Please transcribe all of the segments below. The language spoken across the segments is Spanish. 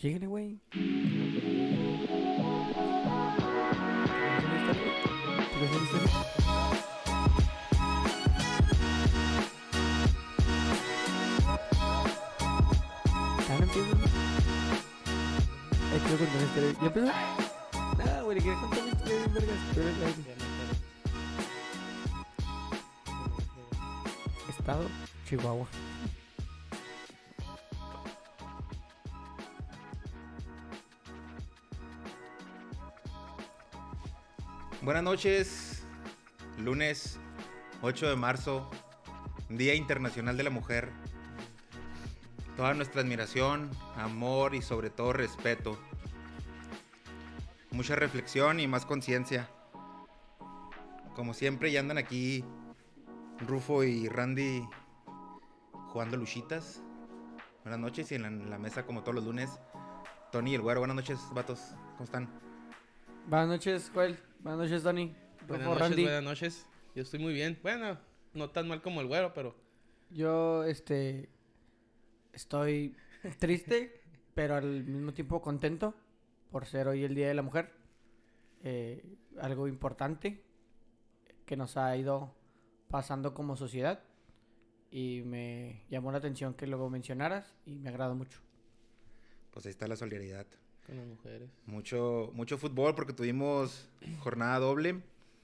Síguele, güey. Quiero contar una historia. ¿Ya empezó? Nada, güey, le quería contar una historia bien vergas. Pero es la aire. Estado Chihuahua. Buenas noches, lunes 8 de marzo, Día Internacional de la Mujer. Toda nuestra admiración, amor y sobre todo respeto. Mucha reflexión y más conciencia. Como siempre ya andan aquí Rufo y Randy jugando luchitas. Buenas noches y en la mesa como todos los lunes, Tony y el Güero. Buenas noches, vatos, ¿cómo están? Buenas noches, Joel. Buenas noches, Tony. Rufo, Randy. Buenas noches. Yo estoy muy bien. Bueno, no tan mal como el Güero, pero... Yo, estoy triste, pero al mismo tiempo contento por ser hoy el Día de la Mujer. Algo importante que nos ha ido pasando como sociedad. Y me llamó la atención que luego mencionaras y me agradó mucho. Pues ahí está la solidaridad. Con las mujeres. Mucho fútbol porque tuvimos jornada doble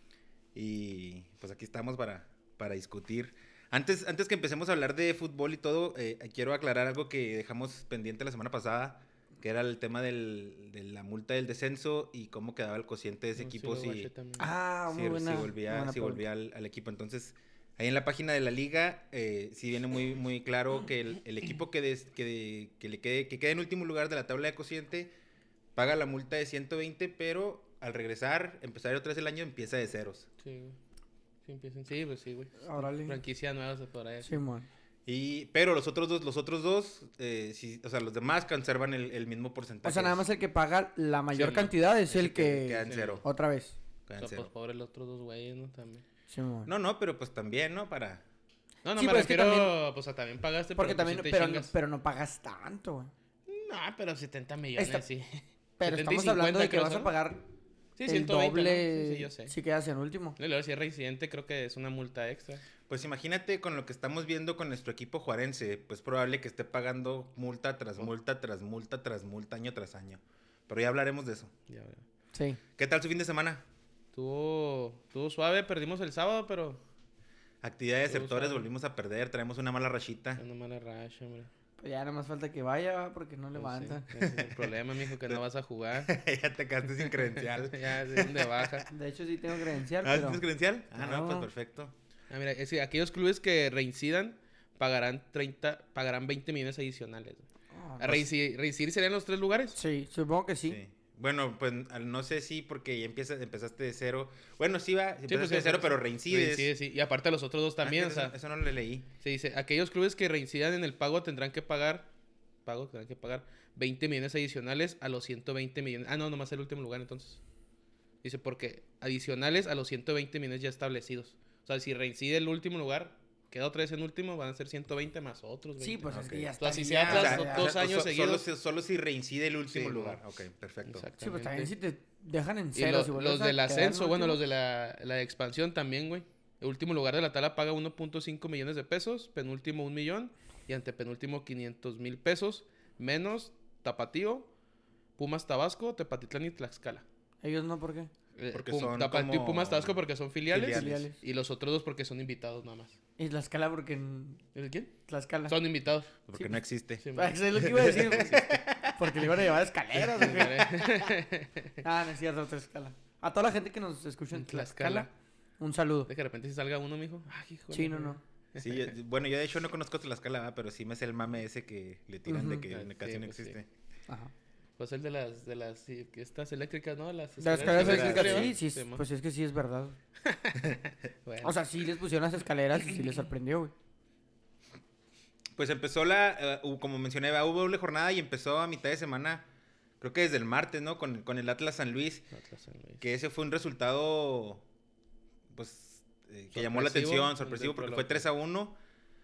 y pues aquí estamos para discutir. Antes que empecemos a hablar de fútbol y todo, quiero aclarar algo que dejamos pendiente la semana pasada, que era el tema de la multa del descenso y cómo quedaba el cociente de ese equipo Sí, Muy buena. si volvía al equipo. Entonces, ahí en la página de la liga sí viene muy claro que el equipo que quede en último lugar de la tabla de cociente paga la multa de 120, pero al regresar, empezar otra vez el año, empieza de ceros. Sí, güey. Sí, empiezan. Sí, pues sí, güey. Órale. Franquicia nueva se podrá decir. Sí, man. Pero los otros dos, sí, o sea, los demás conservan el mismo porcentaje. O sea, nada más el que paga la mayor Sí, cantidad es Ese el que... queda en cero. Otra vez. Queda O en sea, cero. pues pobre los otros dos güeyes, ¿no? También. Sí, man. No, pero pues también, ¿no? No, Sí, me pero es que refiero... también- Pues también pagaste, Porque pero también, pues, sí te pero, chingas. pero no pagas tanto, güey. No, pero 70 millones, Esta- sí. Pero 70 y estamos hablando 50 de que creo vas a son. pagar Sí, el 120, doble ¿no? Sí, yo sé. si quedas en último. Y luego si es reincidente, creo que es una multa extra. Pues imagínate con lo que estamos viendo con nuestro equipo juarense, pues probable que esté pagando multa tras multa, tras multa, tras multa, año tras año. Pero ya hablaremos de eso. Ya, ya. Sí. ¿Qué tal su fin de semana? Estuvo suave, perdimos el sábado, pero... Actividad de Todo sectores, suave. volvimos a perder, traemos una mala rachita. Una mala racha, hombre. Pues ya nada más falta que vaya, ¿va? Porque no Pues levanta. sí, ese es el problema, mijo, que no vas a jugar. Ya te quedaste sin credencial. Ya, es donde baja. De hecho, sí tengo credencial, ¿Ah, pero... tienes credencial? Ah, no, No. pues perfecto. Ah, mira, es que aquellos clubes que reincidan pagarán 20 millones adicionales. Ah, ¿A reincidir serían los 3 lugares? Sí, supongo que sí. Sí. Bueno, pues no sé si porque ya empezaste de cero. Bueno, sí va, empezaste pues, de cero, pero reincides. Reincide, sí. Y aparte los otros dos también, o sea... Eso no lo leí. Se dice, aquellos clubes que reincidan en el pago tendrán que pagar 20 millones adicionales a los 120 millones. Ah, no, nomás el último lugar entonces. Dice, porque adicionales a los 120 millones ya establecidos. O sea, si reincide el último lugar, queda otra vez en último, van a ser 120 más otros 20. Sí, pues es Ok. que ya O está. sea, si se ya, Atlas, ya, ya. dos años seguidos. Solo si reincide el último Sí, lugar. no. Ok, perfecto. Exactamente. Sí, pues también si te dejan en Y cero. si vuelves los a del quedar en ascenso, bueno, último. los de la expansión también, güey. El último lugar de la tabla paga 1.5 millones de pesos, penúltimo 1 millón y antepenúltimo 500,000 pesos, menos Tapatío, Pumas Tabasco, Tepatitlán y Tlaxcala. Ellos no, ¿por qué? Porque son Tapatío y como Pumas Tabasco porque son filiales, Filiales. y los otros dos porque son invitados nada más. Y Tlaxcala porque en ¿El quién? Tlaxcala. Son invitados. Porque Sí. no existe. Sí, Ah, eso es lo que iba a decir. Pues. Porque le iban a llevar escaleras. ¿o qué? de Ah, no es cierto, Tlaxcala. A toda la gente que nos escucha en En Tlaxcala. Tlaxcala, un saludo. que de repente si salga uno, mijo. Ay, hijo. Sí, no. Sí, bueno, yo de hecho no conozco Tlaxcala, ¿verdad? Pero sí me sé el mame ese que le tiran de Ujú. que Ah, casi sí, no pues sí. existe. Ajá. Pues el de las sí, que estas eléctricas, ¿no? Las De las escaleras eléctricas, eléctricas, sí, sí, mo. pues es que sí es verdad. Bueno. O sea, sí les pusieron las escaleras y sí les sorprendió, güey. Pues empezó como mencioné, hubo doble jornada y empezó a mitad de semana, creo que desde el martes, ¿no? Con el Atlas San Luis, Atlas San Luis. que ese fue un resultado, pues, que llamó la Sorpresivo, atención, el sorpresivo, del porque fue prólogo. 3-1.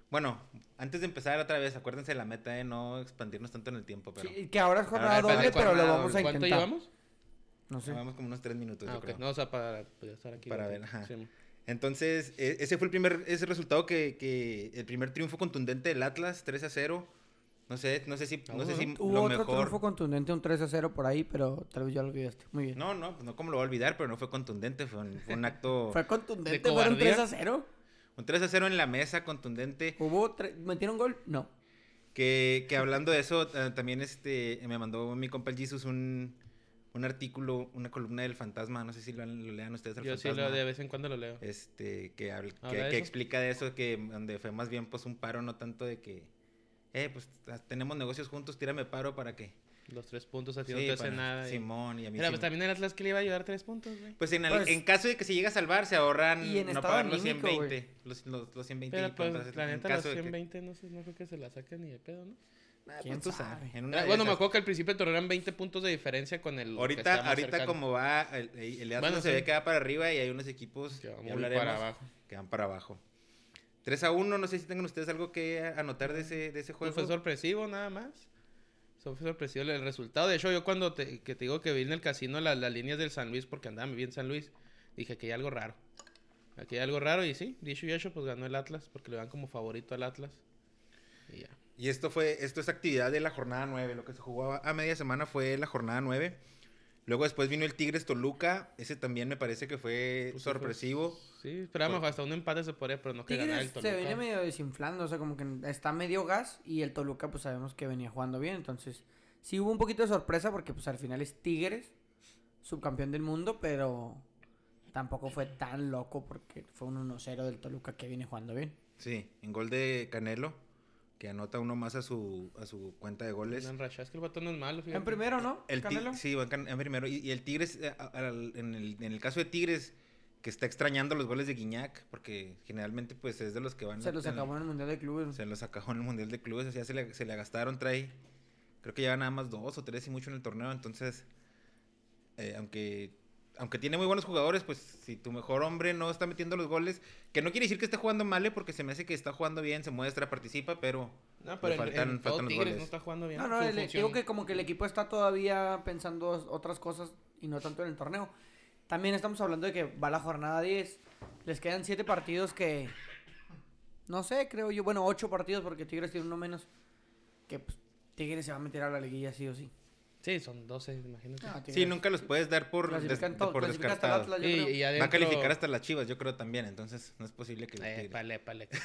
Bueno, antes de empezar otra vez, acuérdense de la meta, no expandirnos tanto en el tiempo, pero... Sí, que ahora es jornada Ahora es doble, pero lo jornada vamos a doble. ¿Cuánto intentar. llevamos? No sé. Vamos como unos 3 minutos, Ah, yo ok. creo. No, o sea, para pues, estar aquí. Para ok. ver, ajá. Sí. Entonces, ese fue ese resultado que el primer triunfo contundente del Atlas, 3-0. No sé si Hubo lo otro mejor... triunfo contundente, un 3-0 por ahí, pero tal vez ya lo olvidaste. Muy bien. No, pues no como lo voy a olvidar, pero no fue contundente, fue un acto... Fue contundente, de fueron cobardía. 3-0. Un 3-0 en la mesa, contundente. ¿Metieron gol? No. Que hablando de eso, también me mandó mi compa el Jesus un artículo, una columna del Fantasma, no sé si lo lean ustedes al Yo sí Fantasma. de vez en cuando lo leo. Que ¿Habla de que eso? explica de eso, que donde fue más bien pues un paro, no tanto de que, pues tenemos negocios juntos, tírame paro para que... Los 3 puntos a ti Sí, no te hace para nada. Simón y a mí Mira, sí pues me- también el Atlas que le iba a ayudar 3 puntos, güey. Pues Pues- en caso de que se llegue a salvar, se ahorran Y en no estado pagar los anímico, 120. Los 120 Pero y pues, compras, la en neta, caso los de que- 120 no sé, no creo que se la saquen ni de pedo, ¿no? ¿Quién tú sabe? sabes, en una de Bueno, me esas. acuerdo que al principio del torneo eran 20 puntos de diferencia con el. que Ahorita, está más ahorita cercano. como va, el Atlas Bueno, se sí. ve que va para arriba y hay unos equipos Que va ya muy hablaremos, para abajo. que van para abajo. 3-1, no sé si tengan ustedes algo que anotar de ese juego. Pues fue sorpresivo, nada más. Fue sorpresivo el resultado. De hecho, yo cuando te digo que vi en el casino las líneas del San Luis, porque andaba bien San Luis, dije que hay algo raro. Aquí hay algo raro y sí, dicho y hecho, pues ganó el Atlas, porque le dan como favorito al Atlas. Y ya. Y esto es actividad de la jornada 9. Lo que se jugó a media semana fue la jornada 9. Luego después vino el Tigres Toluca. Ese también me parece que fue Pues sí, sorpresivo. Sí, esperábamos hasta un empate se podría, pero no que ganara el Tigres Toluca. se viene medio desinflando, o sea, como que está medio gas y el Toluca pues sabemos que venía jugando bien, entonces sí hubo un poquito de sorpresa porque pues al final es Tigres, subcampeón del mundo, pero tampoco fue tan loco porque fue un 1-0 del Toluca que viene jugando bien. Sí, en gol de Canelo, que anota uno más a su cuenta de goles. No enrachas, que el vato no es malo, fíjate. En primero, ¿no? Canelo. Sí, va en primero. Y el Tigres, en el caso de Tigres, que está extrañando los goles de Guiñac, porque generalmente pues es de los que van... Se los acabó en el Mundial de Clubes. Se los acabó en el Mundial de Clubes, así se le gastaron, creo que lleva nada más 2 o 3 y mucho en el torneo, entonces, aunque tiene muy buenos jugadores, pues si tu mejor hombre no está metiendo los goles, que no quiere decir que esté jugando mal, porque se me hace que está jugando bien, se muestra, participa, pero... No, pero le faltan todo los Tigres goles. no está jugando bien. No, Su digo función- que como que el equipo está todavía pensando otras cosas y no tanto en el torneo. También estamos hablando de que va la jornada 10. Les quedan 7 partidos que... No sé, creo yo. Bueno, 8 partidos porque Tigres tiene uno menos. Que pues, Tigres se va a meter a la liguilla sí o sí. Sí, son 12, imagínate. Ah, Tigres Sí, nunca los puedes dar por clasifica hasta el descartados. Atlas, yo Y, creo. y Va a adentro... calificar hasta las Chivas, yo creo también, entonces no es posible que... Épale.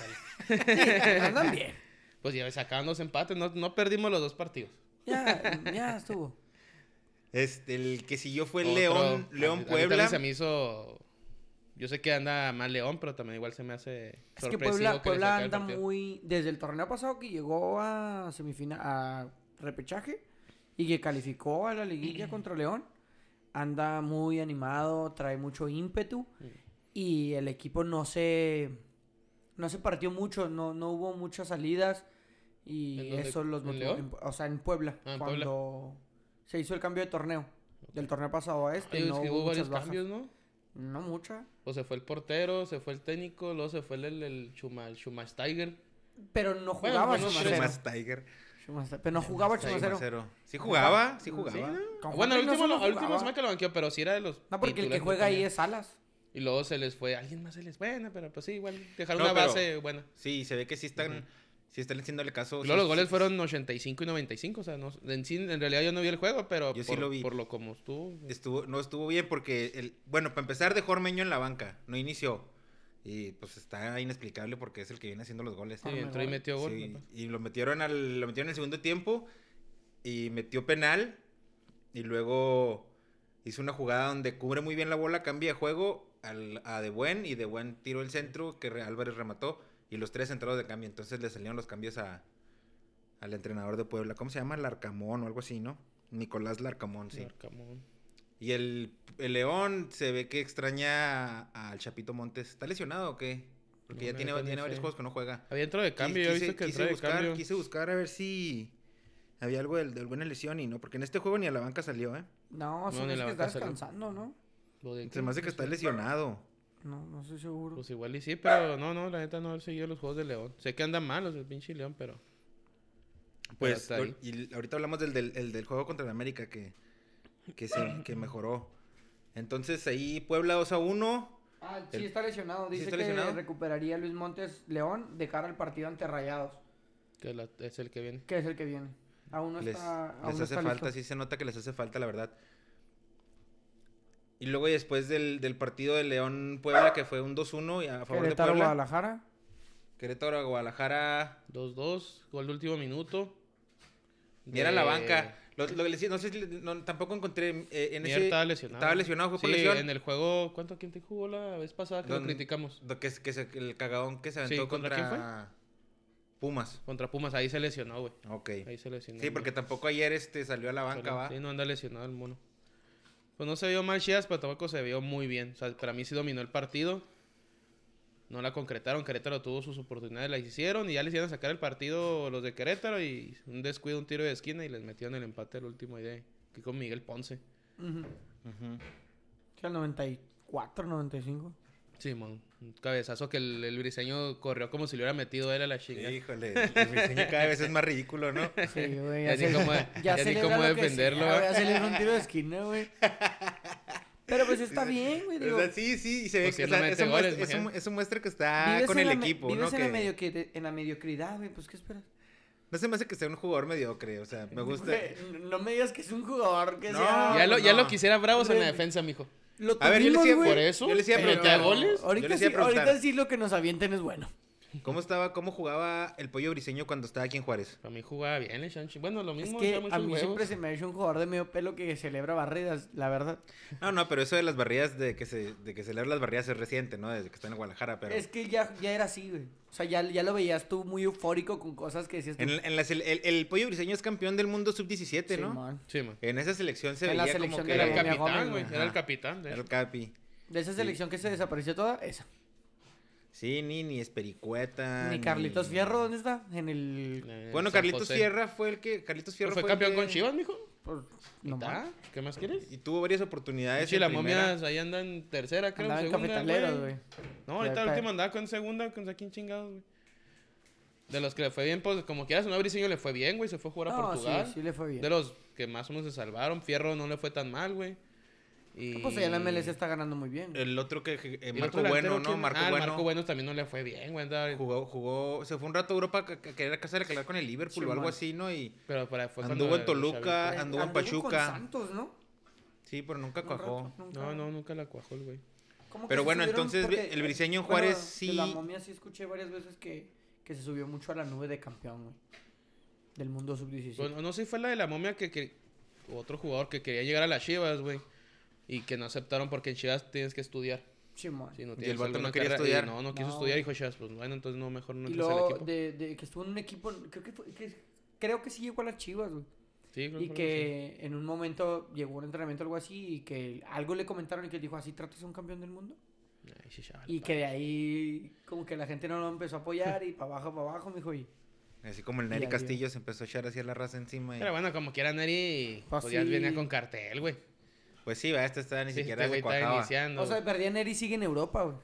Andan bien. Pues ya sacaban 2 empates, no perdimos los 2 partidos. Ya estuvo. El que siguió fue Otro- León a mí también Puebla. se me hizo... Yo sé que anda mal León, pero también igual se me hace Es que sorpresivo Puebla, le Puebla sacara el anda partido. muy... Desde el torneo pasado que llegó a semifinal, a repechaje y que calificó a la liguilla contra León, anda muy animado, trae mucho ímpetu y el equipo no se partió mucho, no hubo muchas salidas y ¿En dónde? eso los ¿En motivó. León? O sea, en Puebla, Ah, en cuando se hizo el cambio de torneo. Del torneo pasado a este, Ay, no es que hubo hubo muchas varios bajas. cambios, ¿no? No mucha. Pues se fue el portero, se fue el técnico, luego se fue el Schumachtiger. Pero no Bueno, jugaba bueno, Chumacero. Más Tiger. Pero no jugaba Chumacero. 1-0. Sí jugaba. Sí, ¿no? Con Bueno, Juan al Reynoso último, no al último jugaba. se me que lo banqueó, pero sí era de los. No, porque el que titulares juega ahí ponía. es Salas. Y luego se les fue, alguien más se les fue, pero pues sí, igual dejaron No, una pero- base buena. Sí, se ve que sí están haciéndole caso. Y luego los sí, goles sí, fueron 85 y 95, o sea, no, en realidad yo no vi el juego, pero Yo sí lo vi. por lo como estuvo. no estuvo bien porque, bueno, para empezar dejó Ormeño en la banca, no inició. Y pues está inexplicable porque es el que viene haciendo los goles. Sí, entró y metió gol. Sí, papá. y lo metieron en el segundo tiempo y metió penal y luego hizo una jugada donde cubre muy bien la bola, cambia de juego a De Buen y De Buen tiró el centro que Álvarez remató y los 3 entrados de cambio. Entonces le salieron los cambios al entrenador de Puebla. ¿Cómo se llama? Larcamón o algo así, ¿no? Nicolás Larcamón, sí. Larcamón. Y el León se ve que extraña al Chapito Montes. ¿Está lesionado o qué? Porque No, ya la tiene neta no varios sé. juegos que no juega. Había entrado de cambio, yo he visto que entró de cambio. Quise buscar a ver si había algo de alguna lesión y no. Porque en este juego ni a la banca salió, ¿eh? No, No, se ni me hace la que está banca salió. descansando, ¿no? Lo de Se me hace que está lesionado. No estoy seguro. Pues igual y sí, pero no, la neta no he seguido los juegos de León. Sé que andan malos el pinche León, pero... Pues, está ahí. y ahorita hablamos del juego contra el América que mejoró. Entonces ahí Puebla 2-1. Sí está lesionado. ¿Sí Dice está que lesionado? recuperaría Luis Montes León de cara al partido ante Rayados, Que es el que viene. que es el que viene. Aún no Les está, aún hace no está falta, listo. sí se nota que les hace falta, la verdad. Y luego y después del partido de León-Puebla, que fue un 2-1 y a favor de Querétaro, Puebla. Guadalajara. Querétaro, Guadalajara. 2-2, gol de último minuto. Mira la banca. Lo que les decía, no sé si tampoco encontré en Mier ese. estaba lesionado. Estaba lesionado, fue por Sí, lesión. en el juego... ¿Quién te jugó la vez pasada que lo criticamos? El cagadón que se aventó Sí, ¿contra quién fue? Pumas. Contra Pumas, ahí se lesionó, güey. Ok. Ahí se lesionó. Sí, porque tampoco ayer salió a la banca, ¿va? Sí, no anda lesionado el mono. Pues no se vio mal Chivas, pero tampoco se vio muy bien. O sea, para mí sí dominó el partido. No la concretaron. Querétaro tuvo sus oportunidades, las hicieron. Y ya les iban a sacar el partido los de Querétaro. Y un descuido, un tiro de esquina. Y les metieron el empate al último idea. Que con Miguel Ponce. Ujú. Ujú. Sí, al 94, 95. Sí, mon. Un cabezazo que el briseño corrió como si le hubiera metido él a la chinga. Híjole, el diseño cada vez es más ridículo, ¿no? Sí, güey. Ya ni cómo- ya ni celebra cómo lo que defenderlo, sea, ¿va? güey, ya celebra un tiro de esquina, güey. Pero pues está bien, güey. Digo, O sea, sí, y se ve Pues si que no mete goles, eso imagínate. muestra que está vives con en el la me- equipo, vives ¿no? en la mediocridad, güey. Pues, ¿qué esperas? No se me hace que sea un jugador mediocre, o sea, me gusta. Güey, no me digas que es un jugador que No, sea... Ya no. lo quisiera Bravos en la Güey. defensa, mijo. Lo A ver, yo le tuvimos, decía, güey. por eso, yo le decía, pero pero te da goles. yo Ahorita les iba a sí, preguntar. ahorita sí lo que nos avienten es bueno. ¿Cómo jugaba el Pollo Briseño cuando estaba aquí en Juárez? Para mí jugaba bien el Shanchi. Bueno, lo Es mismo. que ya a muchos mí huevos. siempre se me ha hecho un jugador de medio pelo que celebra barridas, la verdad. No, pero eso de las barridas, de que celebra las barridas es reciente, ¿no? Desde que está en Guadalajara, pero... Es que ya era así, güey. O sea, ya lo veías tú muy eufórico con cosas que decías tú. el Pollo Briseño es campeón del mundo sub-17, ¿no? Simón. Sí, man. En esa selección se En la veía como selección que... de Era el Momia capitán, Gómez, güey. güey. Era el Ajá. capitán. Era el capi. De esa selección que se desapareció toda, esa. Sí, ni Espericueta. Ni Carlitos Fierro, ¿dónde está? En el... Bueno, San Carlitos José. Fierro fue el que... Fue campeón con Chivas, mijo. Por... ¿Y No, está? ¿Qué más quieres? Y tuvo varias oportunidades Sí, en la primera. momia ahí anda en tercera, creo. andaba en segunda, cafetaleros, güey. No, ahorita Ya el está. último andaba con segunda, con Saquín chingados, güey. De los que le fue bien, pues como quieras, a Briseño le fue bien, güey. Se fue a jugar a No, Portugal. sí le fue bien. De los que más o menos se salvaron. Fierro no le fue tan mal, güey. Y... Pues allá en la MLS está ganando muy bien. El otro que... ¿Y el Marco otro Bueno, delantero ¿no? quién? Marco el Bueno. Marco Bueno también no le fue bien, güey. andaba- Jugó... Se fue un rato a Europa a querer casar con el Liverpool Sí, o algo man. así, ¿no? Y Pero fue anduvo cuando en Toluca, el anduvo en con Pachuca. Santos, ¿no? Sí, pero nunca Un cuajó. rato, nunca. No, nunca la cuajó el güey. ¿Cómo que Pero se bueno, subieron? entonces, Porque, el Briseño bueno, Juárez de sí... la momia sí escuché varias veces que se subió mucho a la nube de campeón, güey. Del mundo sub-17. Bueno, no sé si fue la de la momia que otro jugador que quería llegar a las Chivas, güey. Y que no aceptaron porque en Chivas tienes que estudiar. Simón. Si no Y tienes el vato alguna no quería carrera- estudiar. y no quiso No. estudiar, dijo Chivas, pues bueno, entonces no, mejor no Y entres al luego equipo. de que estuvo en un equipo, creo que sí llegó a las Chivas, güey. Sí, creo Y fue que en un momento llegó a un entrenamiento o algo así y que algo le comentaron y que él dijo, ¿así tratas a un campeón del mundo? algo así. Ay, sí, chaval, Y pa. que de ahí como que la gente no lo empezó a apoyar y para abajo, mijo. Y Así como el Nery Y adiós. Castillo se empezó a echar hacia la raza encima. Y... Pero bueno, como quiera Neri, Pues pues ya sí. venía con cartel, güey. Pues sí, va, este está ni Sí, siquiera este se güey está cuajaba. iniciando. o sea, perdía Neri sigue en Europa, güey.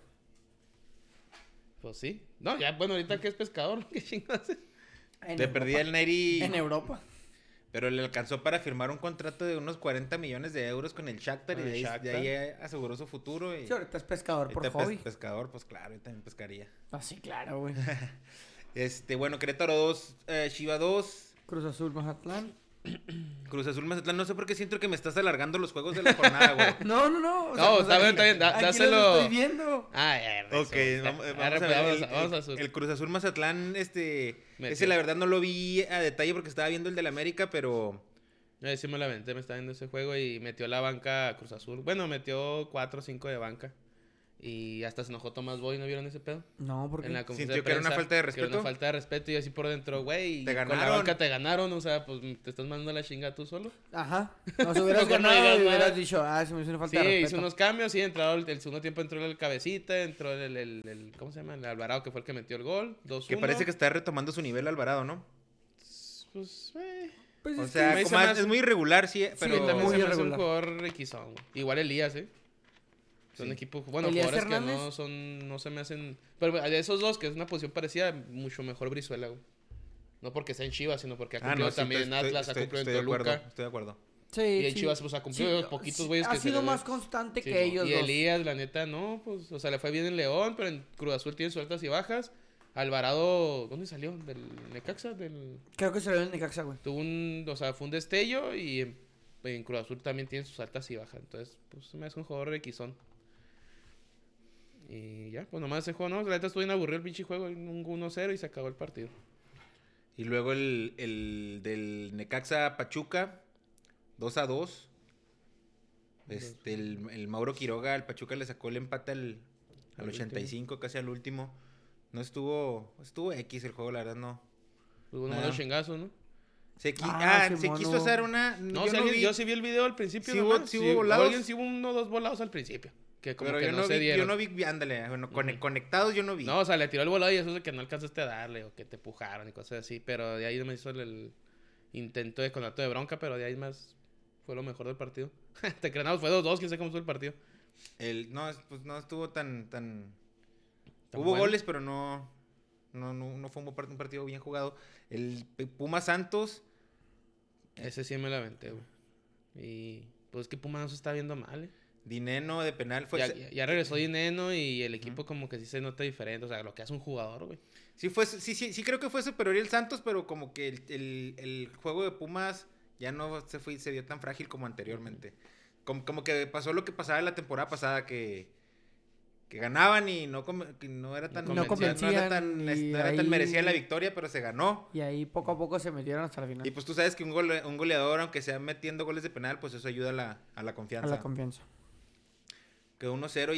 Pues sí. No, ya, bueno, ahorita que es pescador, qué chingados. En Le Europa. perdía el Nery, En Europa. pero le alcanzó para firmar un contrato de unos 40 millones de euros con el Shakhtar y Con el de Shakhtar. ahí aseguró su futuro. Y Sí, ahorita es pescador por ahorita hobby. pescador, pues claro, yo también pescaría. Ah, sí, claro, güey. Bueno, Querétaro 2, Chiva 2, Cruz Azul, Mazatlán. Cruz Azul Mazatlán. No sé por qué siento que me estás alargando los juegos de la jornada, güey. No. No, pues está bien, está bien, aquí dáselo. los estoy viendo. Ah, ya, Ok, vamos a Arre, ver. pues, vamos a El Cruz Azul Mazatlán, Metió. ese la verdad no lo vi a detalle porque estaba viendo el del América, pero Sí me la aventé, me estaba viendo ese juego y metió la banca Cruz Azul. Bueno, metió 4 o 5 de banca. Y hasta se enojó Tomás Boy, ¿no vieron ese pedo? No, porque En la conferencia ¿Sintió de que era una prensa, falta de que era respeto? una falta de respeto y así por dentro, güey. Te Con la ganaron. banca te ganaron, o sea, pues te estás mandando la chinga tú solo. Ajá. Nos hubieras Mejor no ganado digas y hubieras nada. dicho, se me hizo una falta Sí, de respeto. hizo unos cambios, sí, entrado el segundo tiempo entró el Cabecita, entró el ¿cómo se llama? El Alvarado, que fue el que metió el gol, 2-1. que parece que está retomando su nivel Alvarado, ¿no? Pues, Pues O es sea, me como hizo más- es muy irregular, sí, pero pero también muy se me hace un irregular. jugador requisón, güey. Igual Elías, Son Sí. equipos, bueno, Elías jugadores Hernández. que no se me hacen... Pero de esos dos, que es una posición parecida, mucho mejor Brizuela, güey. No porque sea en Chivas, sino porque ha cumplido también en Atlas, ha cumplido en Toluca. Estoy de acuerdo. Sí, Y en sí. Chivas, pues, ha cumplido los poquitos güeyes ha que se sido le más ve. constante Sí, que no. ellos Y dos. Elías, la neta, no, pues, o sea, le fue bien en León, pero en Cruz Azul tiene sus altas y bajas. Alvarado, ¿dónde salió? ¿Del Necaxa? Creo que se lo dio en Necaxa, güey. O sea, fue un destello y en Cruz Azul también tiene sus altas y bajas. Entonces, pues, me hace un jugador requisón. Y ya, pues nomás ese juego, ¿no? La neta estuvo bien aburrido el pinche juego, un 1-0 y se acabó el partido. Y luego el del Necaxa Pachuca, 2-2. El Mauro Quiroga al Pachuca le sacó el empate al 85, casi al último. No estuvo X el juego, la verdad no. Hubo Nada. unos chingazos, ¿no? Se Simón, quiso no. hacer una. No, yo si no alguien- vi, yo sí vi el video al principio. Sí nomás. hubo- sí hubo volados. Alguien sí hubo 1 o 2 volados al principio. Que como pero que yo no no se vi, dieron. yo no vi, ándale, bueno, Ujú. conectados yo no vi. No, o sea, le tiró el volado y eso es de que no alcanzaste a darle o que te pujaron y cosas así. Pero de ahí me hizo el intento de conato de bronca, pero de ahí más fue lo mejor del partido. Te creas, no, fue 2-2, quién sabe cómo estuvo el partido. Pues no estuvo tan. ¿Tan Hubo bueno? goles, pero no fue un partido bien jugado. El Puma Santos. Ese sí me la aventé, güey. Y pues es que Puma no se está viendo mal, eh. Dineno de penal fue. Ya regresó Dineno y el equipo como que sí se nota diferente. O sea, lo que hace un jugador, güey. Sí creo que fue superior el Santos, pero como que el juego de Pumas ya no se vio tan frágil como anteriormente. Como que pasó lo que pasaba la temporada pasada, que ganaban y que no era tan, No convencían, no era tan y merecida ahí- la victoria, pero se ganó. Y ahí poco a poco se metieron hasta la final. Y pues tú sabes que un goleador, aunque sea metiendo goles de penal, pues eso ayuda a la A confianza. la confianza. Quedó 1-0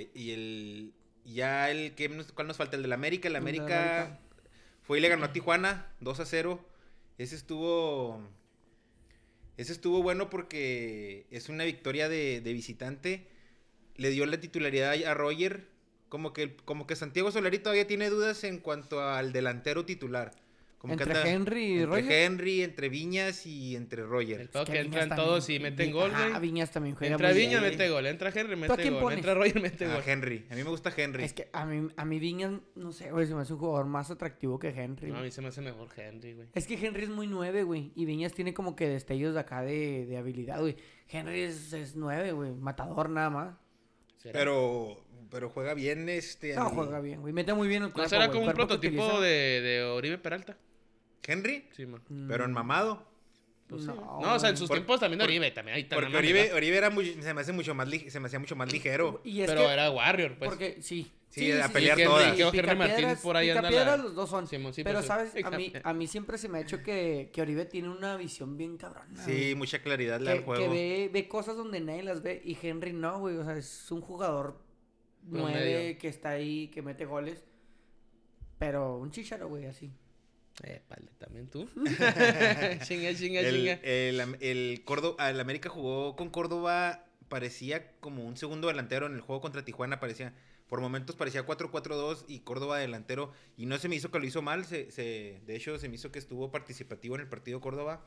¿cuál nos falta? El del América. El El del América América. fue y le ganó a Tijuana 2-0. Ese estuvo bueno porque es una victoria de visitante. Le dio la titularidad a Roger. Como que Santiago Solari todavía tiene dudas en cuanto al delantero titular. Como que Entre Henry y Roger. Entre Henry, entre Viñas y entre El Roger. pedo que Viñas entran también- todos y meten gol, Ah, güey. Viñas también juega Entra muy Viña, bien. mete gol. Entra Henry, ¿Tú a mete quién gol. pones? Entra Roger, mete A gol. Henry. A mí me gusta Henry. Es que a mí Viñas, no sé, güey, se me hace un jugador más atractivo que Henry. No, a güey. mí se me hace mejor Henry, güey. Es que Henry es muy 9, güey. Y Viñas tiene como que destellos de acá de habilidad, güey. Henry es 9, güey. Matador nada más. ¿Será? Pero juega bien No, juega bien, güey. Mete muy bien el ¿No cuerpo, será güey. como un El cuerpo que prototipo utiliza. de Oribe Peralta? Henry, Sí, man. pero en mamado. Pues sí. No, No, o sea, en sus Por- tiempos también por- Oribe. También ahí Porque Oribe era se me hace mucho más ligero. Y es Pero que, era Warrior, pues. porque sí. Sí, a pelear Henry, todas. que Henry Martín Picapiedras- por ahí anda Picapiedras la- los dos son. Simón, sí, pero, pues, ¿sabes? sí. A mí siempre se me ha hecho que Oribe tiene una visión bien cabrona. Sí, güey. mucha claridad le da al Que juego. ve cosas donde nadie las ve. Y Henry no, güey. O sea, es un jugador Promedio. 9 que está ahí, que mete goles. Pero un chicharo, güey, así. Pale, también tú. chinga. El América jugó con Córdoba, parecía como un segundo delantero en el juego contra Tijuana, por momentos parecía 4-4-2 y Córdoba delantero, y no se me hizo que lo hizo mal, de hecho se me hizo que estuvo participativo en el partido Córdoba.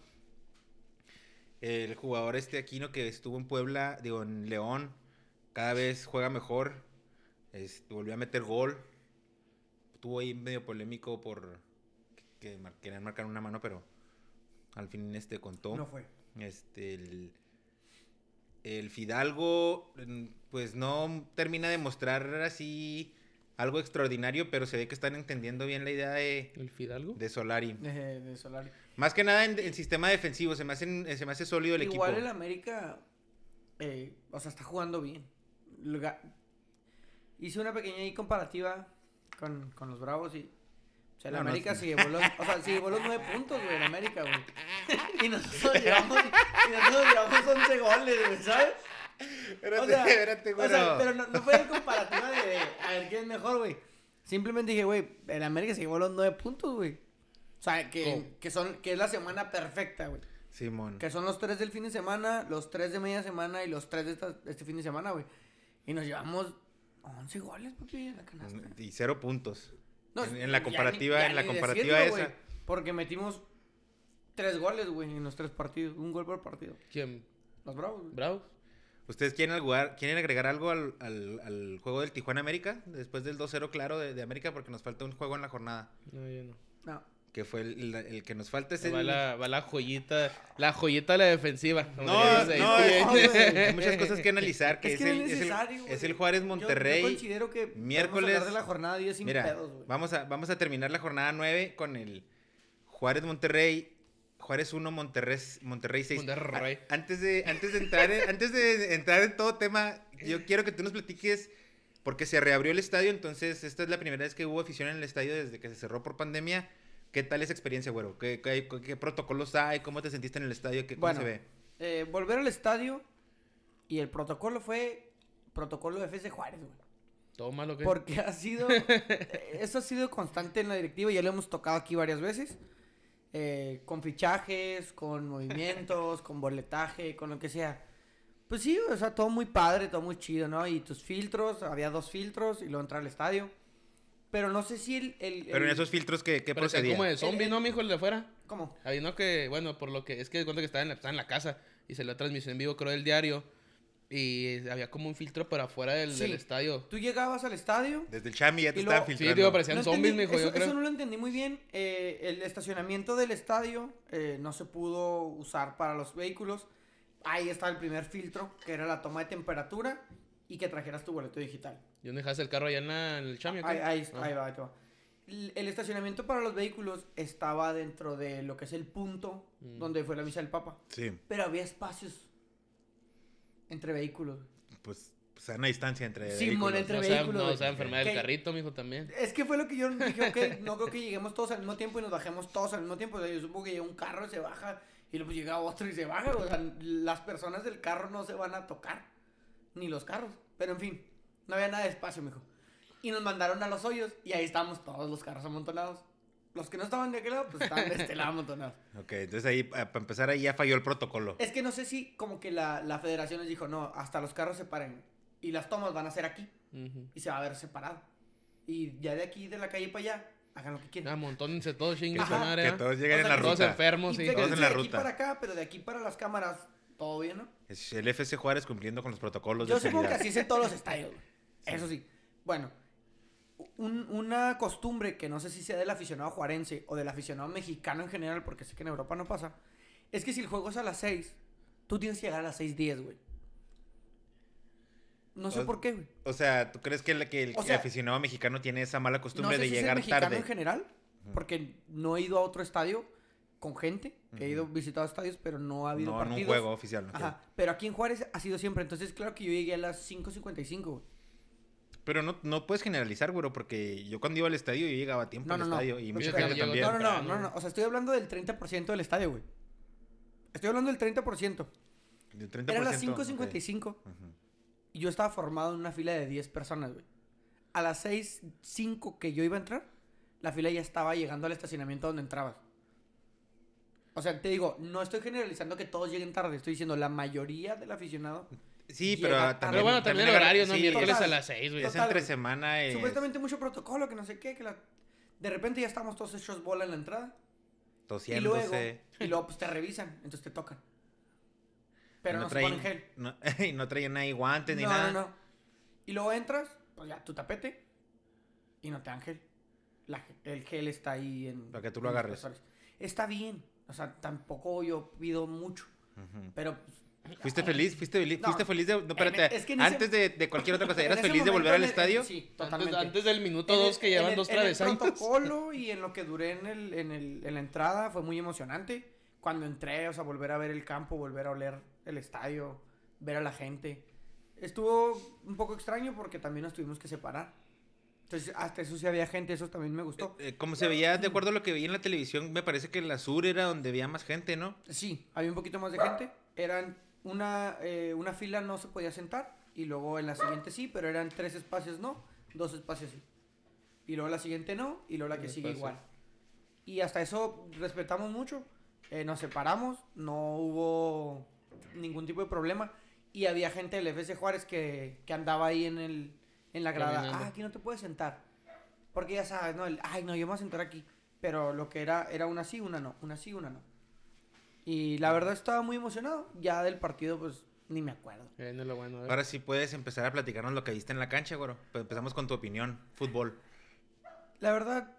El jugador Aquino que estuvo en Puebla, en León, cada vez juega mejor, volvió a meter gol, estuvo ahí medio polémico por que querían marcar una mano, pero al fin contó. No fue. El Fidalgo pues no termina de mostrar así algo extraordinario, pero se ve que están entendiendo bien la idea ¿El Fidalgo? de Solari. De Solari. Más que nada en sistema defensivo, se me hace sólido el Igual equipo. el América, o sea, está jugando bien. Hice una pequeña ahí comparativa con los Bravos y... O sea, el No, no, América sí. se llevó los 9 puntos, güey, el América, güey. Y nosotros llevamos 11 goles, güey, ¿sabes? Espérate, O sea, pero no fue en comparativa de a ver quién es mejor, güey. Simplemente dije, güey, el América se llevó los 9 puntos, güey. O sea, que es la semana perfecta, güey. Simón. Que son los 3 del fin de semana, los 3 de media semana y los 3 de este fin de semana, güey. Y nos llevamos 11 goles, papi, en la canasta. Y 0 puntos. No, en la ya comparativa, ni- en la ni comparativa decirlo, esa. güey, porque metimos 3 goles, güey, en los 3 partidos. Un gol por partido. ¿Quién? Los Bravos, güey. ¿Bravos? ¿Ustedes quieren agregar algo al juego del Tijuana América? Después del 2-0 claro de América, porque nos falta un juego en la jornada. No, yo no. No. Que fue el que nos falta. Va la joyita de la defensiva. No, hay muchas cosas que analizar. Que es que no es necesario, es el Juárez Monterrey. Yo considero que miércoles. Hablar de la jornada 10 sin pedos, güey. Vamos a terminar la jornada 9 con el Juárez Monterrey. Juárez 1, Monterrey 6. Monterrey. Antes de entrar en todo tema, yo quiero que tú nos platiques, porque se reabrió el estadio, entonces esta es la primera vez que hubo afición en el estadio desde que se cerró por pandemia. ¿Qué tal esa experiencia, güero? ¿Qué protocolos hay? ¿Cómo te sentiste en el estadio? ¿Cómo se ve? Volver al estadio y el protocolo fue protocolo de FC Juárez, güey. Todo malo que... Porque eso ha sido constante en la directiva, ya lo hemos tocado aquí varias veces. Con fichajes, con movimientos, con boletaje, con lo que sea. Pues sí, o sea, todo muy padre, todo muy chido, ¿no? Y tus filtros, había 2 filtros y luego entrar al estadio. Pero no sé si Pero en esos filtros, ¿qué procedía? como de zombie, ¿no, mijo, el de afuera? ¿Cómo? Había uno que, bueno, por lo que... Es que de cuenta que estaba en la casa y se la transmisión en vivo, creo, del diario. Y había como un filtro por afuera del estadio. Tú llegabas al estadio. Desde el Chami ya te estaban filtrando. Sí, digo, parecían zombies, mijo, yo creo. Eso no lo entendí muy bien. El estacionamiento del estadio no se pudo usar para los vehículos. Ahí estaba el primer filtro, que era la toma de temperatura y que trajeras tu boleto digital. ¿Y dónde dejaste el carro allá en el Chami? Ahí va. El estacionamiento para los vehículos estaba dentro de lo que es el punto donde fue la misa del Papa. Sí. Pero había espacios entre vehículos. Pues sana distancia entre Simón, vehículos. entre vehículos. No, o sea, enfermedad del carrito, mijo, también. Es que fue lo que yo dije, ok, no creo que lleguemos todos al mismo tiempo y nos bajemos todos al mismo tiempo. O sea, yo supongo que llega un carro y se baja y luego llega otro y se baja. O sea, las personas del carro no se van a tocar, ni los carros. Pero en fin, no había nada de espacio, mijo. Y nos mandaron a los hoyos y ahí estábamos todos los carros amontonados. Los que no estaban de aquel lado, pues estaban de este lado amontonados. Ok, entonces ahí, para empezar, ahí ya falló el protocolo. Es que no sé si como que la federación les dijo, no, hasta los carros se paren. Y las tomas van a ser aquí. Y se va a ver separado. Y ya de aquí, de la calle para allá, hagan lo que quieran. Montónense todos, chinguen su Ajá. madre. Que todos lleguen en la Todos ruta. enfermos, Y sí. todos en de la aquí ruta. para acá, pero de aquí para las cámaras, todo bien, ¿no? Es el FC Juárez cumpliendo con los protocolos Yo de supongo que seguridad. así es en todos los estadios, güey. Eso sí. Bueno, una costumbre que no sé si sea del aficionado juarense o del aficionado mexicano en general, porque sé que en Europa no pasa, es que si el juego es a las 6, tú tienes que llegar a las 6:10, güey. No sé por qué, güey. O sea, ¿tú crees que el O sea, aficionado mexicano tiene esa mala No costumbre sé de si es el llegar mexicano tarde? en general, porque no he ido a otro estadio con gente. He ido visitado estadios, pero no ha habido No, en partidos. un juego oficial. Ok. Ajá, pero aquí en Juárez ha sido siempre. Entonces, claro que yo llegué a las 5:55, güey. Pero no puedes generalizar, güero, porque yo cuando iba al estadio, yo llegaba a tiempo al estadio. Y mucha Pero gente yo también. No. O sea, estoy hablando del 30% del estadio, güey. Estoy hablando del 30%. Del 30%. Era las 5:55. Ok. Ujú. Y yo estaba formado en una fila de 10 personas, güey. A las 6:05 que yo iba a entrar, la fila ya estaba llegando al estacionamiento donde entrabas. O sea, te digo, no estoy generalizando que todos lleguen tarde. Estoy diciendo la mayoría del aficionado. Sí, Llega pero tarde. también. Pero bueno, también el horario, ¿no? sí, Miércoles total. a las 6, güey. Es Total, entre güey. semana. Supuestamente mucho protocolo, que no sé qué, de repente ya estamos todos hechos bola en la entrada. Tosiéndose. Y luego pues te revisan, entonces te tocan. Pero no se traen, ponen gel. Y no traían ahí guantes ni No, nada. no. Y luego entras, pues ya tu tapete y no te dan gel. El gel está ahí en... Para que tú lo en los agarres. profesores. Está bien. O sea, tampoco yo pido mucho. Ujú. Pero... ¿Fuiste feliz? No. ¿Fuiste feliz de...? No, espérate. Es que en antes de cualquier otra cosa, en ¿eras ese feliz de momento volver al estadio? Sí, totalmente. Antes del minuto En 2 que llevan dos en el travesaños. protocolo y en lo que duré en la entrada fue muy emocionante. Cuando entré, o sea, volver a ver el campo, volver a oler el estadio, ver a la gente. Estuvo un poco extraño porque también nos tuvimos que separar. Entonces, hasta eso sí había gente, eso también me gustó. Como se veía, de acuerdo a lo que veía en la televisión, me parece que la sur era donde había más gente, ¿no? Sí, había un poquito más de gente. Eran una fila no se podía sentar y luego en la siguiente sí, pero eran 3 espacios no, 2 espacios sí. Y luego la siguiente no, y luego la que sigue igual. Y hasta eso respetamos mucho. Nos separamos, no hubo ningún tipo de problema. Y había gente del FC Juárez que andaba ahí en la grada. Caminando. Aquí no te puedes sentar. Porque ya sabes, ¿no? No, yo me voy a sentar aquí. Pero lo que era una sí, una no. Una sí, una no. Y la verdad estaba muy emocionado. Ya del partido, pues, Ni me acuerdo. No es lo bueno, Ahora sí puedes empezar a platicarnos lo que viste en la cancha, güero. Pues empezamos con tu opinión. Fútbol. La verdad,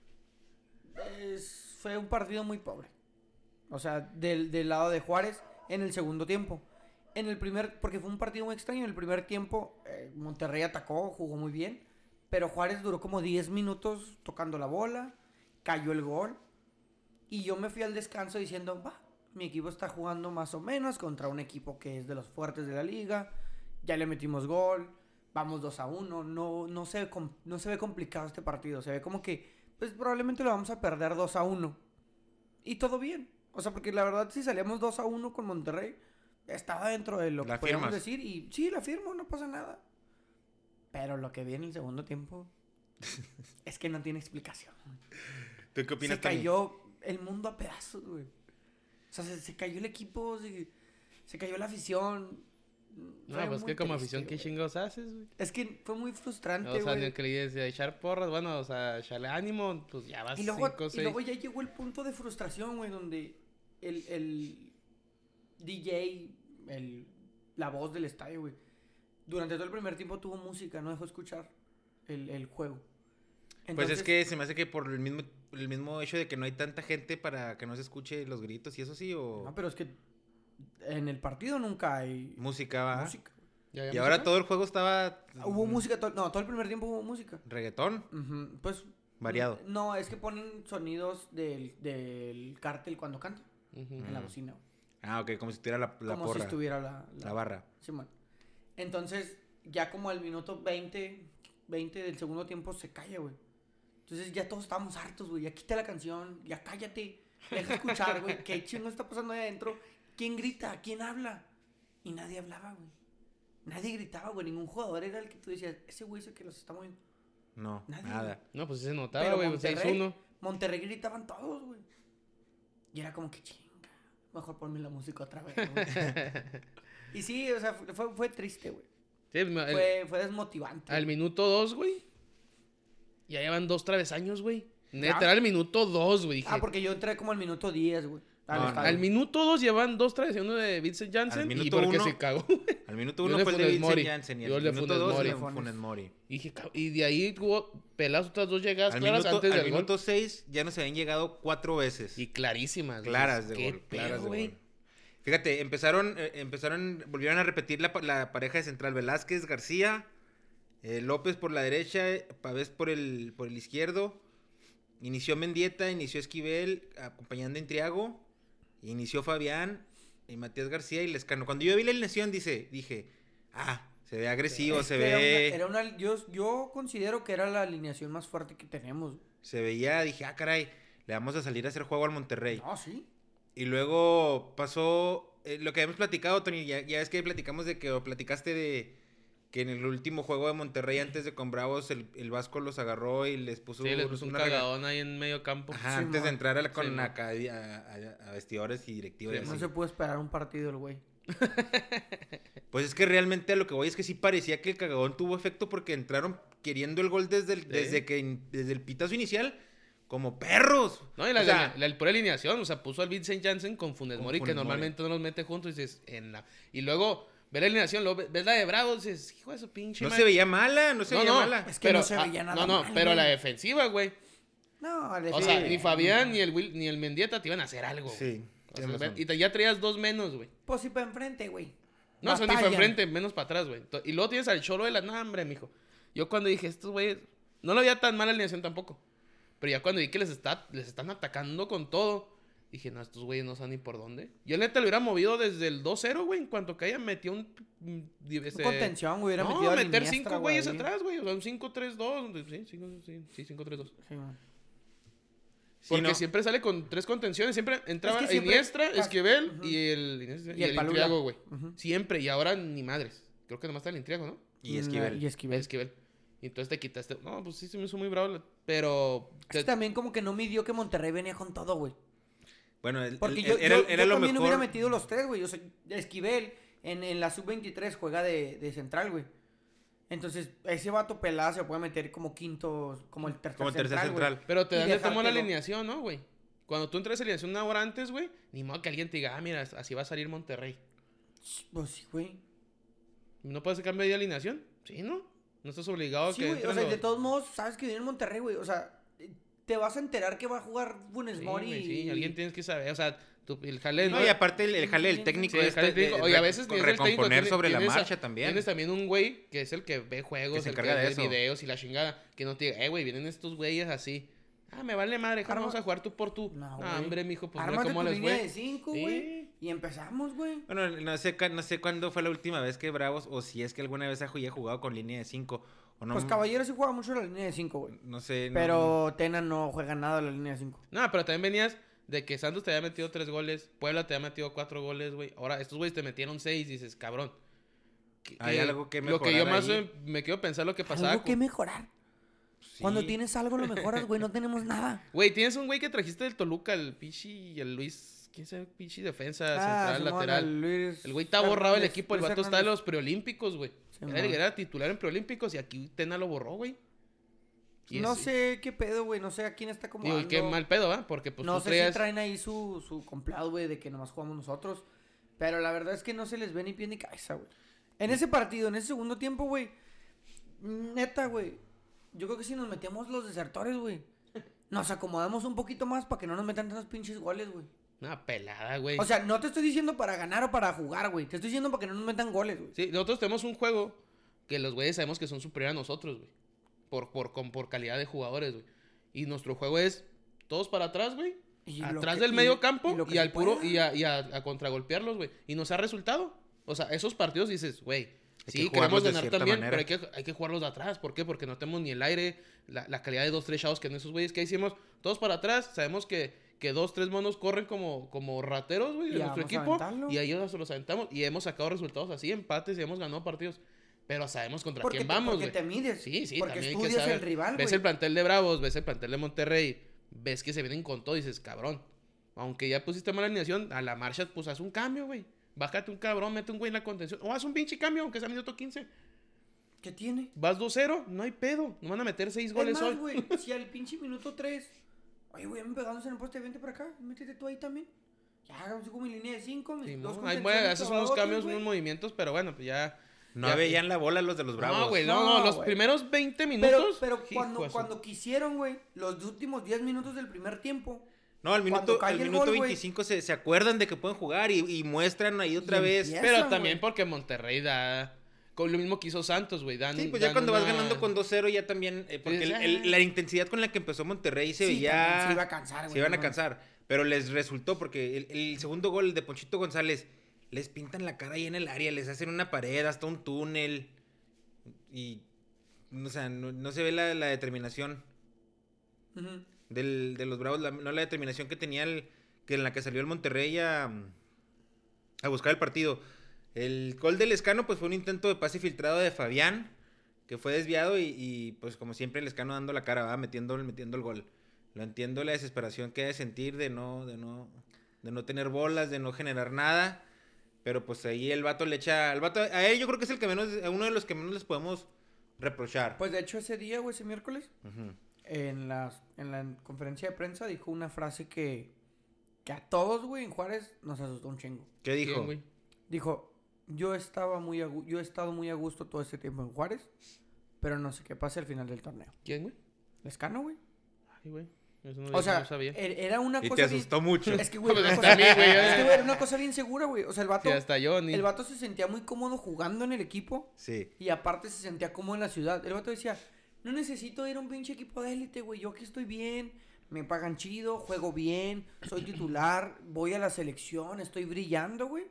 fue un partido muy pobre. O sea, del lado de Juárez en el segundo tiempo. En el primer, porque fue un partido muy extraño. En el primer tiempo, Monterrey atacó, jugó muy bien. Pero Juárez duró como 10 minutos tocando la bola. Cayó el gol. Y yo me fui al descanso diciendo, mi equipo está jugando más o menos contra un equipo que es de los fuertes de la liga. Ya le metimos gol. Vamos 2-1. No se ve complicado este partido. Se ve como que, pues probablemente lo vamos a perder 2-1. Y todo bien. O sea, porque la verdad, si salíamos 2-1 con Monterrey, estaba dentro de lo que podíamos decir. Y sí, la firmo, no pasa nada. Pero lo que vi en el segundo tiempo es que no tiene explicación. ¿Tú qué opinas, Se cayó el mundo a pedazos, güey. O sea, se cayó el equipo, se cayó la afición. No, pues que como afición, ¿qué chingados haces, güey? Es que fue muy frustrante, güey. O sea, ni el que le dices echar porras, bueno, o sea, echarle ánimo, pues ya vas 5 o 6. Y luego ya llegó el punto de frustración, güey, donde el DJ, la voz del estadio, güey, durante todo el primer tiempo tuvo música, no dejó escuchar el juego. Entonces, pues es que se me hace que por el mismo hecho de que no hay tanta gente para que no se escuche los gritos y eso sí, o... No, pero es que en el partido nunca hay... Música, ¿va? Música. Y ahora todo el juego estaba... Hubo música, todo el primer tiempo hubo música. ¿Reggaetón? Uh-huh. Pues... Variado. No, es que ponen sonidos del cártel cuando canta. Uh-huh. En la bocina. Ah, ok, como si estuviera la como porra. Si estuviera la barra. Sí, man. Entonces, ya como al minuto 20 del segundo tiempo se calla, güey. Entonces ya todos estábamos hartos, güey. Ya quita la canción, ya cállate. Deja escuchar, güey. ¿Qué chingo está pasando ahí adentro? ¿Quién grita? ¿Quién habla? Y nadie hablaba, güey. Nadie gritaba, güey. Ningún jugador era el que tú decías, ese güey es el que los está moviendo. No, nadie, nada. Güey. No, pues se notaba, güey. 6-1. Monterrey gritaban todos, güey. Y era como que chinga. Mejor ponme la música otra vez, güey. Y sí, o sea, fue triste, güey. Sí, fue desmotivante. Al minuto 2, güey. Ya llevan 2 travesaños, güey. Neta, era al minuto 2, güey. Porque yo entré como al minuto 10, güey. Al minuto 2 llevan 2 travesaños, uno de Vincent Janssen y porque se cagó. Al minuto 1 fue el de Vincent Janssen y al minuto 2 de Funes Mori. Y de ahí hubo peladas otras 2 llegadas claras antes del gol. Al minuto 6 ya nos habían llegado 4 veces. Y clarísimas. Claras de gol. Claras de gol. Fíjate, volvieron a repetir la pareja de central. Velázquez, García, López por la derecha, Pavés por el izquierdo. Inició Mendieta, inició Esquivel, acompañando a Intriago. Inició Fabián y Matías García y Lescano. Cuando yo vi la alineación dije, se ve agresivo, yo considero que era la alineación más fuerte que tenemos. Se veía, dije, caray, le vamos a salir a hacer juego al Monterrey. No, sí. Y luego pasó lo que habíamos platicado, Tony, ya es que platicamos platicaste de que en el último juego de Monterrey antes de con Bravos el Vasco los agarró y les puso un cagadón ahí en medio campo. Ajá, sí, antes de entrar a vestidores y directivos. Sí, no se puede esperar un partido el güey. Pues es que realmente a lo que voy es que sí parecía que el cagadón tuvo efecto porque entraron queriendo el gol desde el pitazo inicial. Como perros. No, y la pura alineación, o sea, puso al Vincent Janssen con Funes Mori, que normalmente no los mete juntos, y dices, y luego ves la alineación, ves la de Bravos, y dices, hijo de su pinche madre. No se veía mala, mala. Es que no se veía nada mal, pero la defensiva, güey. No, o sea, ni Fabián ni el Mendieta te iban a hacer algo. Sí. O sea, y ya traías 2 menos, güey. Pues sí para enfrente, güey. No, son ni para enfrente, menos para atrás, güey. Y luego tienes al Cholo de la... No, hombre, mijo. Yo cuando dije, estos güeyes... No lo había tan mala alineación tampoco. Pero ya cuando vi que les están atacando con todo, dije, no, estos güeyes no saben ni por dónde. Yo neta lo hubiera movido desde el 2-0, güey, en cuanto que haya metido un contención, güey, hubiera metido meter 5 güeyes atrás, güey, o sea, un 5-3-2, sí, 5-3-2. Sí, man. Porque siempre sale con 3 contenciones, siempre entraba Iniestra, Esquivel y el Intriago, güey. Siempre, y ahora ni madres. Creo que nomás está el Intriago, ¿no? Y Esquivel. Y entonces te quitaste... No, pues sí se me hizo muy bravo, pero... También como que no midió que Monterrey venía con todo, güey. Bueno, porque yo también hubiera metido los 3, güey. O sea, Esquivel en la sub-23 juega de central, güey. Entonces, ese vato pelada se puede meter como quinto, como el tercer central. Pero te dan de tomar la alineación, ¿no, güey? Cuando tú entras a alineación una hora antes, güey, ni modo que alguien te diga, mira, así va a salir Monterrey. Pues sí, güey. ¿No puedes cambiar de alineación? Sí, ¿no? No estás obligado a Sí, que güey. O entren sea, los- de todos modos, sabes que viene en Monterrey, güey. O sea, te vas a enterar que va a jugar Funes Sí, Mori. güey, sí, alguien tienes que saber. O sea, el jale No, y aparte el jale del técnico Sí, el es jale técnico. Oye, a veces ni es el técnico, recomponer sobre la tienes marcha también. Tienes también un güey que es el que ve juegos, Que se el encarga que de ve eso. videos y la chingada. Que no te diga, güey, vienen estos güeyes así. Ah, me vale madre, Arma- vamos a jugar tú por tú. No, No, güey. hombre, mijo, pues mira Ármate cómo tu les línea fue. de 5, Sí. güey. Y empezamos, güey. Bueno, no sé cuándo fue la última vez que Bravos, o si es que alguna vez ha jugado con línea de 5. O no, Pues Caballero sí juega mucho la línea de 5, güey. no sé. no- Pero Tena no juega nada en la línea de 5. No, pero también venías de que Santos te había metido 3 goles, Puebla te había metido 4 goles, güey. Ahora estos güeyes te metieron 6 y dices, cabrón. Hay algo que Lo que yo mejorar más ahí. me quiero pensar lo que pasaba. Algo que mejorar. Sí. Cuando tienes algo lo mejoras, güey. No tenemos nada. Güey, tienes un güey que trajiste del Toluca, el Pichi y el Luis. ¿Quién sabe? Pichi defensa, Ah, central, Simón, lateral. Luis El güey está borrado del Hernández, equipo. El Luis vato está en Hernández. los preolímpicos, güey. Simón. Era titular en preolímpicos y aquí Tena lo borró, güey. Y No es- sé qué pedo, güey. No sé a quién está Digo, acomodando. y qué mal pedo, ¿va? Porque pues no tú sé traías... si traen ahí su complado, güey, de que nomás jugamos nosotros. Pero la verdad es que no se les ve ni pie ni cabeza, güey. En ese partido, en ese segundo tiempo, güey. Neta, güey. Yo creo que si nos metemos los desertores, güey. Nos acomodamos un poquito más para que no nos metan tantos pinches goles, güey. Una pelada, güey. O sea, no te estoy diciendo para ganar o para jugar, güey. Te estoy diciendo para que no nos metan goles, güey. Sí, nosotros tenemos un juego que los güeyes sabemos que son superiores a nosotros, güey. Por calidad de jugadores, güey. Y nuestro juego es todos para atrás, güey. Y lo Atrás que- del medio campo lo que y se al puro pueda. a contragolpearlos, güey. Y nos ha resultado. O sea, esos partidos dices, güey, Hay sí, que jugarlos queremos de ganar cierta también, manera. pero hay que jugarlos de atrás. ¿Por qué? Porque no tenemos ni el aire, la calidad de 2-3 chavos que en esos güeyes que hicimos. Todos para atrás, sabemos que 2-3 monos corren como rateros, güey, Y de nuestro vamos a equipo. aventarlo. Y a ellos se los aventamos. Y hemos sacado resultados así, empates y hemos ganado partidos. Pero sabemos contra quién vamos, porque güey. te mides. Sí, sí, Porque también hay que estudias saber. el rival, Ves güey. el plantel de Bravos, ves el plantel de Monterrey, ves que se vienen con todo y dices, cabrón, aunque ya pusiste mala alineación, a la marcha, pues haz un cambio, güey. Bájate un cabrón, mete un güey en la contención. O haz un pinche cambio, aunque sea minuto 15. ¿Qué tiene? Vas 2-0, no hay pedo. No van a meter 6 Es goles más, hoy. güey, si al pinche minuto 3, oye, güey, me pegándose en el poste, vente para acá, métete tú ahí también. Ya, sigo mi línea de 5, mis Sí, dos ¿no? Ahí contenciones haces unos clavadotes, cambios, güey. unos movimientos, pero bueno, pues ya. No ya- veían la bola los de los Bravos. No, güey, No, no, los güey. primeros 20 Pero, minutos. pero hijo de su- cuando quisieron, güey, los últimos 10 minutos del primer tiempo, No, al Cuando cae al el minuto gol, güey. 25 se acuerdan de que pueden jugar y muestran ahí otra Y vez. empieza. Pero Eso, también güey. porque Monterrey da. Con lo mismo que hizo Santos, güey. Sí, pues ya cuando vas ganando con 2-0 ya también, porque Dices, la intensidad con la que empezó Monterrey se sí, veía... también se iba a cansar, güey. Se iban a no cansar, pero les resultó porque el segundo gol de Ponchito González, les pintan la cara ahí en el área, les hacen una pared, hasta un túnel, y, o sea, no se ve la determinación mames. Ujú. de los Bravos, no la determinación que tenía que en la que salió el Monterrey a buscar el partido. El gol del Lescano pues fue un intento de pase filtrado de Fabián, que fue desviado y pues como siempre el Lescano dando la cara, va metiendo el gol. Lo entiendo la desesperación que ha de sentir de no tener bolas, de no generar nada, pero pues ahí el vato le echa, a él yo creo que es uno de los que menos les podemos reprochar. Pues de hecho ese día, güey, ese miércoles, Ujú. en la conferencia de prensa dijo una frase que a todos, güey, en Juárez nos asustó un chingo. ¿Qué dijo? ¿Quién, güey? Dijo, yo he estado muy a gusto todo este tiempo en Juárez, pero no sé qué pasa al final del torneo. ¿Quién, güey? Lescano, güey. Ay, güey. Eso no, O sea, no sabía. era una Y cosa te asustó mucho. Es que, güey, Pues una hasta a mí, güey, es que, güey, era una cosa bien segura, güey. O sea, Sí, hasta yo ni. el vato se sentía muy cómodo jugando en el equipo Sí. y aparte se sentía cómodo en la ciudad. El vato decía, no necesito ir a un pinche equipo de élite, güey. Yo aquí estoy bien, me pagan chido, juego bien, soy titular, voy a la selección, estoy brillando, güey.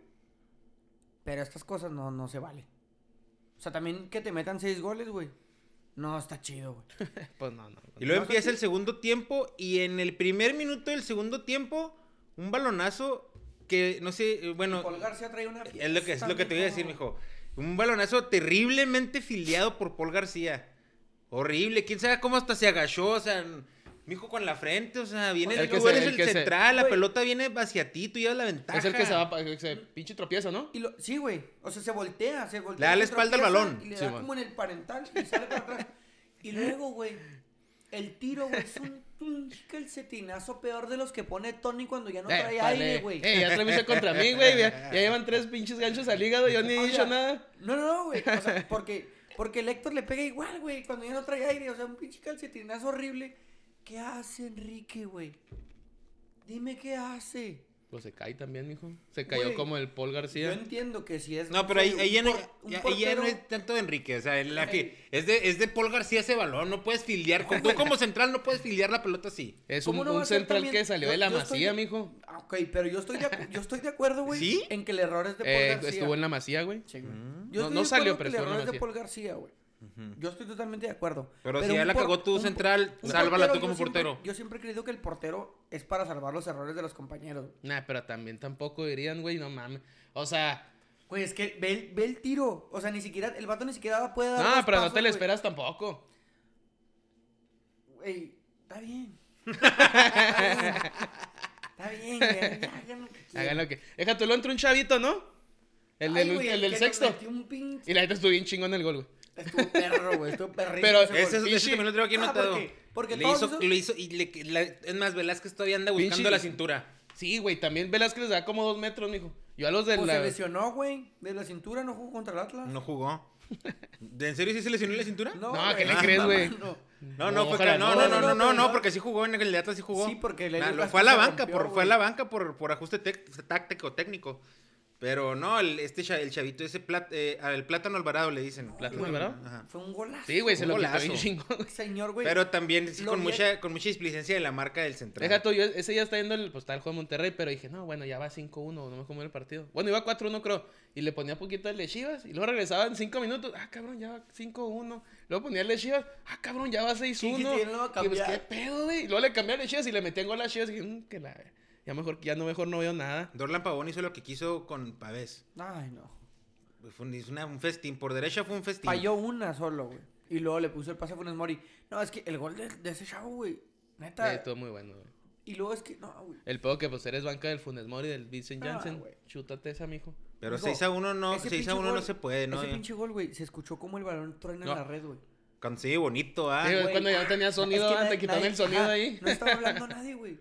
Pero estas cosas no se valen. O sea, también que te metan 6 goles, güey. No, está chido, güey. Pues no. Y luego No sé empieza si- el segundo tiempo y en el primer minuto del segundo tiempo, un balonazo que, no sé, bueno, Paul García trae una es lo que te voy a decir, mijo. mijo. Un balonazo terriblemente filiado por Paul García. Horrible, quién sabe cómo hasta se agachó, o sea, mijo con la frente, o sea, viene, El que tú se- eres el el que se- central, la Güey. pelota viene hacia ti, tú llevas la ventaja. Es el que se va, que se pinche tropieza, ¿no? Sí, güey. O sea, se voltea. Le da la se espalda al tropieza balón. Y le Sí, da man. como en el parental y sale para atrás. Y luego, güey, el tiro, güey, es un un calcetinazo peor de los que pone Tony cuando ya no trae aire, güey. Ya te lo contra mí, güey. Ya llevan 3 pinches ganchos al hígado y yo ni he dicho nada. No, güey. O sea, porque el Héctor le pega igual, güey, cuando ya no trae aire. O sea, un pinche calcetinazo horrible. ¿Qué hace Enrique, güey? Dime qué hace. Pues se cae también, mijo. Se cayó Güey, como el Paul García. Yo entiendo que si es... No, pero ahí ya no portero... es tanto de Enrique. O sea, es de Paul García ese balón. No puedes fildear. Tú como central no puedes fildear la pelota así. Es ¿Cómo un, no va un a ser central también? que salió de la Yo estoy Masía, de- mijo. Ok, pero yo estoy de acuerdo, güey. ¿Sí? En que el error es de Paul García. Estuvo en la Masía, güey. Sí, güey. Mm. Yo No- estoy no de salió, acuerdo pero que el estuvo en error la es de Masía. Paul García, güey. Yo estoy totalmente de acuerdo. Pero si ya la cagó tu central, sálvala tú como portero. Yo siempre he creído que el portero es para salvar los errores de los compañeros. Nah, pero también tampoco dirían, güey, no mames. O sea, Güey, es que ve el tiro. O sea, ni siquiera, el vato ni siquiera puede dar no, dos pero no pasos, te le güey. esperas tampoco. Güey, está bien. Está bien, güey. Hagan lo que quieran. Hagan lo que. Déjate, lo entró un chavito, ¿no? El Ay, del, güey, el del que sexto. nos metió un pinche- Y la neta estuvo bien chingón el gol, güey. Estuvo perro, güey. Estuvo perrísimo. Pero ese gol. Ese también lo traigo aquí anotado. porque le todos hizo, esos- lo hizo y es más, Velázquez todavía anda buscando Pinche- la cintura. Sí, güey, también Velázquez les da como 2 metros, mijo. Yo a los de Pues la. se lesionó, güey. De la cintura no jugó contra el Atlas. No jugó. ¿En serio sí se lesionó la cintura? No, güey. ¿qué le crees, güey? No. No, Ojalá no, porque sí jugó en el de Atlas, sí jugó. Sí, porque el Nah, Helio fue a la Castro se banca, rompió, fue a güey. la banca por ajuste táctico técnico. Pero no, el chavito ese el Plátano Alvarado le dicen. ¿Plátano Güey, Alvarado? Ajá. Fue un golazo. Sí, güey, se Un lo quitó golazo. bien chingón, güey. Señor, güey. Pero también sí, Lo con vi- mucha displicencia de la marca del central. Deja tú, ese ya está yendo pues está el juego de Monterrey, pero dije, no, bueno, ya va 5-1, no me como el partido. Bueno, iba 4-1 creo, y le ponía poquito el de Chivas, y luego regresaba en 5 minutos, cabrón, ya va 5-1. Luego ponía el de Chivas, cabrón, ya va 6-1. Sí, ya no va a Y pues, cambiar. ¿qué pedo, güey? Y luego le cambié el de Chivas y le metí en gol a Chivas, y dije, ya mejor no veo nada. Dorlan Pavón hizo lo que quiso con Pavés. Ay, no. Hizo un festín. Por derecha fue un festín. Falló una solo, güey. Y luego le puso el pase a Funes Mori. No, es que el gol de ese chavo, güey. Neta. Estuvo muy bueno, güey. Y luego es que, no, güey. El pedo que pues eres banca del Funes Mori, del Vincent Janssen. güey. Chútate esa, mijo. Pero Digo, 6-1 no, ese 6-1 pinche no gol- se puede, ¿no? Ese pinche gol, güey, se escuchó como el balón truena No. en la red, güey. Cuando sí, bonito, Sí, güey. cuando ya no tenía sonido, Es que te quitaron el sonido de ahí. No estaba hablando nadie, güey.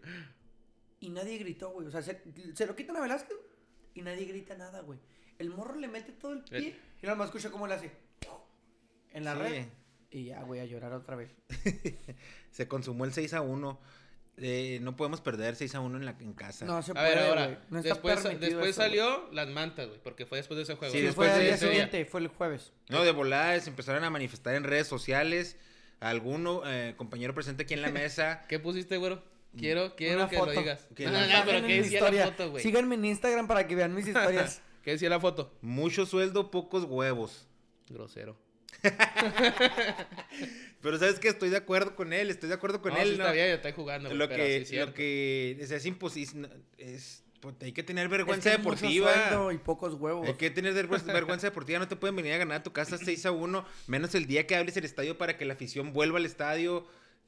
Y nadie gritó, güey. O sea, se lo quitan a Velázquez y nadie grita nada, güey. El morro le mete todo el pie y nada más escucha cómo le hace en la Sí. red. Y ya, güey, a llorar otra vez. Se consumó el 6-1. No podemos perder 6-1 en casa. No se A puede, ver, güey. ahora, No está después permitido eso, salió las mantas, güey, porque fue después de ese juego. Sí, güey. después fue al de día ese día. siguiente, fue el jueves. No, de volada se empezaron a manifestar en redes sociales. Alguno, compañero presente aquí en la mesa. ¿Qué pusiste, güero? Quiero Una que foto. lo digas. Que No, la- no, pero Síganme ¿qué en mi decía historia. la foto, güey? Síganme en Instagram para que vean mis historias. ¿Qué decía la foto? Mucho sueldo, pocos huevos. Grosero. Pero sabes que estoy de acuerdo con él, estoy de acuerdo con No, él. sí ¿no? está bien, ya está jugando, güey, Lo pero sí que, es cierto. lo que es imposible. Pues, hay que tener Es vergüenza que es mucho deportiva. sueldo y pocos huevos. Hay que tener vergüenza deportiva. No te pueden venir a ganar a tu casa 6-1. Menos el día que hables el estadio para que la afición vuelva al estadio.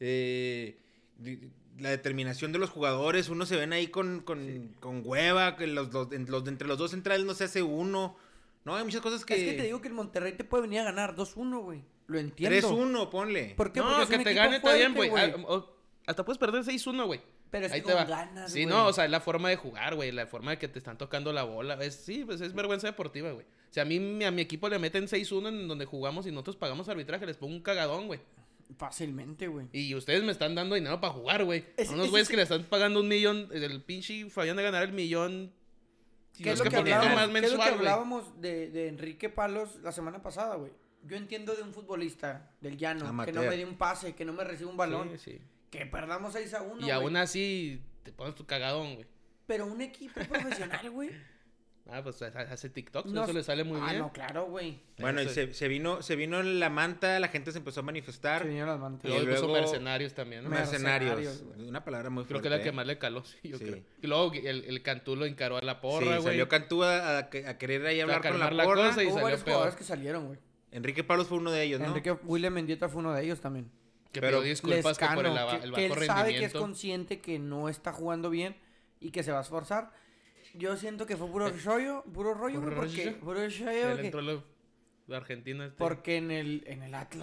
La determinación de los jugadores. Uno se ven ahí con hueva. Que entre los dos centrales no se hace uno. No, hay muchas cosas que. Es que te digo que el Monterrey te puede venir a ganar 2-1, güey. Lo entiendo. 3-1, ponle. ¿Por qué? No, Porque es que un te equipo gane está bien, fuerte, güey. Hasta puedes perder 6-1, güey. Pero es Ahí que te con va. ganas, Sí, güey. no, o sea, es la forma de jugar, güey. La forma de que te están tocando la bola. Sí, pues es vergüenza deportiva, güey. O sea, a mi equipo le meten 6-1 en donde jugamos y nosotros pagamos arbitraje. Les pongo un cagadón, güey. Fácilmente, güey. Y ustedes me están dando dinero para jugar, güey. Ese- Unos ese güeyes sí. que le están pagando 1 millón. El pinche Fabián de ganar el millón. ¿Qué no es sé lo que poquito hablábamos, más qué es lo que mensual, güey. hablábamos de Enrique Palos la semana pasada, güey? Yo entiendo de un futbolista del llano que Amateur. no me dé un pase, que no me reciba un balón, Sí, sí. que perdamos 6-1, Y aún así te pones tu cagadón, güey. Pero un equipo profesional, güey. Pues hace TikTok, No eso le sale muy bien. no, claro, güey. Bueno, y Eso- se vino la manta, la gente se empezó a manifestar. Se vinieron las mantas. Y luego Y puso luego- mercenarios también, ¿no? Mercenarios, Mercenarios. güey. Una palabra muy Creo fuerte. que la que más le caló, sí, yo Sí. creo. Y luego el Cantú lo encaró a la Sí, porra, güey. salió Cantú a querer ahí hablar con calmar la la porra. cosa y Hubo salió varios peor. jugadores que salieron, güey. Enrique Palos fue uno de ellos, ¿no? Enrique William Mendieta fue uno de ellos también. Que Pero pidió disculpas que por Lescano, el que bajo él sabe que es rendimiento. consciente que no está jugando bien y que se va a esforzar. Yo siento que fue puro rollo, ¿Puro güey, porque rollo? puro rollo, Él que- entró la Argentina. porque en el Atlas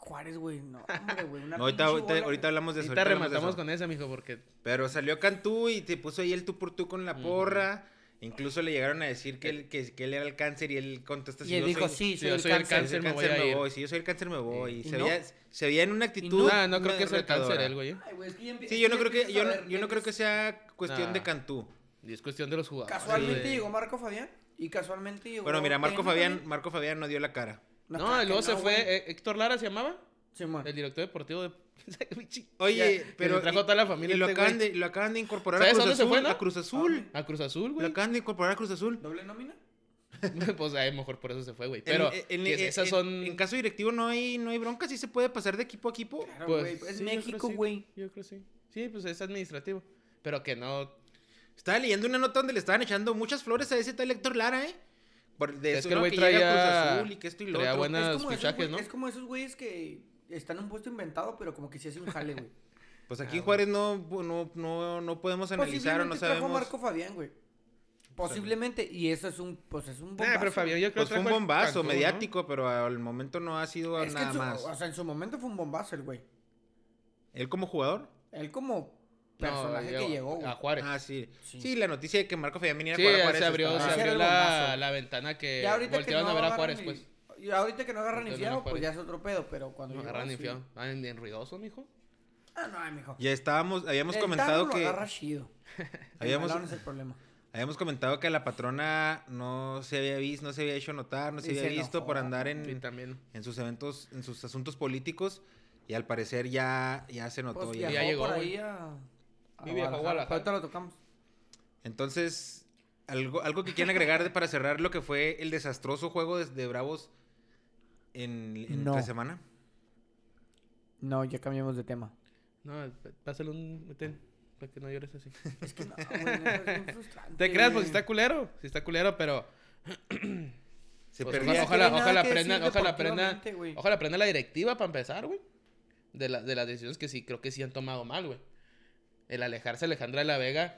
Juárez, güey. No, hombre, güey. Una No, pinche bola, ahorita hablamos de eso. Ahorita ahorita hablamos de rematamos eso. con esa, mijo, porque... Pero salió Cantú y te puso ahí el tú por tú con la porra. Incluso le llegaron a decir que él era el cáncer y él contesta Y él dijo, sí, yo soy el cáncer, me voy a ir. Si yo soy el cáncer, me voy. Y ¿Y se, no? se veía en una actitud. No creo que sea el cáncer retadora. él, güey. Ay, güey, es que ya Sí, yo no creo que, yo no creo que sea cuestión Nah. de Cantú. Y es cuestión de los jugadores. Casualmente güey. llegó Marco Fabián y casualmente llegó... Bueno, mira, Marco Tena Fabián no dio la cara. también. No, claro y luego que se no, fue... güey. Héctor Lara se llamaba. Simón. El director deportivo de... Oye, Ya, pero que le trajo a toda la familia y lo este acaban güey. lo acaban de incorporar ¿Sabes a Cruz a dónde se Azul, fue, no? a Cruz Azul. A Cruz Azul, Lo güey. acaban de incorporar a Cruz Azul. ¿Doble nómina? Pues a lo mejor por eso se fue, güey. Pero esas en son... caso directivo no hay bronca, sí se puede pasar de equipo a equipo. Claro, Pues, güey. Es sí, yo creo México, sí. güey. Yo creo sí. Sí, pues es administrativo. Pero que no... Estaba leyendo una nota donde le estaban echando muchas flores a ese tal Héctor Lara, ¿eh? De Es eso, que el ¿no? güey Que llega a Cruz traía- Azul y que esto y lo traía otro. buena- Es como esos fichajes, güey- ¿no? Es como esos güeyes que están en un puesto inventado, pero como que sí hace un jale, güey. Pues aquí en Juárez no podemos analizar o no Posiblemente trajo a sabemos. Marco Fabián, güey. Posiblemente, y eso es un bombazo. pero Fabián, yo creo Pues fue un trajo el bombazo Cantú, ¿no? mediático, pero al momento no ha sido Es que nada más. o sea, en su momento fue un bombazo el güey. ¿Él como jugador? Él como personaje No, que llegó, güey. a Juárez. Ah, sí. Sí. Sí, la noticia de que Marco Fabián viniera Sí, a jugar a Juárez. se abrió, estaba- Ese era el la, bombazo. la ventana que Ya ahorita que voltearon no a ver a agarran Juárez, ni- pues. Y ahorita que no agarran ni Voltearon a fiado, pues Juárez. ya es otro pedo, pero cuando No llegó, agarran ni sí. fiado. Ah, bien ruidoso, mijo. Ah, no, mijo. Ya habíamos El comentado Tano que lo agarra chido. Habíamos- El balón es el problema. habíamos comentado que a la patrona no se había visto, no se había hecho notar, no se Y había se visto enojó. por andar Y en también. sus eventos, en sus asuntos políticos y al parecer ya se notó. Pues ya. viajó llegó, por güey. ahí a Y viajó a Guadalajara. Ahorita lo tocamos. Entonces, algo que quieren agregar para cerrar lo que fue el desastroso juego de Bravos en No. la semana. No, ya cambiamos de tema. No, pásale un... Ten, para que no llores así. Es que no, güey, no, es bien frustrante. Te creas, pues güey. sí está culero. Sí está culero, pero... Se Pues perdía. ojalá No hay nada que aprendan, decir ojalá aprendan, deportivamente, güey. ojalá aprendan la directiva para empezar, güey. De las decisiones que sí, creo que sí han tomado mal, güey. El alejarse Alejandra de la Vega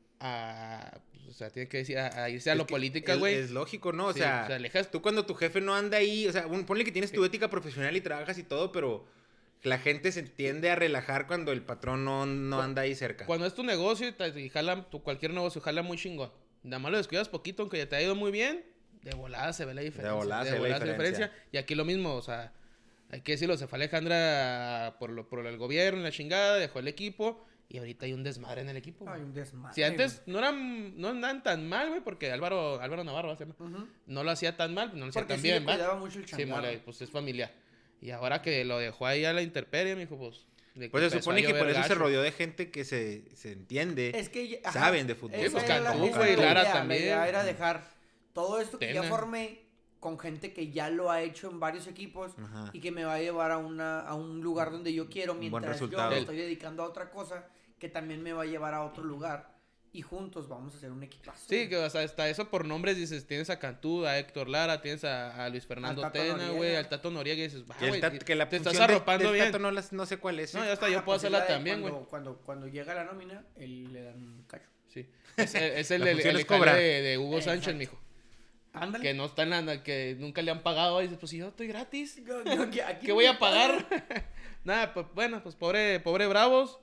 o sea, tiene que decir, a irse a Es lo que política, güey. Es lógico, ¿no? O Sí, sea, o sea, alejas- tú cuando tu jefe no anda ahí, o sea, ponle que tienes tu ética profesional y trabajas y todo, pero la gente se tiende a relajar cuando el patrón no anda ahí cerca. Cuando es tu negocio y jala, cualquier negocio jala muy chingón. Nada más lo descuidas poquito, aunque ya te ha ido muy bien, de volada se ve la diferencia. De volada se ve la diferencia. Y aquí lo mismo, o sea, hay que decirlo, se fue Alejandra por el gobierno, la chingada, dejó el equipo, y ahorita hay un desmadre en el equipo. Hay güey. un desmadre. Si antes no andaban tan mal, güey, porque Álvaro Navarro se llama, güey. Ujú. no lo hacía tan mal, no lo hacía Porque tan sí bien, le ¿va? cuidaba mucho el Sí, changarro. mole, pues es familiar. Y ahora que lo dejó ahí a la intemperie, me dijo, pues... de que Pues se empezó a supone que por llover eso se gacho. rodeó de gente que se entiende, Es que ajá, saben de fútbol. esa pues, era Cantú, esa güey, era la Lara idea. también. La idea era dejar todo esto que ya Tena. formé con gente que ya lo ha hecho en varios equipos Ajá. y que me va a llevar a un lugar donde yo quiero Un buen mientras yo resultado. me estoy dedicando a otra cosa que también me va a llevar a otro lugar y juntos vamos a hacer un equipazo. Sí, que o sea, hasta eso por nombres dices, tienes a Cantú, a Héctor Lara, tienes a Luis Fernando Al Tato Tena, Noriega. güey, al Tato Noriega, y dices, Que, el güey, tat- que la te estás función arropando del bien. Tato no sé cuál es. No, ¿eh? ya está, yo Ah, puedo pues hacerla es la de también, güey. cuando llega la nómina, él le dan un cacho. Sí. Es el La función es jale cobrar. de Hugo Exacto. Sánchez, mijo. Ándale. Que no está en la, que nunca le han pagado, y dices, pues si yo estoy gratis, Aquí ¿qué voy a pagar? Nada, pues bueno, pues pobre Bravos.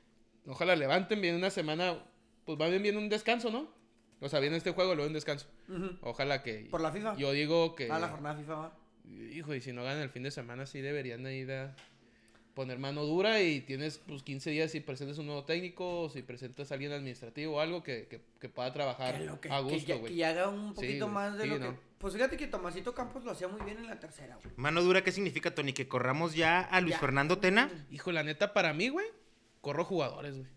Ojalá levanten bien una semana, pues va bien un descanso, ¿no? O sea, viene este juego, luego un descanso. Ujú. Ojalá que... Por la FIFA. Yo digo que... La jornada FIFA va. Hijo, y si no ganan el fin de semana, sí deberían de ir a poner mano dura y tienes pues 15 días si presentas un nuevo técnico o si presentas a alguien administrativo o algo que pueda trabajar Que a gusto, que güey. ya haga un poquito güey. más de Sí, lo ¿no? que... Pues fíjate que Tomasito Campos lo hacía muy bien en la tercera, güey. Mano dura, ¿qué significa, Tony? ¿Que corramos ya a Luis Ya. Fernando Tena? Hijo, la neta, para mí, güey, corro jugadores, güey.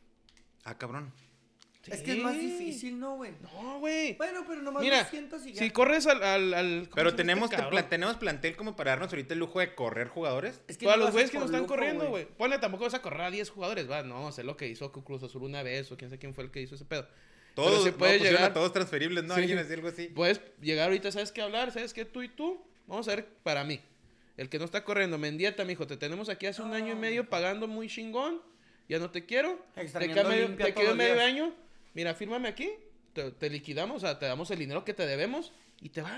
Ah, cabrón. Es que es más Sí. difícil, ¿no, güey? No, güey. Bueno, pero nomás Mira, lo sientas y ya. si corres al ¿cómo Pero se llama tenemos, este cabrón? tenemos plantel como para darnos ahorita el lujo de correr jugadores. Es Para no lo los haces güeyes que por no están lujo, corriendo, güey. Ponle, tampoco vas a correr a 10 jugadores, va. No, sé lo que hizo Cruz Azul una vez o quién sabe quién fue el que hizo ese pedo. Todos, Pero sí no, puedes pusieron llegar- a todos transferibles, ¿no? Sí. Alguien hacía algo así. Puedes llegar ahorita, ¿sabes qué hablar? ¿Sabes qué? Tú y tú. Vamos a ver, para mí. El que no está corriendo, Mendieta, mijo, te tenemos aquí hace un año y medio pagando muy chingón. Ya no te quiero. Extrañando limpia Te todos quedo los medio días. año. Mira, fírmame aquí. Te liquidamos, o sea, te damos el dinero que te debemos y te vas, güey.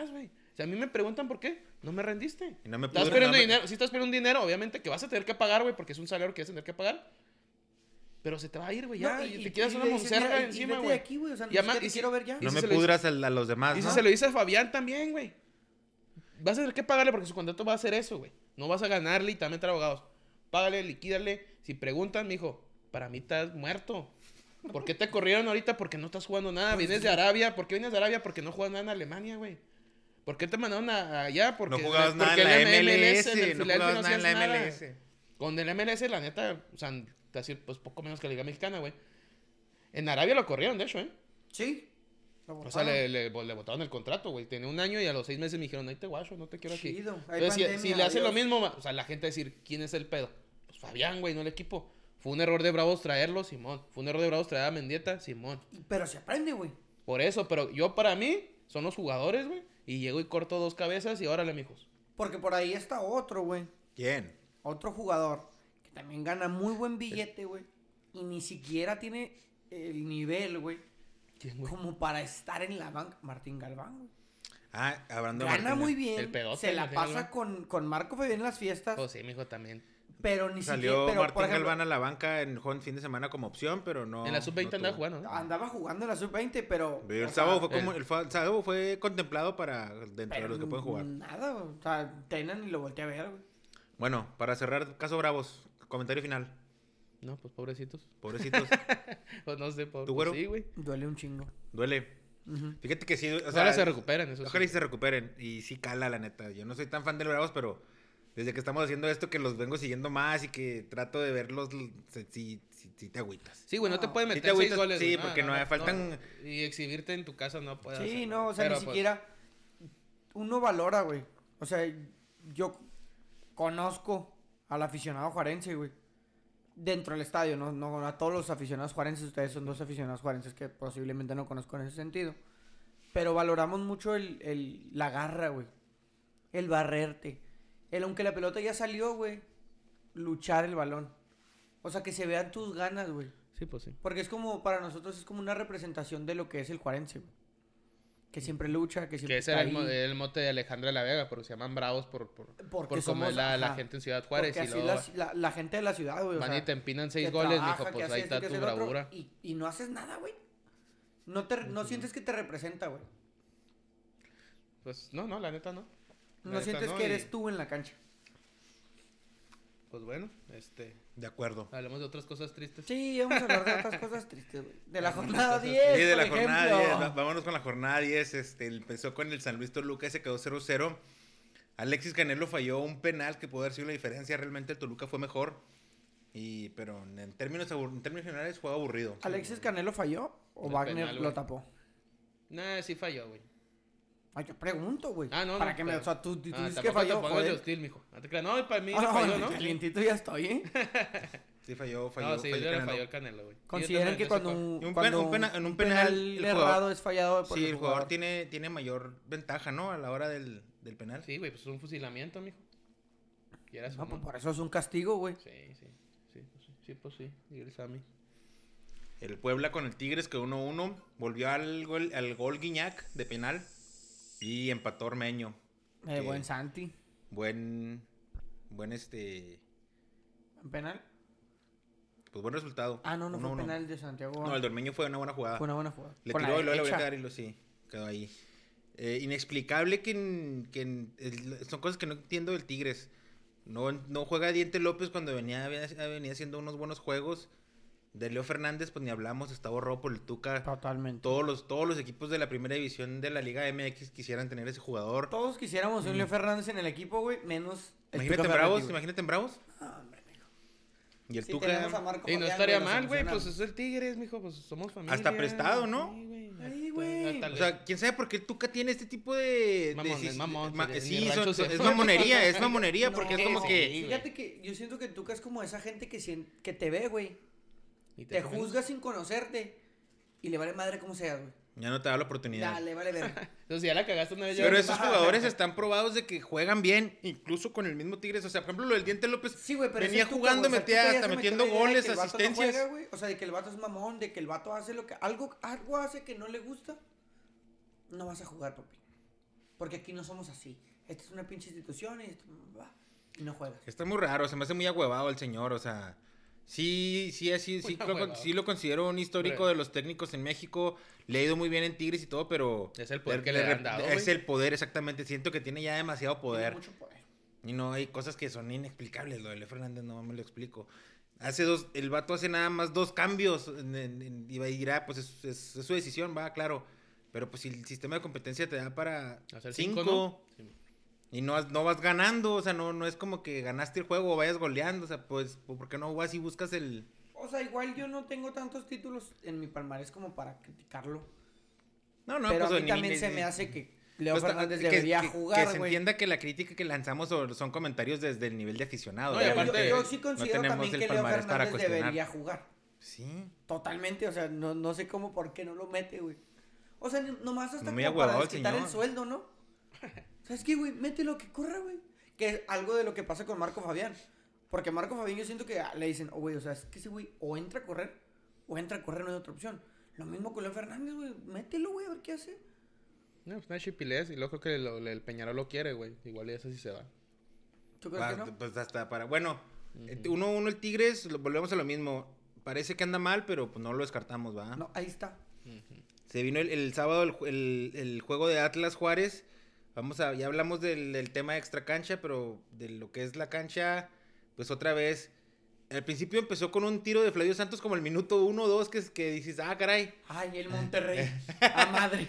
Si a mí me preguntan por qué, no me rendiste. Y no me Estás pudre, perdiendo no me- dinero. Si estás perdiendo dinero, obviamente que vas a tener que pagar, güey, porque es un salario que vas a tener que pagar. Pero se te va a ir, güey, ya. No, y te quedas y una le dices, monserga mira, y encima, vete de güey. aquí, güey, o sea, Y además- te y si- quiero ver ya. y No si me se lo pudras a los demás, Y si ¿no? se lo dice a Fabián también, güey. Vas a tener que pagarle porque su contrato va a hacer eso, güey. No vas a ganarle y también traer abogados. Págale, liquídale. Si preguntan, mijo, para mí estás muerto. ¿Por qué te corrieron ahorita? Porque no estás jugando nada. Vienes de Arabia. ¿Por qué vienes de Arabia? Porque no juegas nada en Alemania, güey. ¿Por qué te mandaron allá? Porque, No jugabas nada porque en la el MLS, en el no Philadelphia jugabas nada en la hacías nada. MLS. Con el MLS, la neta, o sea, decir, pues poco menos que la Liga Mexicana, güey. En Arabia lo corrieron, de hecho, ¿eh? Sí. O sea, le botaron el contrato, güey. Tenía un año y a los 6 meses me dijeron, ahí te guacho, no te quiero aquí. Chido. Hay Entonces, si pandemia, le hacen lo adiós. mismo, o sea, la gente va a decir, ¿quién es el pedo? Pues Fabián, güey, no el equipo. Fue un error de Bravos traerlo, Simón. Fue un error de Bravos traer a Mendieta, Simón. Pero se aprende, güey. Por eso, pero yo para mí, son los jugadores, güey. Y llego y corto 2 cabezas y órale, mijos. Porque por ahí está otro, güey. ¿Quién? Otro jugador que también gana muy buen billete, güey. Y ni siquiera tiene el nivel, güey, ¿Quién, güey? como para estar en la banca. Martín Galván, güey. Ah, hablando de Gana Martín. muy bien. El pedote, se la Martín pasa Galván. con Marco Fabián en las fiestas. Pues sí, mijo, también. Pero ni Salió siquiera. Pero, Martín por ejemplo, Galván a la banca en fin de semana como opción, pero no. En la sub-20 no andaba tuvo. jugando, ¿no? andaba jugando en la sub-20, pero. El o sábado sea, fue como. El sábado fue contemplado para dentro de pero los que pueden jugar. Nada, güey. O sea, entrenan y lo volteé a ver, güey. Bueno, para cerrar, caso Bravos, comentario final. No, pues pobrecitos. Pobrecitos, Pues no sé, ¿Tú, güero? sí, güey. Duele un chingo. duele. Ujú. Fíjate que sí, o sea, Ojalá se recuperen, eso ojalá y sí. se recuperen. Y sí cala, la neta. Yo no soy tan fan de los Bravos, pero desde que estamos haciendo esto, que los vengo siguiendo más y que trato de verlos, sí te agüitas. Sí, güey, no te No. pueden Sí meter te 6 agüitas, goles. sí, güey. porque no, faltan- Y exhibirte en tu casa no puedes Sí, hacer, no, o sea, Pero, ni pues, siquiera. Uno valora, güey. O sea, yo conozco al aficionado juarense, güey. Dentro del estadio, no a todos los aficionados juarenses. Ustedes son 2 aficionados juarenses que posiblemente no conozco en ese sentido. Pero valoramos mucho la garra, güey. El barrerte. El aunque la pelota ya salió, güey. Luchar el balón. O sea, que se vean tus ganas, güey. Sí, pues sí. Porque es como, para nosotros es como una representación de lo que es el juarense, güey. Que siempre lucha, que siempre Que ese está era ahí. el mote de Alejandra de la Vega, porque se llaman bravos Porque por cómo somos, es la ajá. gente en Ciudad Juárez. Porque Y así luego la gente de la ciudad, güey. O van sea, y te empinan 6 que goles, trabaja, mijo, que pues hace ahí esto, está que tu hace lo otro, bravura. y no haces nada, güey. No sientes que te representa, güey. Pues no, la neta no. La No neta sientes no, que y, eres tú en la cancha. Pues bueno, De acuerdo. hablemos de otras cosas tristes. Sí, vamos a hablar de otras cosas tristes, güey. De la jornada cosas 10, Sí, de la por jornada ejemplo. 10. Vámonos con la jornada 10. Empezó con el San Luis Toluca, se quedó 0-0. Alexis Canelo falló un penal que pudo haber sido la diferencia. Realmente el Toluca fue mejor. Pero en términos generales fue aburrido. ¿Alexis Canelo falló o El Wagner penal, lo güey. tapó? Nah, sí falló, güey. Ay, yo pregunto, güey. Ah, no, Para no, que me... pero- O sea, tú dices que tampoco falló, te pongas de joder. hostil, mijo. No te creas. No, para mí Ah, se no, falló, ¿no? calientito ya estoy, ¿eh? Sí, falló No, sí, yo le Canelo. falló el Canelo, güey. Consideran que cuando Y un cuando penal- en un penal, el errado jugador- es fallado por Sí, el jugador tiene mayor ventaja, ¿no? A la hora del penal. Sí, güey, pues es un fusilamiento, mijo. Y era su No, pues mano. por eso es un castigo, güey. Sí, pues sí. Y el Sammy. El Puebla con el Tigres quedó 1-1. Volvió al gol Guiñac de penal. Y empató Ormeño. Que Buen Santi. Buen ¿En penal? pues buen resultado. Ah, no fue 1-1. penal de Santiago. No, el de Ormeño fue una buena jugada. Fue una buena jugada. Le Con la tiró y luego le volvió a derecha. quedar y sí, quedó ahí. Inexplicable son cosas que no entiendo del Tigres. No juega Diente López cuando venía haciendo unos buenos juegos. De Leo Fernández, pues ni hablamos, está borrado por el Tuca. Totalmente. Todos los equipos de la primera división de la Liga MX quisieran tener ese jugador. Todos quisiéramos un Leo Fernández en el equipo, güey, menos el Imagínate en Tuca Bravos, Ferretti, güey. imagínate en Bravos. Ah, hombre, mijo. Y el Si Tuca tenemos a Marco Y no Fabián, estaría güey, lo mal, güey, pues solucionamos. es el Tigres, mijo, pues somos familia. Hasta prestado, ¿no? Sí, güey. Ay, güey. Tal O vez. sea, quién sabe por qué el Tuca tiene este tipo de... Mamón, de- es mamón, ma- sería- sí, mi rancho es se- mamonería, No, porque es como que... sí, Fíjate que yo siento que Tuca es como esa gente que te ve, güey. Y Te fijas. juzga sin conocerte. Y le vale madre como seas, güey. Ya no te da la oportunidad. Dale, vale ver. Entonces ya la cagaste una vez. Pero ya- esos jugadores están probados de que juegan bien, incluso con el mismo Tigres. O sea, por ejemplo, lo del Diente López Sí, güey, pero venía ese Tuca, jugando, güey, o sea, metía Tuca ya hasta se metió metiendo la idea de goles, que el vato no asistencias. juega, güey. O sea, de que el vato es mamón, de que el vato hace lo que... Algo hace que no le gusta. No vas a jugar, papi. Porque aquí no somos así. Esta es una pinche institución y no juegas. Está muy raro, se me hace muy agüevado el señor, o sea... Sí, sí lo considero un histórico de los técnicos en México. Le ha ido muy bien en Tigres y todo, pero... Es el poder que le han dado, Es güey. el poder, exactamente. Siento que tiene ya demasiado poder. Tiene mucho poder. Y no, hay cosas que son inexplicables. Lo de Leo Fernández no me lo explico. El vato hace nada más 2 cambios. Y dirá, pues es su decisión, va, claro. Pero pues si el sistema de competencia te da para Hacer 5... ¿no? Sí. Y no vas ganando, o sea, no es como que ganaste el juego o vayas goleando, o sea, pues, ¿por qué no vas y buscas el...? O sea, igual yo no tengo tantos títulos en mi palmarés como para criticarlo. No, pero pues a mí también se me hace que Leo pues, Fernández debería jugar, que se güey. entienda que la crítica que lanzamos son comentarios desde el nivel de aficionado. No, y aparte, yo sí considero tenemos también el que Leo palmarés para Fernández cuestionar. debería jugar. Sí. Totalmente, o sea, no sé cómo, por qué no lo mete, güey. O sea, nomás hasta Muy como para ahuevado el desquitar el señor. sueldo, ¿no? ¿Sabes qué, güey? Mételo que corra, güey. Que es algo de lo que pasa con Marco Fabián. Porque Marco Fabián yo siento que le dicen, güey, o sea, es que ese güey o entra a correr, no hay otra opción. Lo mismo con Leo Fernández, güey. Mételo, güey, a ver qué hace. No, pues una chipilés y luego creo que el Peñarol lo quiere, güey. Igual y eso sí se va. ¿Tú crees que no? Pues hasta para... Bueno, 1-1 el Tigres, volvemos a lo mismo. Parece que anda mal, pero pues no lo descartamos, ¿va? No, ahí está. Se vino el sábado el juego de Atlas Juárez. Ya hablamos del tema extra cancha, pero de lo que es la cancha, pues otra vez. Al principio empezó con un tiro de Flavio Santos como el minuto 1 o 2 que dices, caray. Ay, el Monterrey. A madre.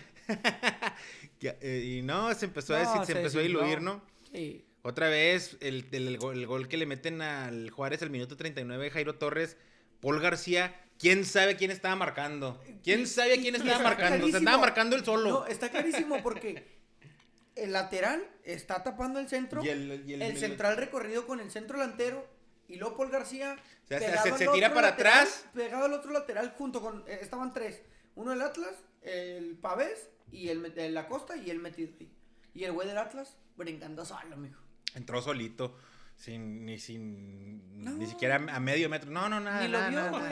Y no, se empezó No, se empezó a diluir, ¿no? Sí. Otra vez el gol que le meten al Juárez al minuto 39, Jairo Torres, Paul García. ¿Quién sabe quién estaba marcando? ¿Quién sabe quién estaba Está marcando? Se clarísimo. estaba marcando el solo. No, está clarísimo porque el lateral está tapando el centro. Y el central recorrido con el centro delantero. Y luego Paul García. O sea, pegado se al tira otro para lateral, atrás. Pegado al otro lateral junto con. Estaban 3. Uno el Atlas, el Pavés y el Acosta y el metido ahí. Y el güey del Atlas brincando solo, mijo. Entró solito. Ni siquiera a medio metro. No, nada. Ni lo vio, nada.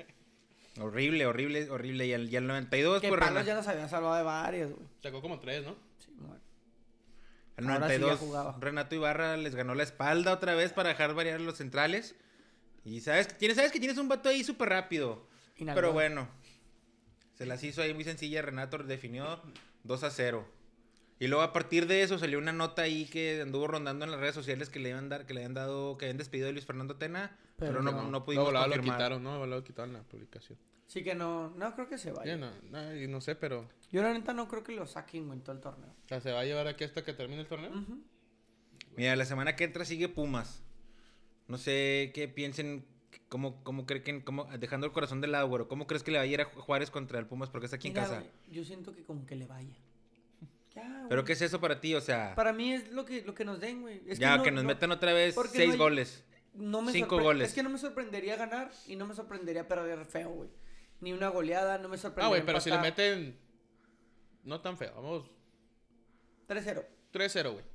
güey. Horrible. Y al 92, Que pues Palos ya nos había salvado de varios, güey. Sacó como 3, ¿no? Sí, bueno. al Ahora sí ya 92, jugaba. Renato Ibarra les ganó la espalda otra vez para dejar variar los centrales. Y sabes que tienes un vato ahí súper rápido. Inalgón. Pero bueno, se las hizo ahí muy sencilla. Renato definió 2-0. Y luego a partir de eso salió una nota ahí que anduvo rondando en las redes sociales que le habían despedido a Luis Fernando Tena, pero no pudimos Luego lo confirmar. quitaron, ¿no? Luego quitaron la publicación. Sí que no creo que se vaya. Ya no sé, pero... Yo la neta no creo que lo saquen, güey, en todo el torneo. O sea, ¿se va a llevar aquí hasta que termine el torneo? Ujú. Mira, la semana que entra sigue Pumas. No sé qué piensen, cómo creen, dejando el corazón de lado, güero, ¿cómo crees que le va a ir a Juárez contra el Pumas? Porque está aquí Mira, en casa. güey, yo siento que como que le vaya. Ya, güey. ¿Pero qué es eso para ti? O sea, Para mí es lo que nos den, güey. Es ya no- que nos no- metan otra vez porque 6 no hay- goles. no me 5 sorpre- goles. Es que no me sorprendería ganar y no me sorprendería perder feo, güey. Ni una goleada, no me sorprendería Ah, güey, pero si le empatar. meten... No tan feo, vamos 3-0. 3-0, güey.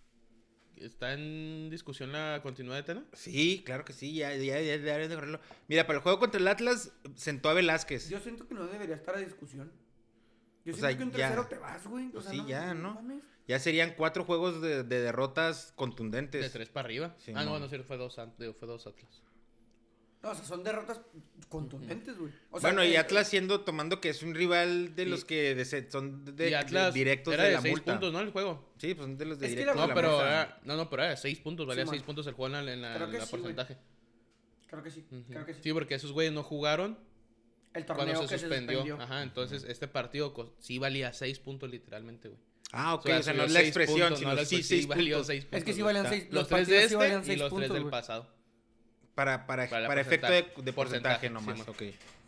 ¿Está en discusión la continuidad de Tena? Sí, claro que sí, ya deberían de correrlo. Mira, para el juego contra el Atlas sentó a Velázquez. Yo siento que no debería estar a discusión. Yo O siento sea, que un ya. 3-0 te vas, güey. O Pues sea, sí, ya, ¿no? mames. Ya serían 4 juegos de derrotas contundentes. De 3 para arriba. Sí, No, no. no, sí, fue 2 Atlas. No, o sea, son derrotas contundentes, güey. O sea, Bueno, y Atlas tomando que es un rival de Sí. los que son Y Atlas directos era de de la 6 multa. puntos, ¿no? El juego. Sí, pues son de los de Es que directos la de No, la pero multa. era de 6 puntos. Valía Sí, 6 man. puntos el juego en Creo que la sí, güey. porcentaje. Creo que sí, Ujú. creo que sí. Sí, porque esos güeyes no jugaron El torneo cuando que se suspendió. Ajá, entonces este partido sí valía 6 puntos literalmente, güey. Ah, ok, O o sea, no subió es la 6 expresión, puntos, sino no la sí, expresión, 6 valió puntos. 6 puntos. Es que sí güey. valían 6. Los 3 de este valían y 6 los 3 puntos, del güey. pasado. Para Para efecto porcentaje. de porcentaje Porcentaje, nomás, sí, ok.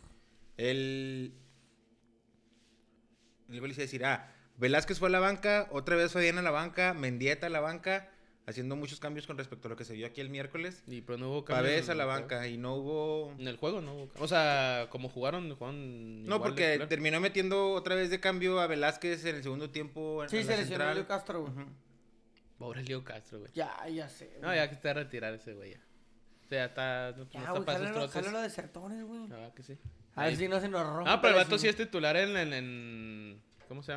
Luego les iba a decir, Velázquez fue a la banca, otra vez Fabián a la banca, Mendieta a la banca, haciendo muchos cambios con respecto a lo que se vio aquí el miércoles. Y pero no hubo cambio Pavés en a la el banca y no hubo... juego. En el juego no hubo. O sea, como jugaron No, igual de porque titular. terminó metiendo otra vez de cambio a Velázquez en el segundo tiempo en Sí, la se lesionó central. Leo Castro, güey. Ujú. Pobre Leo Castro, güey. Ya sé. No, ya que está a retirar ese güey ya. O sea, está... No, Ya, está güey, para esos trotes. jálalo de sertones, güey. Ah, que sí. A ver si no se nos rompe. Ah, pero el la vato sí lesión. es titular en ¿cómo se llama?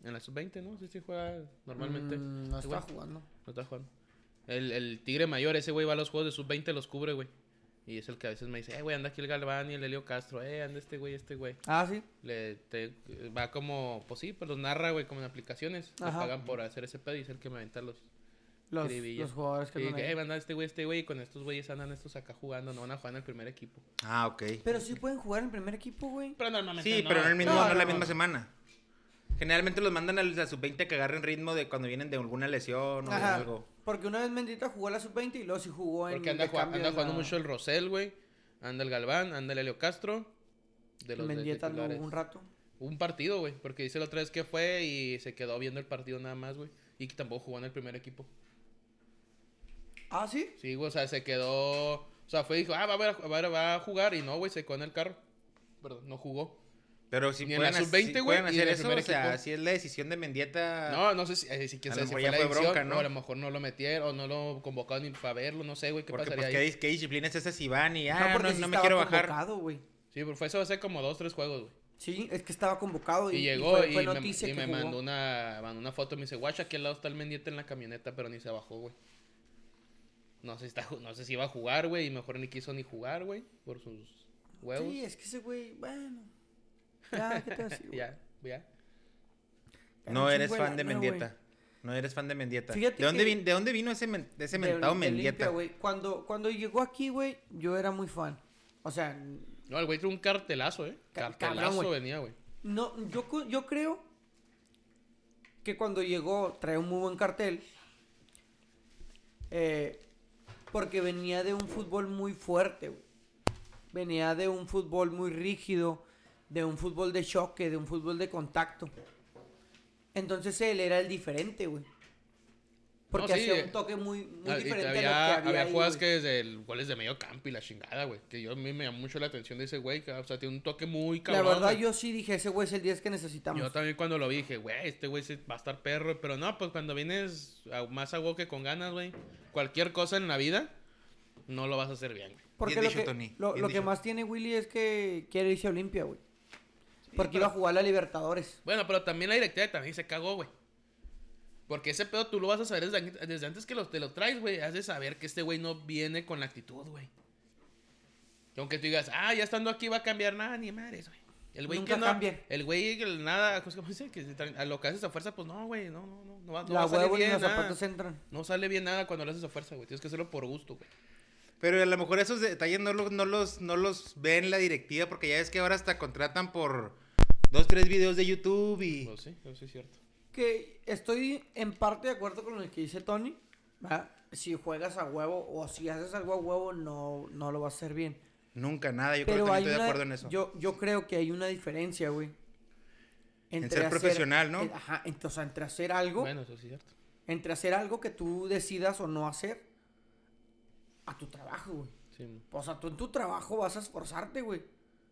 En la sub-20, ¿no? Sí juega normalmente. No Ese está güey. jugando. No está jugando. El Tigre Mayor, ese güey va a los juegos de sub-20, los cubre, güey. Y es el que a veces me dice, güey, anda aquí el Galván y el Helio Castro. Anda este güey. Ah, sí. Va como, pues sí, pues los narra, güey, como en aplicaciones. Le Ajá. pagan por hacer ese pedo y es el que me aventa los Los escribillos. jugadores que Y no que, anda este güey, y con estos güeyes andan estos acá jugando. No van a jugar en el primer equipo. Ah, ok. Pero sí pueden jugar en primer equipo, güey. Pero normalmente Sí, no. pero no el mismo, No, no la no. misma semana. Generalmente los mandan a la sub-20 que agarren ritmo de cuando vienen de alguna lesión o de Ajá. algo. Porque una vez Mendieta jugó a la sub-20 y luego sí jugó en Porque anda de cambio en jugando la- mucho el Rosell, güey. Anda el Galván, anda el Helio Castro. De los de Mendieta anduvo titulares. un rato. Un partido, güey. Porque dice la otra vez que fue y se quedó viendo el partido nada más, güey. Y que tampoco jugó en el primer equipo. Ah, ¿sí? Sí, güey, o sea, se quedó. O sea, fue y dijo, va a jugar. Y no, güey, se quedó en el carro. Perdón, no jugó. Pero si Ni en pueden, la sub-20, si güey, pueden y en hacer el eso, primer o sea, equipo. si es la decisión de Mendieta. No sé si quién A sabe lo si mejor fue ya la fue edición, bronca, ¿no? o a lo mejor no lo metieron, o no lo convocaron ni para verlo, no sé, güey, qué Porque pasaría pues ahí. ¿qué disciplina es esa si van y No, no, porque sí no me estaba quiero bajar? convocado, güey. Sí, pero fue eso hace como 2-3 juegos, güey. Sí, es que estaba convocado Y y llegó fue y noticia me que jugó. mandó una foto y me dice, guacha, aquí al lado está el Mendieta en la camioneta, pero ni se bajó, güey. No sé si iba a jugar, güey, y mejor ni quiso ni jugar, güey, por sus huevos. Sí, es que ese güey, bueno. Ya, ¿qué te voy a decir, güey? Ya. No Un eres chingo de fan de lana, Mendieta. No eres fan de Mendieta. Fíjate ¿De dónde vino ese mentado de Mendieta? Olimpia, güey. Cuando llegó aquí, güey, yo era muy fan. O sea, No, el güey trae un cartelazo, Cabrón, Cartelazo güey. venía, güey. no, yo creo que cuando llegó trae un muy buen cartel. Porque venía de un fútbol muy fuerte, güey. Venía de un fútbol muy rígido, de un fútbol de choque, de un fútbol de contacto. Entonces él era el diferente, güey. Porque No, sí, hacía un toque muy Y diferente a lo que había había ahí, jugadas güey. que desde el goles de medio campo y la chingada, güey. Que a mí me llamó mucho la atención de ese güey. O sea, tiene un toque muy La cabrón. verdad, güey. yo sí dije, ese güey es el 10 que necesitamos. Yo también cuando lo vi dije, güey, este güey va a estar perro. Pero no, pues cuando vienes más a huevo que con ganas, güey. Cualquier cosa en la vida, no lo vas a hacer bien, güey. Porque Bien lo dicho, que, Tony, lo bien que dicho. más tiene Willy es que quiere irse a Olimpia, güey. Porque pero- iba a jugar la Libertadores. Bueno, pero también la directiva también se cagó, güey. Porque ese pedo tú lo vas a saber desde antes que te lo traes, güey. Has de saber que este güey no viene con la actitud, güey. Que aunque tú digas, ya estando aquí va a cambiar nada, ni madres, güey. El güey Nunca que no. cambia. El güey que nada, ¿cómo se dice? Que a lo que haces a fuerza, pues no, güey. No va La a salir huevo y bien los nada. zapatos entran. No sale bien nada cuando lo haces a fuerza, güey. Tienes que hacerlo por gusto, güey. Pero a lo mejor esos detalles no los ven la directiva porque ya ves que ahora hasta contratan por 2, 3 videos de YouTube y... Pues sí, eso sí es cierto. Que estoy en parte de acuerdo con lo que dice Tony. ¿Verdad? Si juegas a huevo o si haces algo a huevo, no lo vas a hacer bien. Nunca nada, yo Pero creo que hay también estoy de una, acuerdo en eso. yo creo que hay una diferencia, güey. ser profesional, ¿no? Ajá, o sea, entre hacer algo, Bueno, eso sí es cierto. entre hacer algo que tú decidas o no hacer, a tu trabajo, güey. Sí. O sea, tú en tu trabajo vas a esforzarte, güey.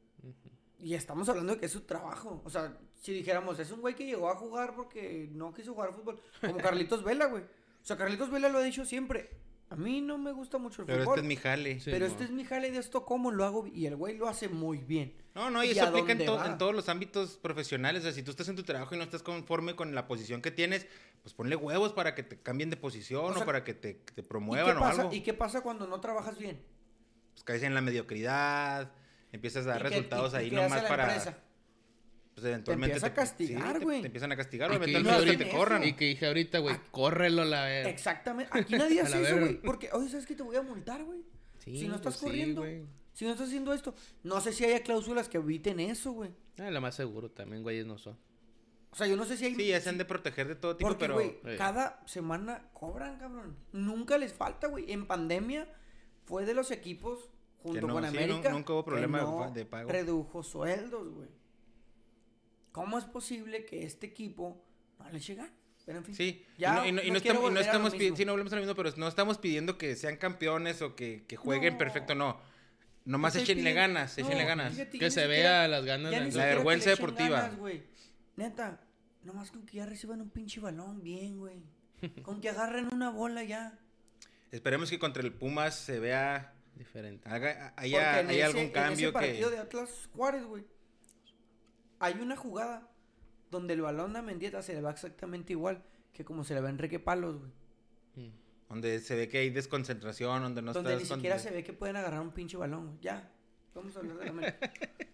Y estamos hablando de que es su trabajo. O sea, si dijéramos, es un güey que llegó a jugar porque no quiso jugar fútbol. Como Carlitos Vela, güey. O sea, Carlitos Vela lo ha dicho siempre. A mí no me gusta mucho el Pero fútbol. este es mi jale. Sí, pero no. este es mi jale de esto, ¿cómo lo hago? Y el güey lo hace muy bien. No, y ¿Y eso a aplica dónde va? en todos los ámbitos profesionales. O sea, si tú estás en tu trabajo y no estás conforme con la posición que tienes, pues ponle huevos para que te cambien de posición O sea, o para que te ¿Y promuevan qué o pasa? algo. ¿Y qué pasa cuando no trabajas bien? Pues caes en la mediocridad, empiezas a dar ¿Y qué- resultados y ahí qué hace nomás la para... empresa? Pues eventualmente empieza a castigar, sí, güey. te empiezan a castigar, Y o que eventualmente dije te ahorita- corran. Y que dije ahorita, güey, córrelo la verga. Exactamente. Aquí nadie A la hace eso, verga. güey. Porque, oye, ¿sabes qué? Te voy a multar, güey. Sí, Si no estás pues sí, corriendo. güey. Si no estás haciendo esto. No sé si haya cláusulas que eviten eso, güey. Lo más seguro también, güeyes no son. O sea, yo no sé si hay... Sí, ya se han de proteger de todo tipo, Porque, pero... güey, Eh. cada semana cobran, cabrón. Nunca les falta, güey. En pandemia fue de los equipos, junto no, con sí, América, nunca hubo problema que no de pago. redujo sueldos, güey. ¿Cómo es posible que este equipo no le llegue? Pero en fin. Sí, ya y no quiero estamos, volver a lo estamos mismo. pidiendo, sí, no volvemos a lo mismo, pero no estamos pidiendo que sean campeones o que jueguen No. perfecto, no. Nomás Estoy échenle pidiendo- ganas, no, échenle ganas. fíjate, Que ya se ni vea siquiera- las ganas ya de- ni la siquiera que vergüenza le echen deportiva. ganas, güey. Neta, nomás con que ya reciban un pinche balón bien, güey. Con que agarren una bola ya. Esperemos que contra el Pumas se vea, Diferente. haya Porque en algún ese cambio partido que... de Atlas Juárez, güey, hay una jugada donde el balón a Mendieta se le va exactamente igual que como se le va a Enrique Palos, güey. Donde se ve que hay desconcentración, donde no Donde estás... ni siquiera se ve que pueden agarrar un pinche balón, güey. Ya, vamos a hablar de la América.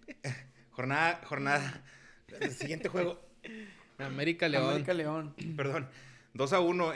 Jornada. El siguiente juego. América León. América León. Perdón. 2-1.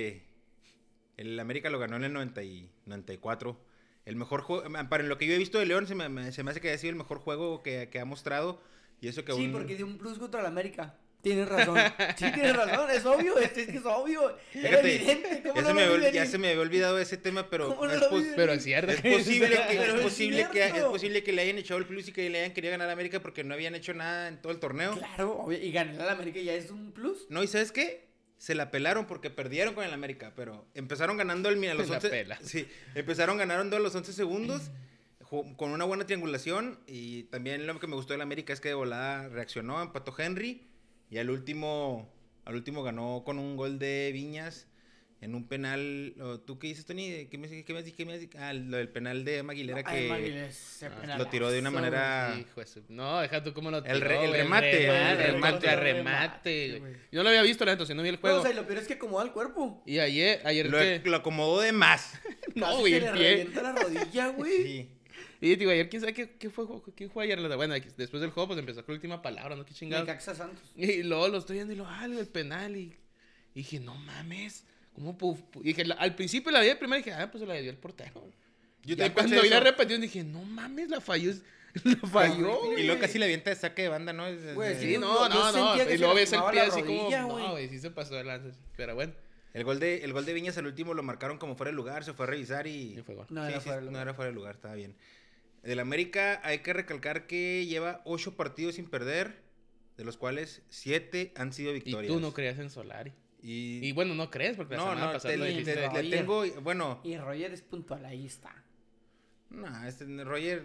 El América lo ganó en el 94. El mejor juego... Para lo que yo he visto de León, se me hace que haya sido el mejor juego que ha mostrado. Y eso que Sí, porque dio un plus contra el América. Tienes razón. Sí, tienes razón. Es obvio. Es que es obvio. Era Fíjate, evidente. ¿Cómo ya, no se lo vi me venir? ya se me había olvidado ese tema, pero ¿Cómo no es, lo pos- vi Pero venir? es cierto. es posible Pero es es cierto. posible que le hayan echado el plus y que le hayan querido ganar a América porque no habían hecho nada en todo el torneo. Claro, obvio. Y ganar al América ya es un plus. No, ¿y sabes qué? Se la pelaron porque perdieron con el América, pero empezaron ganando a los La 11. pela. Sí, empezaron ganando a los 11 segundos con una buena triangulación y también lo que me gustó del América es que de volada reaccionó, empató Henry y al último ganó con un gol de Viñas en un penal. ¿Tú qué dices, Tony? ¿Qué me has dicho? Lo del penal de Maguilera que lo tiró de una manera... Hijo de su- No, deja tú cómo lo tiró, El güey, remate, el remate, remate, güey. Yo no lo había visto, la neta, si no vi el No, juego. o sea, y lo peor es que acomoda el cuerpo. Y ayer ¿qué? Lo acomodó de más. No, Casi güey, se el le pie. revienta la rodilla, güey. Sí. Y digo, ayer, ¿quién sabe quién fue ayer? Bueno, después del juego, pues empezó con la última palabra, ¿no? Qué chingado. Necaxa Santos. Y luego lo estoy viendo y el penal. Y dije, no mames. ¿Cómo? Y dije, al principio la vi de primera y dije, pues se la dio el portero. Yo Ya también cuando pensé vi la eso. repetición dije, no mames, la falló. La falló, Y güey. luego casi la avienta de saque de banda, ¿no? Güey, Sí, Yo no. sentía que Y se luego le ves el lastimaba pie la así como, rodilla, no, güey. güey, sí se pasó de lanza. Pero bueno. El gol de Viñas al último lo marcaron como fuera de lugar, se fue a revisar y... Y fue gol. No, Sí, era sí, fuera de no lugar. era fuera de lugar, estaba bien. Del América hay que recalcar que lleva 8 partidos sin perder, de los cuales 7 han sido Y victorias. tú no creías en Solari. Y Y bueno, no crees porque la no, semana no, pasada lo te- dijiste. te- le tengo, bueno, Y Roger es puntual, ahí está. no, Roger...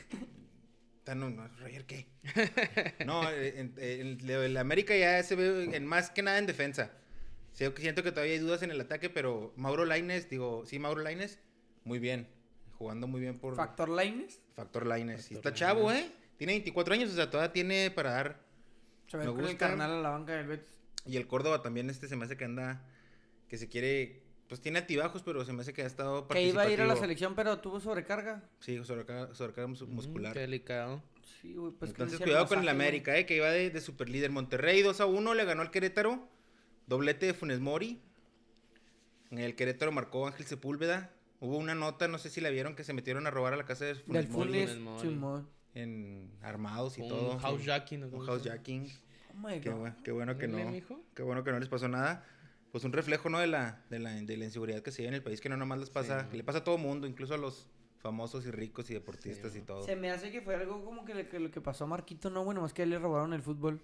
No, ¿Roger qué? No, el América ya se ve más que nada en defensa. Siento que todavía hay dudas en el ataque, pero Mauro Lainez, muy bien. Jugando muy bien por Factor Lainez. Factor Lainez. Y Factor está chavo, Lainez. Tiene 24 años, o sea, todavía tiene para dar. Se va Me con el gusta. carnal a la banca del Betis. Y el Córdoba también se me hace que anda, que se quiere, pues tiene altibajos, pero se me hace que ha estado Que iba a ir a la participativo. selección, pero tuvo sobrecarga. Sí, sobrecarga muscular. Qué delicado. Sí, güey, pues que Entonces, le hicieron cuidado con el masaje, güey. América, que iba de super líder. Monterrey 2-1 le ganó al Querétaro. Doblete de Funes Mori. En el Querétaro marcó Ángel Sepúlveda. Hubo una nota, no sé si la vieron, que se metieron a robar a la casa de Funes Del Mori Funes, Funes Mori. Simón. en armados y Un todo. housejacking, ¿no? Un housejacking. Oh my Qué, God. qué bueno que Dile, no. mijo. Qué bueno que no les pasó nada. Pues un reflejo, ¿no? de la inseguridad que se vive en el país, que no nomás les pasa, Sí. que le pasa a todo mundo, incluso a los famosos y ricos y deportistas Sí, y todo. Se me hace que fue algo como que lo que pasó a Marquito, no, bueno, más que le robaron el fútbol.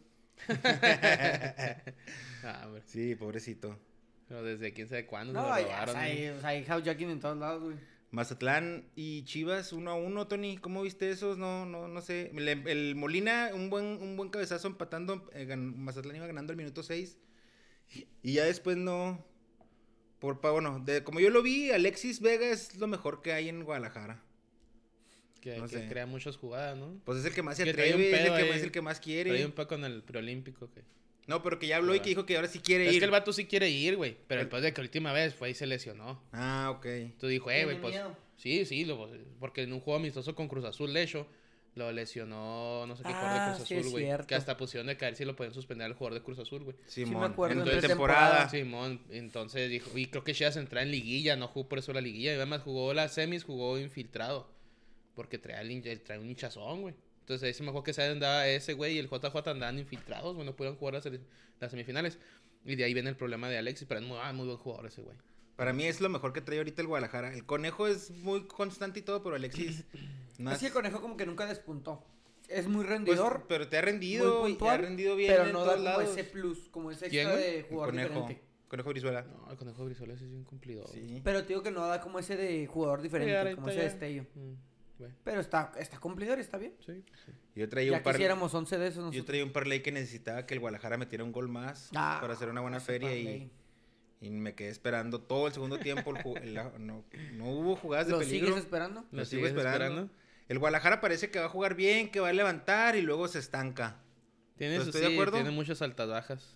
Ah, hombre. Sí, pobrecito. Pero desde quién sabe cuándo No, se lo hay, robaron. hay housejacking en todos lados, güey. Mazatlán y Chivas 1-1, Tony, ¿cómo viste esos? No sé. El Molina, un buen cabezazo empatando, Mazatlán iba ganando el minuto 6. Y ya después no. Como yo lo vi, Alexis Vega es lo mejor que hay en Guadalajara. Que no sé. crea muchas jugadas, ¿no? Pues es el que más se Que trae un atreve, pedo ahí. es el que más quiere. Trae un poco con el preolímpico. Que... No, pero que ya habló y que dijo que ahora sí quiere Es ir. que el vato sí quiere ir, güey. Pero después de que la última vez fue y se lesionó. Ah, ok. Entonces dijo, Tiene güey, pues... miedo. Sí, porque en un juego amistoso con Cruz Azul, de hecho, lo lesionó, no sé qué jugador de Cruz sí, Azul, es güey. cierto. Que hasta pusieron de caer si lo podían suspender al jugador de Cruz Azul, güey. Simón, me acuerdo, en en pretemporada. pretemporada. Simón, entonces dijo, y creo que Chivas entraba en liguilla, no jugó por eso la liguilla. Y además jugó las semis, jugó infiltrado. Porque trae un hinchazón, güey. Entonces ahí sí me acuerdo que se andaba ese güey y el JJ andaban infiltrados, güey, no pudieron jugar las semifinales. Y de ahí viene el problema de Alexis, pero es muy buen jugador ese güey. Para mí es lo mejor que trae ahorita el Guadalajara. El Conejo es muy constante y todo, pero Alexis más... Así el Conejo como que nunca despuntó. Es muy Pues, rendidor, pero te ha rendido, muy y ha puntual, rendido bien pero en no da todos como lados. ese plus, como ese ¿Quién, extra güey? de jugador Conejo. diferente. Conejo Brizuela. No, el Conejo Brizuela sí es bien cumplidor. Sí. Pero te digo que no da como ese de jugador diferente, ahorita como ese ya. destello. Güey. Pero está cumplidor y está bien. Sí. Yo traía Ya un par... quisiéramos 11 de esos Yo nosotros. traía un parlay que necesitaba que el Guadalajara metiera un gol más para hacer una buena ese feria parlay. y me quedé esperando todo el segundo tiempo. No hubo jugadas de ¿Lo peligro. sigues esperando? Lo sigo esperando. El Guadalajara parece que va a jugar bien, que va a levantar y luego se estanca. Tiene Pues eso, estoy de sí, acuerdo. tiene muchas altas bajas.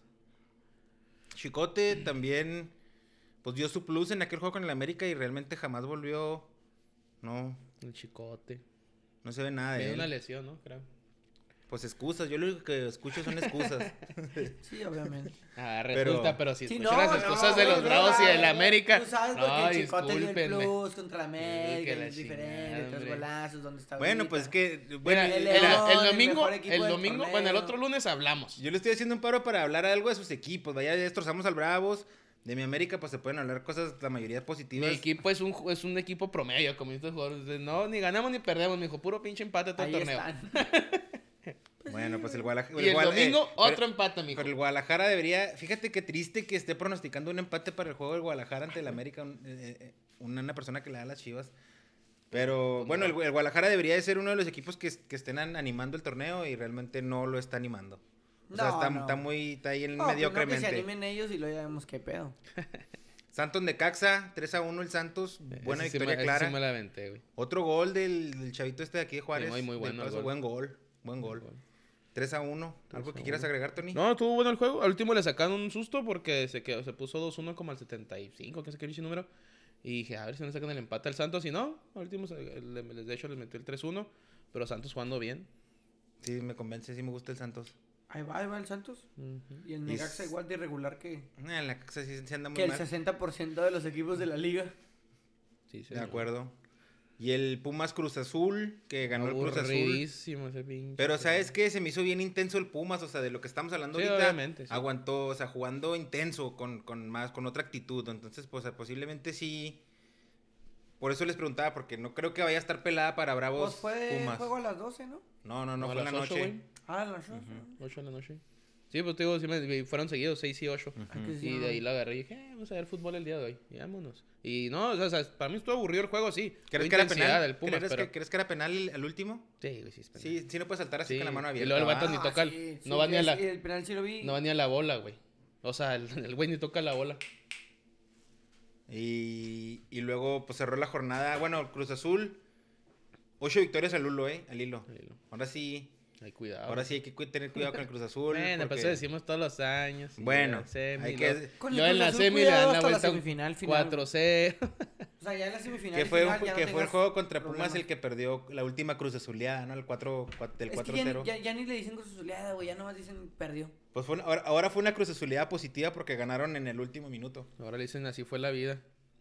Chicote también, pues dio su plus en aquel juego con el América y realmente jamás volvió. No, El Chicote. no se ve nada de Tiene él. una lesión, ¿no? Creo. Pues excusas, yo lo único que escucho son excusas. Sí, obviamente. Ah, Pero- resulta, pero si Sí, escucho no, las no, excusas de güey, los no, Bravos y no, del no, América. Tú sabes porque No, el Chicote dio el discúlpenme. plus contra la América, que la es diferente, chingada, 3 hombre. golazos, ¿dónde está Bueno, ahorita? pues es que, Mira, bueno, el mira, León, el el domingo, mejor equipo del bueno, el torneo. otro lunes hablamos. yo le estoy haciendo un paro para hablar algo de sus equipos. Vaya, ya destrozamos al Bravos. De mi América, pues se pueden hablar cosas, la mayoría Mi positivas. equipo es un equipo promedio, como estos jugadores. No, ni ganamos ni perdemos, mijo. Puro pinche empate todo el Ahí torneo. están. Bueno, pues el Guadalajara. Y el domingo, otro empate, mijo. Pero el Guadalajara debería. Fíjate qué triste que esté pronosticando un empate para el juego del Guadalajara ante el América. Una persona que le da a las Chivas. Pero Pues bueno, no. el Guadalajara debería de ser uno de los equipos que estén animando el torneo y realmente no lo está animando. O sea, No, está, no. está ahí en No, pues no, que mediocremente. se animen ellos y luego ya vemos qué pedo. Santos Necaxa, 3-1 el Santos. Buena Ese sí victoria ese clara. sí me la aventé, güey. Otro gol del chavito este de aquí de Juárez. muy del bueno el Paso. gol. Buen gol. Buen gol. 3-1. ¿Algo que 3-1. quieras agregar, Tony? No, estuvo bueno el juego. Al último le sacaron un susto porque se puso 2-1 como al 75, que sé qué número. Y dije, a ver si no le sacan el empate al Santos. Y no, al último, de hecho, les metió el 3-1. Pero Santos jugando bien. Sí, me convence, sí me gusta el Santos. Ahí va el Santos. Y el Y Necaxa es- igual de irregular que En la Caxa sí se anda muy el mal. 60% de los equipos de la liga. Sí, De acuerdo. Y el Pumas Cruz Azul, que ganó el Cruz Azul. Aburridísimo ese pinche. Pero ¿sabes qué? Se me hizo bien intenso el Pumas, o sea, de lo que estamos hablando Sí, ahorita. obviamente, sí. Aguantó, o sea, jugando intenso, con otra actitud. Entonces, pues posiblemente sí. Por eso les preguntaba, porque no creo que vaya a estar pelada para Bravos Pues fue Pumas. juego a las 12, ¿no? No, No, fue en la las 8, noche. güey. Ah, a las 12. 8 de la noche. Sí, pues te digo, fueron seguidos 6 y 8. Y de ahí la agarré y dije, vamos a ver fútbol el día de hoy. Y vámonos. Y no, o sea, para mí estuvo aburrido el juego, sí. ¿Crees Hubo que era intensidad penal? del Pumas, pero... ¿Crees que era penal al último? Sí, güey, sí es penal. Sí, sí no puedes saltar así Sí, con la mano y abierta. luego el ¿va? vato ni toca, no va ni a la, El penal sí lo vi. no va ni a la bola, güey. O sea, el güey ni toca la bola. Y luego pues cerró la jornada. Bueno, Cruz Azul, 8 victorias al hilo, al hilo. Al hilo. Ahora sí, Ay, cuidado. ahora sí hay que tener cuidado con el Cruz Azul. Bueno, porque- pues eso decimos todos los años. y Bueno, la semi, hay luego- que... Con el luego en Cruz la Azul, semi le cuidado dan la hasta la vuelta semifinal, final. 4-0. O sea, ya en la semifinal. Que fue, final, ya no que fue el tengas juego contra Pumas problemas. el que perdió la última Cruz Azuleada, ¿no? El 4, del Es que 4-0. ya ni le dicen Cruz Azuleada, güey. Ya nomás dicen perdió. Pues ahora fue una Cruz Azuleada positiva porque ganaron en el último minuto. Ahora le dicen así fue la vida.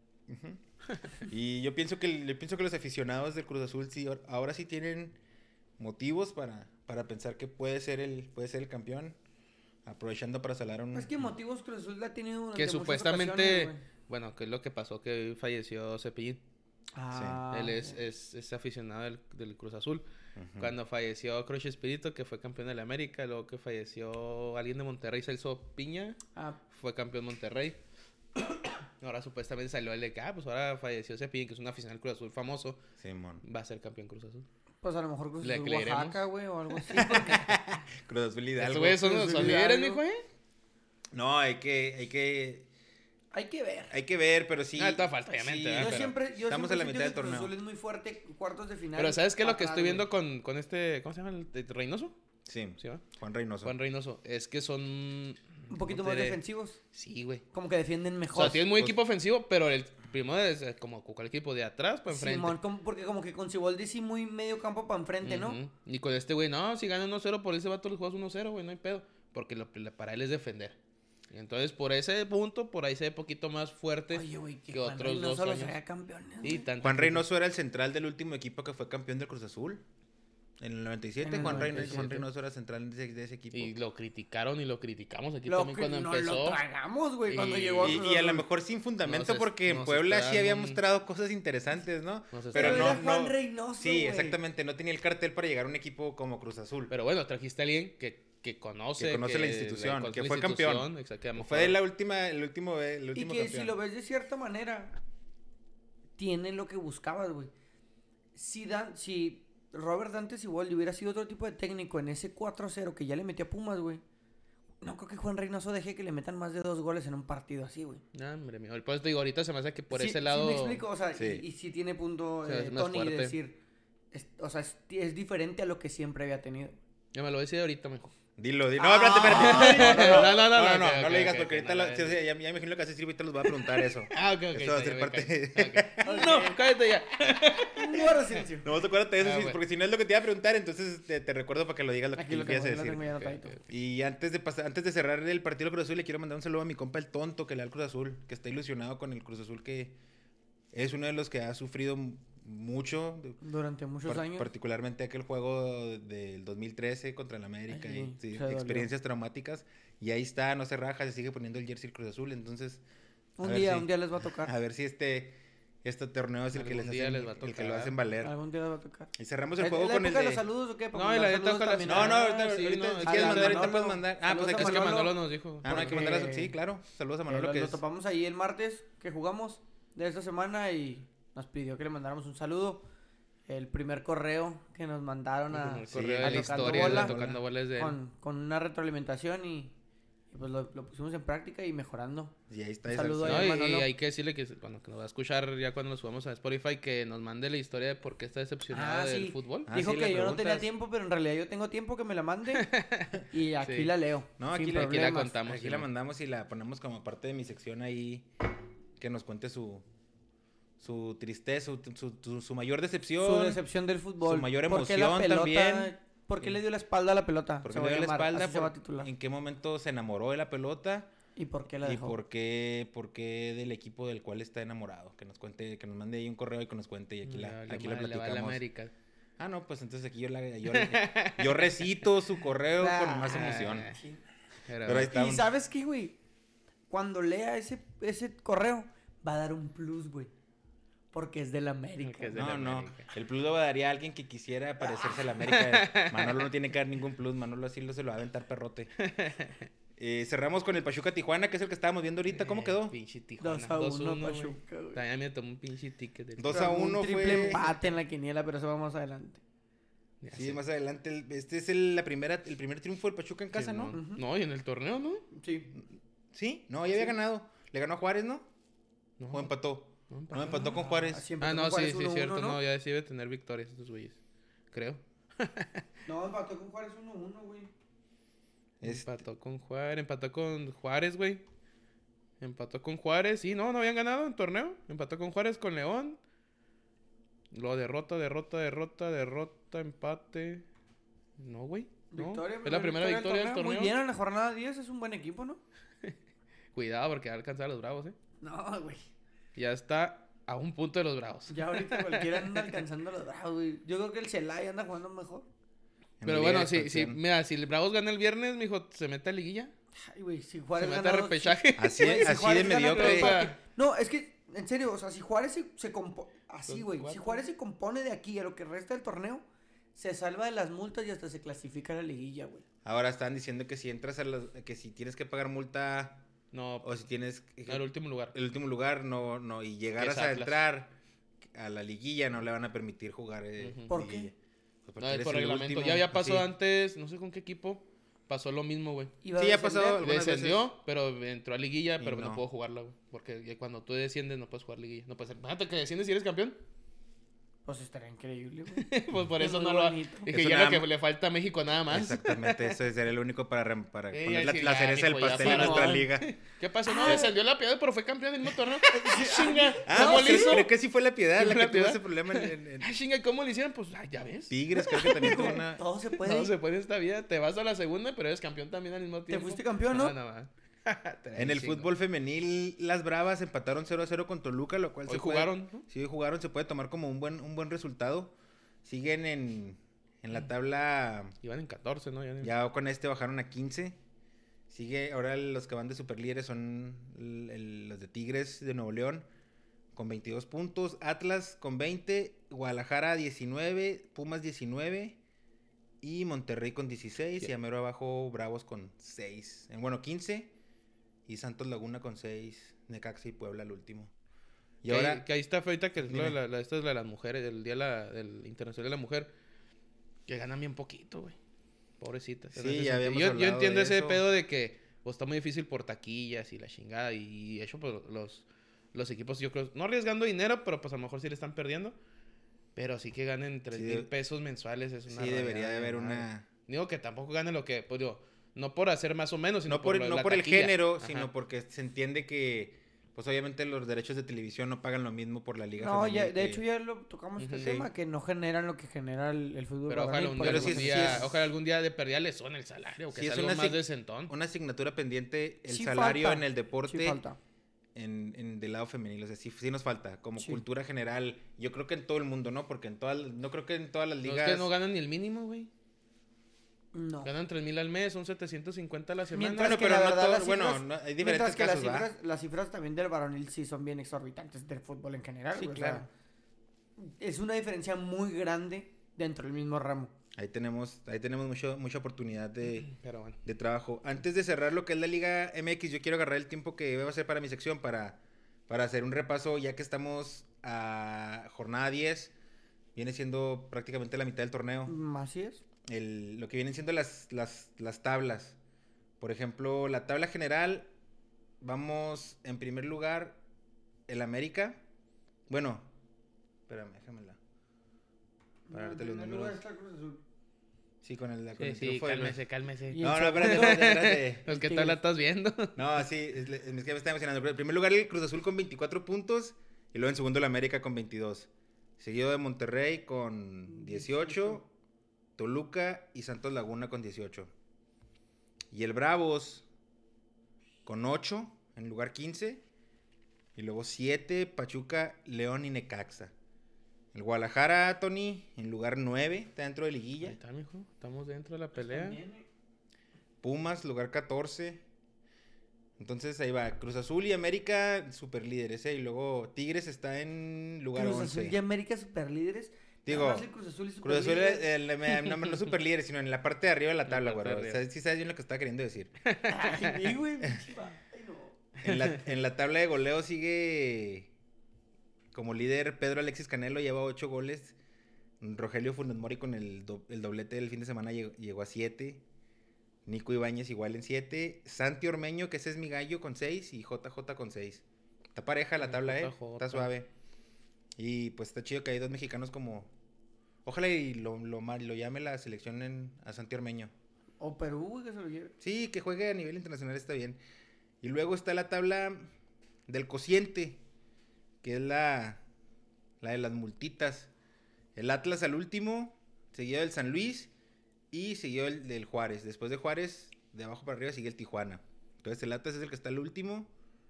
Y yo pienso que los aficionados del Cruz Azul sí, ahora sí tienen motivos para pensar que puede ser el campeón, aprovechando para salar un... Es que motivos Cruz Azul la ha tenido durante Que muchas supuestamente, ocasiones, güey. bueno, que es lo que pasó, que falleció Cepillín. Ah, Él es aficionado del Cruz Azul. Ujú. Cuando falleció Crush Espíritu, que fue campeón de la América, luego que falleció alguien de Monterrey, Celso Piña, Ah, fue campeón Monterrey. Ahora supuestamente salió el de que, pues ahora falleció Cepillín, que es un aficionado del Cruz Azul famoso, Simón. va a ser campeón Cruz Azul. pues a lo mejor Cruz ¿Le Azul creeremos? Oaxaca, güey, o algo así. Cruz Azul Estos Hidalgo. güeyes son Cruz Azul líderes, Hidalgo. mijo, ¿eh? No, hay que Hay que ver. pero sí. Ah, todavía falta, obviamente, ¿verdad? Yo estamos siempre en la he mitad sentido del que Cruz torneo. Azul es muy fuerte, cuartos de final. Pero ¿sabes qué es lo que atrás, estoy viendo güey. con este, ¿cómo se llama? ¿El Reynoso? Sí, ¿Sí va? Juan Reynoso. Juan Reynoso. Es que son... Un poquito ¿cómo más te diré? defensivos. Sí, güey. Como que defienden O mejor. sea, tienen muy Pues- equipo ofensivo, pero el primero es como cualquier equipo de atrás para enfrente. Simón, porque como que con Siboldi sí muy medio campo para enfrente, ¿no? Ujú. Y con este güey, no, si gana 1-0, por ese vato los juegas 1-0, güey, no hay pedo. Porque para él es defender. Entonces, por ese punto, por ahí se ve poquito más fuerte Oye, güey, que que Juan otros dos Reynoso los años. haga campeones. Y güey. tanto Juan que- Reynoso era el central del último equipo que fue campeón del Cruz Azul. En el 97, En el Juan 97. Reynoso era central de ese equipo. Y lo criticaron y lo criticamos aquí Lo también que cuando nos empezó. lo tragamos, güey, cuando Y- llegó Y, Cruz y a lo Azul. mejor sin fundamento Nos porque en nos Puebla sí había esperan- mostrado cosas interesantes, ¿no? Nos Pero esperan- no, era Juan no. Reynoso, Sí, güey. exactamente. No tenía el cartel para llegar a un equipo como Cruz Azul. Pero bueno, trajiste a alguien que conoce. Que conoce la institución, conoce que la fue institución, campeón. Exacto, que a lo mejor- Fue el último Y que campeón. si lo ves de cierta manera, tiene lo que buscabas, güey. Si Robert Dante Siboldi hubiera sido otro tipo de técnico en ese 4-0 que ya le metió a Pumas, güey, no creo que Juan Reynoso deje que le metan más de 2 goles en un partido así, güey. No, hombre, mío. Por eso te digo, ahorita se me hace que por Sí, ese sí lado. me explico, o sea, Sí. y sí tiene punto O sea, es más Tony de fuerte. decir, o sea, es diferente a lo que siempre había tenido. Ya me lo voy a decir ahorita, mijo. Dilo. No, espérate. No ok, lo digas ok, porque ok, ahorita no, ya me imagino lo que vas a decir, ahorita los voy a preguntar eso. Ok. Eso va a ser está parte. bien, ok. No, cállate ya. Guarda silencio. No, acuérdate de eso, bueno. porque si no es lo que te iba a preguntar, entonces te recuerdo para que lo digas lo que Aquí lo quieras tengo, ya lo decir. tengo ya Ok, anotadito. ok. Y antes de cerrar el partido del Cruz Azul, le quiero mandar un saludo a mi compa el tonto que le da al Cruz Azul, que está ilusionado con el Cruz Azul, que es uno de los que ha sufrido mucho, Durante muchos años. particularmente aquel juego del 2013 contra el América, Ay, y, sí, se dolió. experiencias traumáticas, y ahí está, no se raja, se sigue poniendo el jersey del Cruz Azul, entonces Un ver día, si- un día les va a tocar. a ver si este torneo es el que Algún les día hacen, les va a el que tocar. lo hacen valer. Algún día les va a tocar. Y cerramos el ¿Es juego la con el época de de... los saludos o qué? Para No, y la mandar neta saludos con las... también. No, Ah, ahorita, sí, ahorita, no. si A quieres la mandar, ahorita Manolo. puedes mandar. Ah, pues Saludos aquí a Es que Manolo. Manolo nos dijo. Ah, no, hay que Porque- mandarlas. Sí, claro. Saludos a Manolo, que Lo es... topamos ahí el martes que jugamos de esta semana y nos pidió que le mandáramos un saludo. El primer correo que nos mandaron a, El Sí, correo a de la Tocando historia, Bola. de tocando bolas de él. con una retroalimentación y pues lo pusimos en práctica y mejorando. Y ahí está Un esa- saludo No, ahí, y Manolo. hay que decirle que, bueno, que nos va a escuchar ya cuando nos subamos a Spotify, que nos mande la historia de por qué está decepcionado Ah, del sí. fútbol. Ah, Dijo sí, que le yo no tenía preguntas. tiempo, pero en realidad yo tengo tiempo que me la mande y aquí Sí. la leo. No, sin aquí la problemas. contamos. Aquí sí, la man. mandamos y la ponemos como parte de mi sección ahí. Que nos cuente su tristeza, su mayor decepción. Su decepción del fútbol. su mayor ¿Por qué la emoción pelota- también. ¿Por qué le dio la espalda a la pelota? Porque Se le va a dio la llamar, espalda, así se va a titular. en qué momento se enamoró de la pelota ¿Y por qué la y dejó? por qué del equipo del cual está enamorado. Que nos cuente, que nos mande ahí un correo y que nos cuente y aquí la Le va a platicamos. la América. Ah, no, pues entonces aquí yo recito su correo con más Ah, emoción. sí. Pero ahí está. Y ¿sabes qué, güey? Cuando lea ese correo, va a dar un plus, güey. Porque es del América. Porque es de No, la no. América. El plus lo daría a alguien que quisiera parecerse a la América. Manolo no tiene que dar ningún plus. Manolo así se lo va a aventar perrote. Cerramos con el Pachuca Tijuana, que es el que estábamos viendo ahorita. ¿Cómo quedó? Pinche Tijuana. 2-1 güey. Pachuca, güey. También me tomó un pinche ticket. del- 2-1 Un triple fue. empate en la quiniela, pero eso vamos más adelante. Ya Sí, sé. más adelante. Este es el primer triunfo del Pachuca en casa, ¿no? Simón. Ujú. No, y en el torneo, ¿no? Sí. Sí, no, ya había ganado. Le ganó a Juárez, ¿no? No, O empató. no, No, empató con Juárez. Ah, no, sí, sí, cierto. No, ya sí debe tener victorias estos güeyes. Creo. No, empató con Juárez 1-1, güey. Empató con Juárez, güey. Empató con Juárez. Sí, no habían ganado en torneo. Empató con Juárez, con León. Lo derrota, empate. No, güey. No. Victoria, Es la primera victoria del Muy torneo. bien, en la jornada 10 es un buen equipo, ¿no? Cuidado porque va a alcanzar a los Bravos, No, güey. Ya está a un punto de los Bravos. Ya ahorita cualquiera anda alcanzando los Bravos, güey. Yo creo que el Celaya anda jugando mejor. En Pero la Liga bueno, de sí, Expansión. mira, si el Bravos gana el viernes, mijo, se mete a liguilla. Ay, güey, si Se Juárez mete gana a dos- repechaje. Así, Güey, si así de Juárez gana mediocre. todo, empate. No, es que, en serio, o sea, si Juárez se compone... Así, Son güey. Si cuatro. Juárez se compone de aquí a lo que resta del torneo, se salva de las multas y hasta se clasifica a la liguilla, güey. Ahora están diciendo que si entras que si tienes que pagar multa No, o si tienes al último lugar. el último lugar, no, y llegaras Que es a Atlas. entrar a la liguilla, no le van a permitir jugar. Ujú. ¿Por qué? liguilla. Pues porque No, es eres por el reglamento. último, Ya había pasado sí. antes, no sé con qué equipo, pasó lo mismo, güey. Iba a Sí, ya ha descender. pasado. Algunas Descendió, pero entró a liguilla, Y pero no no. pudo jugarla, güey. Porque ya cuando tú desciendes no puedes jugar liguilla. No puedes ser. Imagínate que desciendes y eres campeón. Pues estaría increíble, güey. Pues por Es eso muy no lo. bonito. Dije, Eso ya nada lo que más- le falta a México nada más. Exactamente, eso sería el único para ya poner decir, la ya, cereza del mijo, ya pastel en para. nuestra Simón. liga. ¿Qué pasó? No, descendió la Piedad, pero fue campeón del mismo torneo. Chinga. Ah, ¿Cómo le creo, hizo? creo que sí fue la Piedad ¿Sí la fue que la tuvo Piedad? ese problema en Ay, chinga, ¿cómo le hicieron? Pues, ay, ya ves. Tigres, creo que también tuvo una... Todo se puede. No se puede esta vida. Te vas a la segunda, pero eres campeón también al mismo Te tiempo. fuiste campeón, ¿no? No, va. En el fútbol femenil, las Bravas empataron 0-0 con Toluca, lo cual Hoy se puede- jugaron, ¿no? Sí, hoy jugaron, se puede tomar como un buen resultado. Siguen en la tabla, Iban en 14, ¿no? ya con este bajaron a 15. Sigue, ahora los que van de superlíderes son los de Tigres de Nuevo León con 22 puntos, Atlas con 20, Guadalajara 19, Pumas 19 y Monterrey con 16 y a mero abajo Bravos con 6. Bueno, 15 y Santos Laguna con 6, Necaxa y Puebla al último. Y Que, ahora ahí, que ahí está ahorita que es lo de Dime. esta es la de las mujeres, el día del Internacional de la Mujer, que ganan bien poquito, güey. Pobrecitas. Sí, En ese ya sentido. habíamos yo hablado entiendo de ese eso. pedo de que pues, está muy difícil por taquillas y la chingada. Y de hecho, pues los equipos, yo creo, no arriesgando dinero, pero pues a lo mejor sí le están perdiendo. Pero sí que ganen 3,000 pesos mensuales es una sí debería de rayada haber madre. Digo que tampoco gane lo que, pues digo, no por hacer más o menos, sino No por, lo- no la por el taquilla. género, Ajá. sino porque se entiende que, pues obviamente los derechos de televisión no pagan lo mismo por la liga No, femenil ya, de que- hecho ya lo tocamos este Ujú. tema, que no generan lo que genera el fútbol Pero ojalá varonil, un por día, Pero ejemplo. sí algún es- día, sí es- ojalá algún día de perdida le son el salario, que Sí, es es algo una más sig- decentón. una asignatura pendiente, el Sí salario falta, en el deporte Sí falta. del lado femenil, o sea, sí nos falta, como Sí. cultura general, yo creo que en todo el mundo, ¿no? Porque no creo que en todas las No, ligas... es que no ganan ni el mínimo, güey. No. Ganan 3,000 al mes, son 750 a la semana. Mientras Bueno, que pero la no verdad todo- las bueno, cifras, no, hay mientras diferentes que casos, ¿va? las cifras también del varonil sí son bien exorbitantes del fútbol en general, Sí, güey, o claro. sea, es una diferencia muy grande dentro del mismo ramo. Ahí tenemos mucha oportunidad Pero bueno. de trabajo. Antes de cerrar lo que es la Liga MX, yo quiero agarrar el tiempo que voy a hacer para mi sección para hacer un repaso, ya que estamos a jornada 10, viene siendo prácticamente la mitad del torneo. Así es. Lo que vienen siendo las tablas. Por ejemplo, la tabla general, vamos en primer lugar, el América. Bueno, espérame, déjamela. Para darte los números. Sí, con el Sí, sí, triunfo de- cálmese. Y No, el no, espérate, segundo- espérate. Pues que Sí. tal la estás viendo. No, sí, es que me está emocionando. En primer lugar, el Cruz Azul con 24 puntos. Y luego en segundo, el América con 22. Seguido de Monterrey con 18. Toluca y Santos Laguna con 18. Y el Bravos con 8 en lugar 15. Y luego 7, Pachuca, León y Necaxa. El Guadalajara, Tony, en lugar 9, está dentro de Ahí liguilla. está, mijo. Estamos dentro de la pelea. Pumas, lugar 14. Entonces ahí va, Cruz Azul y América, super líderes, ¿eh? Y luego Tigres está en lugar Cruz 11. Azul y América super líderes. Digo, Nada más el Cruz Azul y Cruz Azul no super líder, sino en la parte de arriba de la En la tabla, parte de güey. O arriba. sea, sí sabes bien lo que estaba queriendo decir. Ay, sí, güey, chiva. Ay, no. En la tabla de goleo sigue como líder Pedro Alexis Canelo, lleva 8 goles. Rogelio Funes Mori con el doblete del fin de semana llegó a 7. Nico Ibáñez igual en 7. Santi Ormeño, que ese es mi gallo, con 6. Y JJ con 6. Está pareja la tabla, JJ. Está suave. Y pues está chido que hay dos mexicanos como... Ojalá y lo llame la selección a Santi Ormeño. O Perú, güey, que se lo lleve. Sí, que juegue a nivel internacional está bien. Y luego está la tabla del cociente, que es la de las multitas. El Atlas al último, seguido del San Luis y seguido del Juárez. Después de Juárez, de abajo para arriba, sigue el Tijuana. Entonces el Atlas es el que está al último.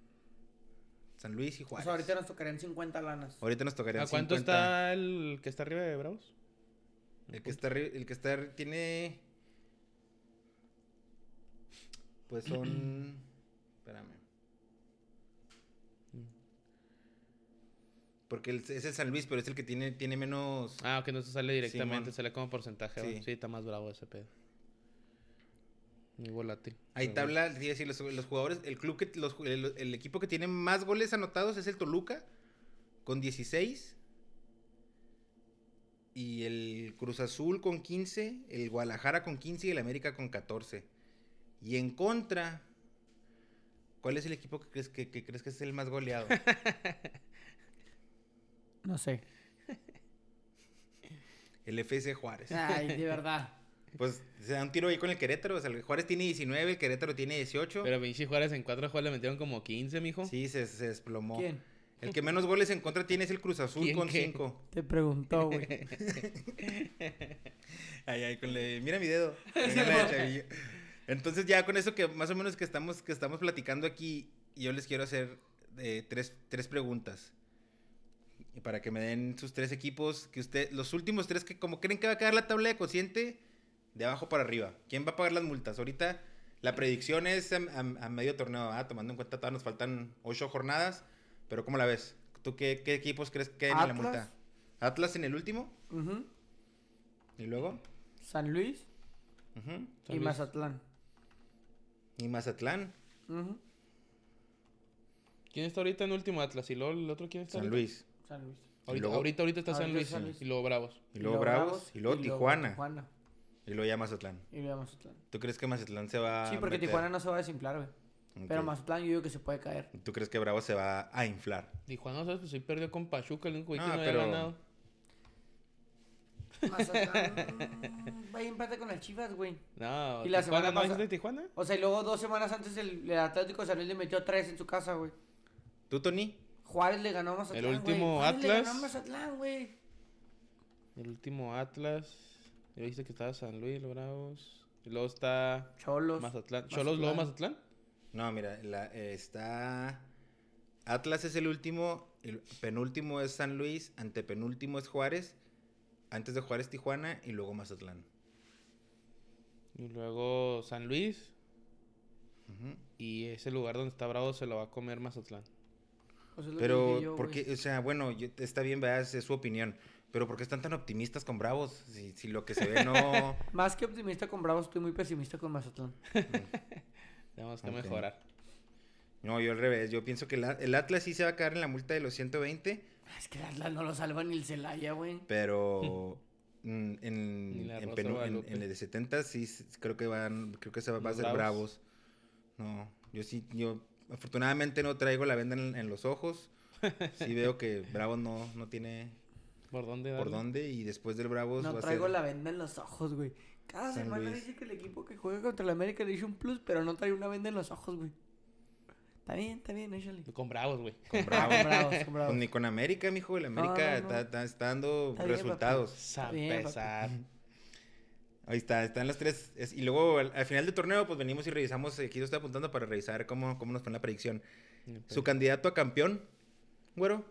San Luis y O Juárez. sea, ahorita nos tocarían 50 lanas. Ahorita nos tocarían ¿A cuánto 50. está el que está arriba de Bravos? El que está tiene... Pues son... Espérame. Porque es el San Luis, pero es el que tiene menos... Ah, que no se sale directamente, Simón. sale como porcentaje. Sí. ¿va? Sí, está más bravo ese pedo. Muy volátil. Hay Pero tabla, sí, decir, los jugadores, el equipo que tiene más goles anotados es el Toluca, con 16. Y el Cruz Azul con 15, el Guadalajara con 15 y el América con 14. Y en contra, ¿cuál es el equipo que crees que es el más goleado? No sé. El FC Juárez. Ay, de verdad. Pues se da un tiro ahí con el Querétaro. O sea, el Juárez tiene 19, el Querétaro tiene 18. Pero pinche Juárez en 4 juegos le metieron como 15, mijo. Sí, se desplomó. ¿Quién? El que menos goles en contra tiene es el Cruz Azul ¿Quién con qué? 5. Te preguntó, güey. Ay, mira mi dedo. Mira la de Chavillo. Entonces ya con eso que más o menos que estamos platicando aquí, yo les quiero hacer tres preguntas. Y para que me den sus 3 equipos, los últimos 3 que como creen que va a quedar la tabla de cociente, de abajo para arriba. ¿Quién va a pagar las multas? Ahorita la predicción es a medio torneo, tomando en cuenta todavía nos faltan 8 jornadas, pero ¿cómo la ves? ¿Tú qué equipos crees que en la Atlas. multa? Atlas en el último, Ujú. y luego San Luis ujú, San y Luis. Mazatlán. y Mazatlán, Ujú. ¿Quién está ahorita en último Atlas? ¿Y luego el otro quién está? San ahorita? Luis, San Luis. Ahorita, Y luego- ahorita está San Ahorita Luis, San Luis. y luego Bravos. y luego Bravos, y luego Tijuana, Tijuana. y luego ya Mazatlán. Y luego Mazatlán. ¿Tú crees que Mazatlán se va Sí, porque meter? Tijuana no se va a desinflar, güey. Ok. Pero Mazatlán yo digo que se puede caer. ¿Tú crees que Bravos se va a inflar? Tijuana, ¿sabes? Pues hoy perdió con Pachuca, el único güey No, que no había pero- ganado. Mazatlán va a empate con las Chivas, güey. No, Y la ¿Tijuana semana no pasada- dijiste Tijuana? O sea, y luego 2 semanas antes el Atlético de San Luis le metió 3 en su casa, güey. ¿Tú, Tony? Juárez le ganó a Mazatlán, El último güey. Juárez le Atlas. ganó a Mazatlán, güey. El último Atlas. Ya dijiste que estaba San Luis, los Bravos. Y luego está Cholos. Mazatlán. ¿Cholos, luego Mazatlán? No, mira, está... Atlas es el último, el penúltimo es San Luis, antepenúltimo es Juárez, antes de Juárez Tijuana y luego Mazatlán. Y luego San Luis. Ujú. Y ese lugar donde está Bravo se lo va a comer Mazatlán. Pues es lo que Pero, dije yo, ¿por güey. qué? O sea, bueno, está bien, ¿verdad? Es su opinión. Pero ¿por qué están tan optimistas con Bravos? Si lo que se ve no... Más que optimista con Bravos, estoy muy pesimista con Mazatlán. Tenemos que Ok. mejorar. No, yo al revés. Yo pienso que el Atlas sí se va a quedar en la multa de los 120, Es que el Atlas no lo salva ni el Celaya, güey. pero Ni en, la en, Rosa Guadalupe. en el de 70 sí creo que se va a Los ser Bravos. No, yo afortunadamente no traigo la venda en los ojos. Sí veo que Bravos no tiene ¿Por dónde por darle? dónde y después del Bravos va No a traigo ser... la venda en los ojos, güey. Cada San semana Luis. dice que el equipo que juega contra el América le hizo un plus, pero no trae una venda en los ojos, güey. Está bien, échale. Con Bravos, güey. Con Bravos. Con Bravos, con Pues Bravos. ni con América, mijo. El América No. está dando Está bien, resultados. San bien, papi. pesar. Ahí están las tres. Y luego al final del torneo, pues venimos y revisamos. Aquí lo estoy apuntando para revisar cómo nos fue en la predicción. Su candidato a campeón, güero.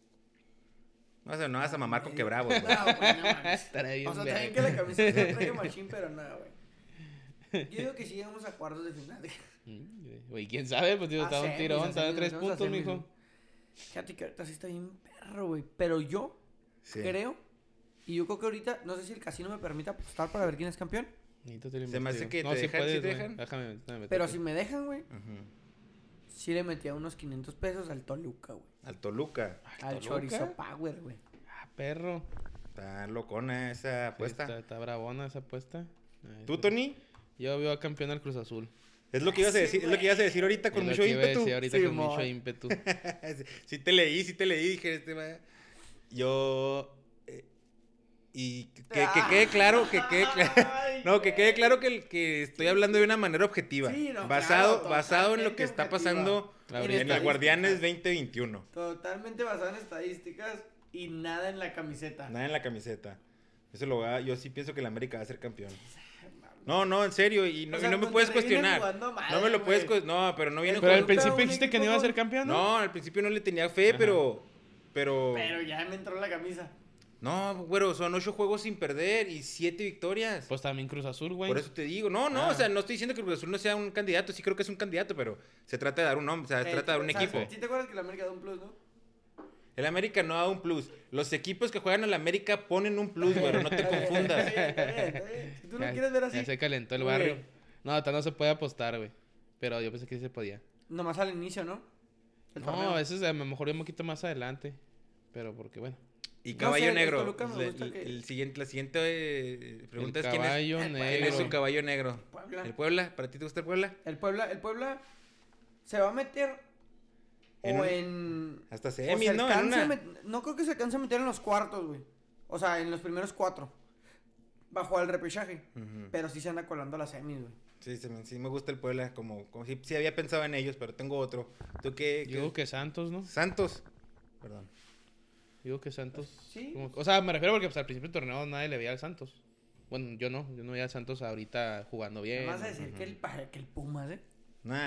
O sea, no vas a mamar con que Bravos, güey. No, güey, no mames. Estará bien, O sea, verga. también que la camiseta se traiga machín, pero nada, güey. Yo digo que sí llegamos a cuartos de final. Güey, quién sabe, pues tío, A estaba un semis, tirón, a estaba en semis, 3 nos vamos a puntos, semis, mijo. güey. Fíjate que ahorita sí está bien perro, güey. Pero yo Sí. creo, y yo creo que ahorita, no sé si el casino me permite apostar para ver quién es campeón. Necesito te lo Se me hace investigo. que te sí dejan, puedes, ¿sí te güey. dejan? Déjame Pero meterte. si me dejan, güey, Ujú. sí le metía unos 500 pesos al Toluca, güey. Al Toluca. Al ¿Toluca? Chorizo Power, güey. Ah, perro. Está locona esa apuesta. Sí, está bravona esa apuesta. Ahí ¿Tú, está. Tony? Yo veo a campeón al Cruz Azul. Es lo que ibas a Sí, decir, es lo que ibas a decir ahorita con Es lo mucho que iba a ímpetu. decir ahorita Sí, con mucho mon. ímpetu. Sí te leí, dije, yo... y que quede claro, no, que quede claro que estoy hablando de una manera objetiva. Sí, no, basado claro, basado en lo que totalmente está objetiva. pasando Ahorita. en el estadísticas. Guardianes 2021. Totalmente basado en estadísticas y nada en la camiseta. Nada en la camiseta. Yo sí pienso que el América va a ser campeón. No, en serio, y no, O sea, y no me Monterrey puedes viene cuestionar. jugando mal, No me lo puedes güey. cuestionar. No, pero no viene Pero al Toluca, principio un dijiste que no equipo iba a ser con- campeón, ¿no? No, al principio no le tenía fe, Ajá. pero... Pero ya me entró la camisa. No, güero, son 8 juegos sin perder y 7 victorias. Pues también Cruz Azul, güey. Por eso te digo, no, Ah. o sea, no estoy diciendo que Cruz Azul no sea un candidato, sí creo que es un candidato, pero se trata de dar un nombre, o sea, se trata de dar un ¿sabes? equipo. ¿Sí te acuerdas que la América da un plus, no? El América no da un plus. Los equipos que juegan al América ponen un plus, güero, no te confundas. Está bien. Si tú lo Ya- quieres ver así. Ya se calentó el Muy barrio. bien. No, ahorita no se puede apostar, güey. Pero yo pensé que sí se podía. Nomás al inicio, ¿no? El No, torneo. a veces a lo mejor un poquito más adelante. Pero porque, bueno. Y No caballo sé, el negro. Toluca me gusta que- La siguiente pregunta El es caballo ¿quién es? negro. ¿quién es su caballo negro? Puebla. ¿El Puebla? ¿Para ti te gusta el Puebla? El Puebla se va a meter En o un- en... Hasta o se semis, ¿no? En alcanza a una... no creo que se alcance a meter en los cuartos, güey. O sea, en los primeros 4. Bajo el repechaje. Ujú. Pero sí se anda colando a las semis, güey. Sí me gusta el Puebla, como si había pensado en ellos, pero tengo otro. ¿Tú qué? Yo digo que Santos, ¿no? Santos. Perdón. Digo que Santos. Sí. O sea, me refiero porque pues, al principio del torneo nadie le veía al Santos. Bueno, yo no veía al Santos ahorita jugando bien. Me vas a decir que el Pumas, ¿eh? No.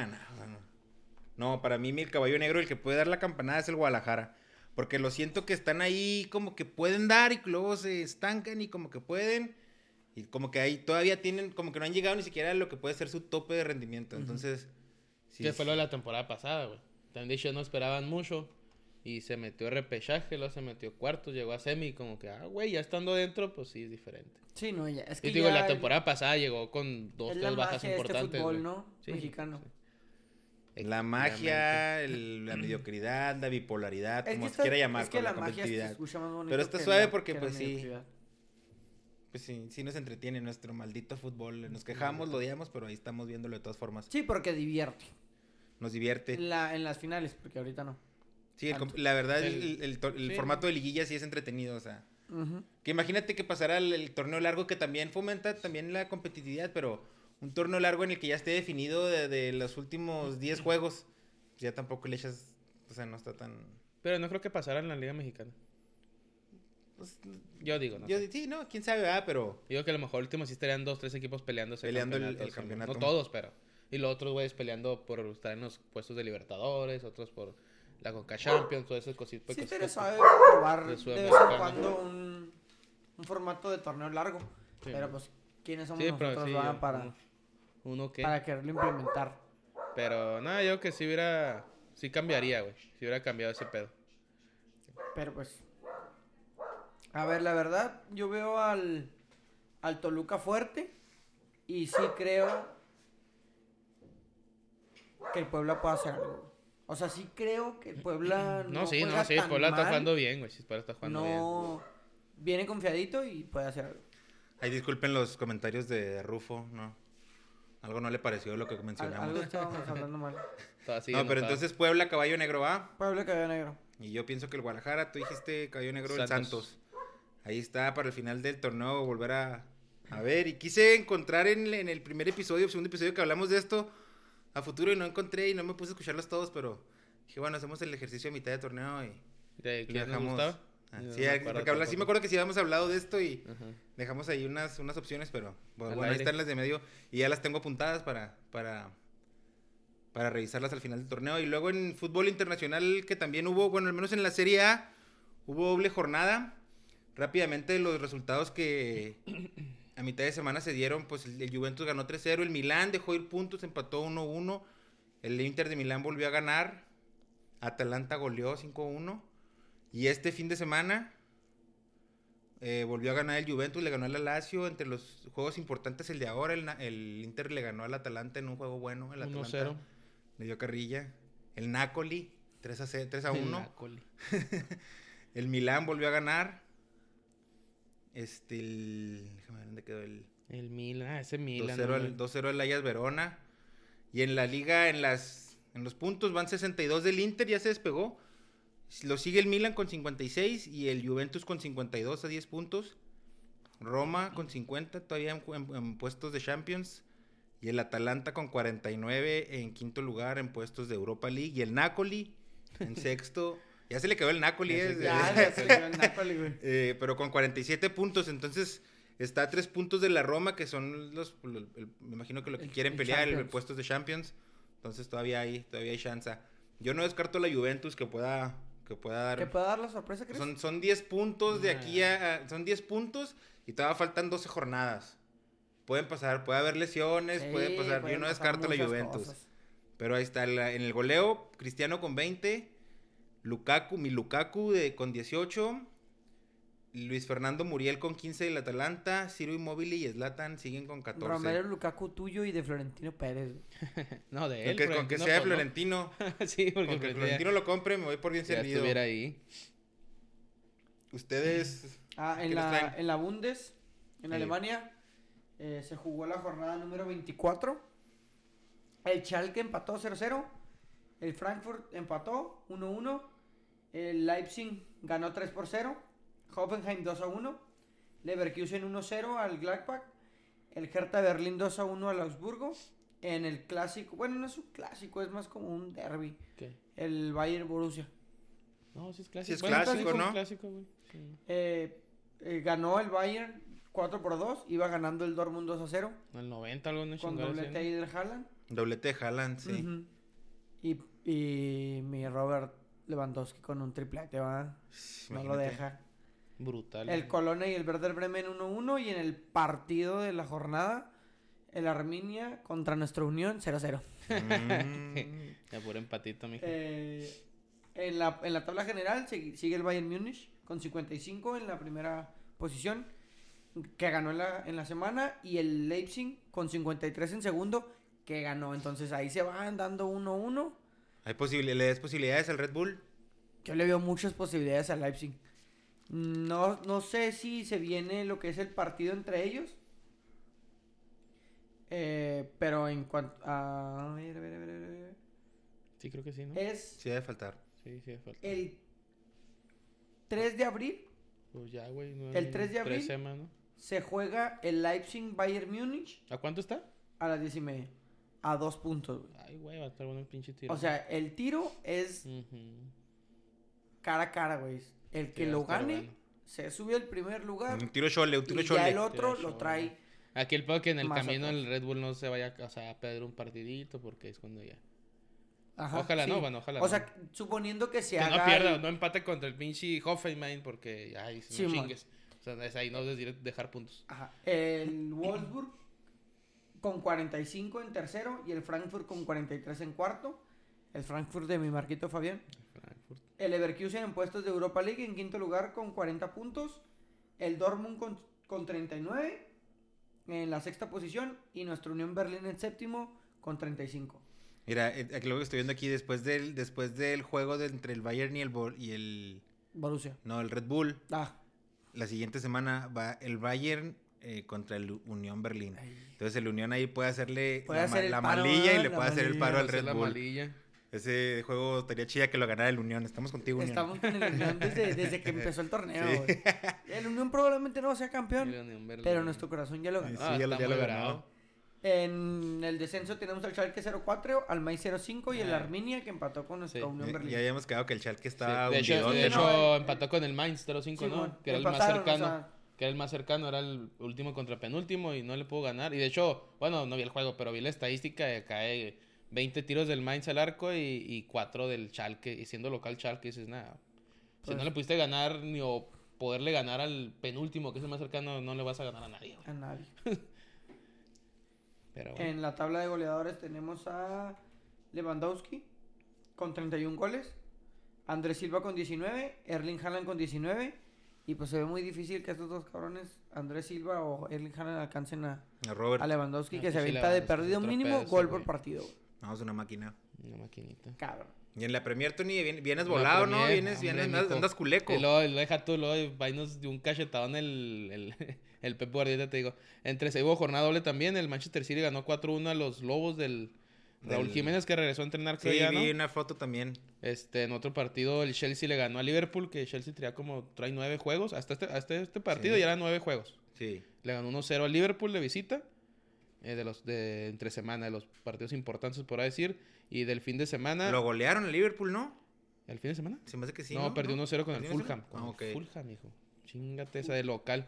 No, para mí el caballo negro, el que puede dar la campanada es el Guadalajara. Porque lo siento que están ahí como que pueden dar y luego se estancan y como que pueden. Y como que ahí todavía tienen, como que no han llegado ni siquiera a lo que puede ser su tope de rendimiento. Entonces, sí. Que fue lo de la temporada pasada, güey. También de hecho no esperaban mucho. Y se metió repechaje, luego se metió cuartos, llegó a semi. Como que, güey, ya estando dentro, pues sí es diferente. Sí, no, ya. Es Y que te digo, ya la temporada pasada llegó con dos, es la tres bajas magia de este importantes. fútbol, güey. ¿no? Sí, Mexicano. sí. La magia, la mediocridad, la bipolaridad, Es como que se está- quiera llamar, es que con la la magia se competitividad. escucha más bonito Pero está que suave la- porque, que la pues, sí. mediocridad. Pues sí nos entretiene nuestro maldito fútbol. Nos quejamos, lo odiamos, pero ahí estamos viéndolo de todas formas. Sí, porque divierte. Nos divierte. En las finales, porque ahorita no. Sí, Tanto. la verdad, El- el sí. formato de liguilla sí es entretenido, o sea. Ujú. Que imagínate que pasara el torneo largo, que también fomenta también la competitividad, pero un torneo largo en el que ya esté definido de los últimos 10 juegos, pues ya tampoco le echas, o sea, no está tan... Pero no creo que pasara en la Liga Mexicana. pues, Yo digo, no yo, sé. sí, no, quién sabe, pero... Digo que a lo mejor último sí estarían 2, 3 equipos peleándose Peleando el campeonatos, campeonato. No todos, pero. Y los otros güeyes peleando por estar en los puestos de Libertadores, otros por la Conca Champions, todas esas cositas. Sí, cositas. sabe probar de de vez en Sudamericana. cuando un formato de torneo largo. Sí. Pero pues, ¿quiénes somos Sí, pero nosotros sí, va, para, uno que. para quererlo implementar? Pero nada, yo que sí hubiera. Sí cambiaría, güey. Si hubiera cambiado ese pedo. Pero pues, a ver, la verdad, yo veo al Toluca fuerte y sí creo que el Puebla pueda hacer algo. O sea, sí creo que el Puebla No, sí, juega tan Puebla está mal, jugando bien, güey. Sí, Puebla está jugando bien. no viene confiadito y puede hacer algo. Ahí disculpen los comentarios de Rufo, ¿no? Algo no le pareció lo que mencionamos. Algo estábamos hablando mal. Estaba así No, pero enojado. entonces Puebla, caballo negro va. Puebla cayó negro. Y yo pienso que el Guadalajara, tú dijiste caballo negro el Santos. Santos. Ahí está para el final del torneo volver a ver. Y quise encontrar en el primer episodio, segundo episodio que hablamos de esto a futuro y no encontré y no me puse a escucharlos todos, pero dije, bueno, hacemos el ejercicio a mitad de torneo y ¿De lo quién nos dejamos. gustaba? Ah, Yo sí, no me acuerdo porque sí me tampoco. acuerdo que sí habíamos hablado de esto y Ajá. dejamos ahí unas opciones, pero bueno, Al ahí aire. están las de medio y ya las tengo apuntadas para revisarlas al final del torneo. Y luego en fútbol internacional que también hubo, bueno, al menos en la Serie A, hubo doble jornada. Rápidamente los resultados que a mitad de semana se dieron, pues el Juventus ganó 3-0, el Milán dejó ir puntos, empató 1-1, el Inter de Milán volvió a ganar, Atalanta goleó 5-1, y este fin de semana volvió a ganar el Juventus, le ganó al Lazio. Entre los juegos importantes el de ahora, el Inter le ganó al Atalanta en un juego bueno, el Atalanta 1-0. le dio carrilla, el Napoli 3-1, Nácoli. el Milán volvió a ganar. Déjame ver dónde quedó el El Milan, ese Milan. 2-0 al Ajax Verona. Y en la liga, en los puntos, van 62 del Inter, ya se despegó. Lo sigue el Milan con 56 y el Juventus con 52 a 10 puntos. Roma con 50 todavía en puestos de Champions. Y el Atalanta con 49 en quinto lugar en puestos de Europa League. Y el Napoli en sexto. Ya se le quedó el Napoli. Ya se quedó el Napoli, güey. Pero con 47 puntos. Entonces está a 3 puntos de la Roma, que son me imagino que lo que quieren pelear, el puestos de Champions. Entonces todavía hay chance. Yo no descarto la Juventus que pueda dar. ¿Que pueda dar la sorpresa, crees? Son 10 puntos de aquí son 10 puntos y todavía faltan 12 jornadas. Pueden pasar, puede haber lesiones, Sí, puede pasar. Yo pueden no pasar descarto la muchas Juventus. cosas. Pero ahí está, en el goleo, Cristiano con 20, mi Lukaku con 18, Luis Fernando Muriel con 15 del Atalanta, Ciro Immobile y Zlatan siguen con 14. Romero Lukaku tuyo y de Florentino Pérez, güey. No, de él. Con que Florentino, sea pues, no. Florentino. Sí, porque Con que Florentino lo compre, me voy por bien ya servido. estuviera ahí. Ustedes... En ¿qué les traen? la Bundes, en Sí. Alemania, se jugó la jornada número 24. El Schalke empató 0-0. El Frankfurt empató 1-1. El Leipzig ganó 3-0. Hoffenheim 2-1. Leverkusen 1-0 al Gladbach. El Hertha Berlín 2-1 al Augsburgo. En el clásico, bueno, no es un clásico, es más como un derby. ¿Qué? El Bayern Borussia. No, sí es clásico. Sí es Bueno, clásico, sí, ¿no? es clásico, güey. Sí. Ganó el Bayern 4-2. Iba ganando el Dortmund 2-0. El 90 algo no Con chingada, doblete sí, ahí del Haaland. Doblete de Haaland, sí. Ujú. Y mi Robert Lewandowski con un triplete, va. No lo Imagínate. deja. ¿no? Brutal. El Colonia y el Werder Bremen 1-1. Y en el partido de la jornada, el Arminia contra nuestra Unión 0-0. Ya puro empatito, mijo. En la tabla general sigue el Bayern Múnich con 55 en la primera posición, que ganó en la semana. Y el Leipzig con 53 en segundo, que ganó. Entonces ahí se van dando 1-1. ¿Le das posibilidades al Red Bull? Yo le veo muchas posibilidades al Leipzig. No sé si se viene lo que es el partido entre ellos. Pero en cuanto a... A ver. Sí, creo que sí, ¿no? Es Sí, debe faltar. Sí, sí, falta. el 3 de abril Pues ya, güey. No, El 3 de 3 abril. semanas. Se juega el Leipzig-Bayern Múnich ¿A cuánto está? a las 10:30. A 2 puntos, güey. Ay, güey, va a estar bueno el pinche tiro. O sea, el tiro es cara a cara, güey. El que Sí, va a lo estar gane bueno. se sube al primer lugar. Un tiro chole, un tiro Y ya chole. el otro Tiro lo chole. trae. Aquí el pedo que en el Más camino atrás. el Red Bull no se vaya o sea, a perder un partidito porque es cuando ya. Ajá, Ojalá sí. no, bueno, ojalá O no. sea, suponiendo que se Que haga. no pierda, no empate contra el pinche Hoffenheim porque, ay, si Sí, no mon. chingues. O sea, es ahí no debes dejar puntos. Ajá. El Wolfsburg con 45 en tercero y el Frankfurt con 43 en cuarto. El Frankfurt de mi Marquito Fabián. Frankfurt. El Leverkusen en puestos de Europa League en quinto lugar con 40 puntos. El Dortmund con 39 en la sexta posición. Y nuestra Unión Berlín en séptimo con 35. Mira, aquí lo que estoy viendo aquí, después del juego entre el Bayern y el Borussia. no, el Red Bull, Ah. la siguiente semana va el Bayern contra el Unión Berlín. Entonces el Unión ahí puede hacerle Puede hacer el la paro, malilla y ¿no? le La puede hacer el malilla. paro al Hacer Red la Bull. malilla. Ese juego estaría chida que lo ganara el Unión. Estamos contigo, Unión. Estamos con el Unión desde que empezó el torneo, Sí. güey. El Unión probablemente no sea campeón, Mira, Unión Berlín. pero nuestro corazón ya lo ganó. Sí, Ah, ya lo- está ya lo muy ganó. bravo. En el descenso tenemos al Schalke 04, al Mainz 05 y el Ah. Arminia que empató con nuestra Sí. Unión Berlín. Ya habíamos quedado que el Schalke Sí, estaba de hecho, hundidote, de ¿no? hecho empató con el Mainz 05, Sí, ¿no? bueno, Que era el más empataron, cercano. o sea, Que era el más cercano, era el último contra penúltimo y no le pudo ganar. Y de hecho, bueno, no vi el juego, pero vi la estadística de cae 20 tiros del Mainz al arco y 4 del Schalke. Y siendo local Schalke, dices, nada, si Pues- no le pudiste ganar ni o poderle ganar al penúltimo, que es el más cercano, no le vas a ganar a nadie, güey. a nadie. Pero bueno. En la tabla de goleadores tenemos a Lewandowski con 31 goles, Andrés Silva con 19, Erling Haaland con 19 y pues se ve muy difícil que estos dos cabrones, Andrés Silva o Erling Haaland, alcancen a Robert, Lewandowski, Ah, que pues se sí, avienta de Lewandowski es perdido otro mínimo pedo, gol ese por güey. partido, güey. vamos, una máquina. Una maquinita. Cabrón. Y en la Premier, Tony, vienes La volado, ¿no? Premier, Vienes, hombre, andas, mijo. andas culeco. Y luego deja tú, luego vainos de un cachetadón el Pep Guardiola, te digo. Entre se hubo jornada doble también, el Manchester City ganó 4-1 a los Lobos del Raúl Del- Jiménez, que regresó a entrenar, Sí, creo ya, ¿no? vi una foto también. En otro partido el Chelsea le ganó a Liverpool, que Chelsea trae 9 juegos, hasta este partido Sí. ya eran 9 juegos. Sí. Le ganó 1-0 al Liverpool de visita, de entre semana, de los partidos importantes, por así decir, y del fin de semana... Lo golearon el Liverpool, ¿no? ¿El fin de semana? Se me hace que sí. No, perdió 1-0 con el ¿Perdió 1-0? Fulham. Con Ah, el ok. Fulham, hijo. Chingate esa de local.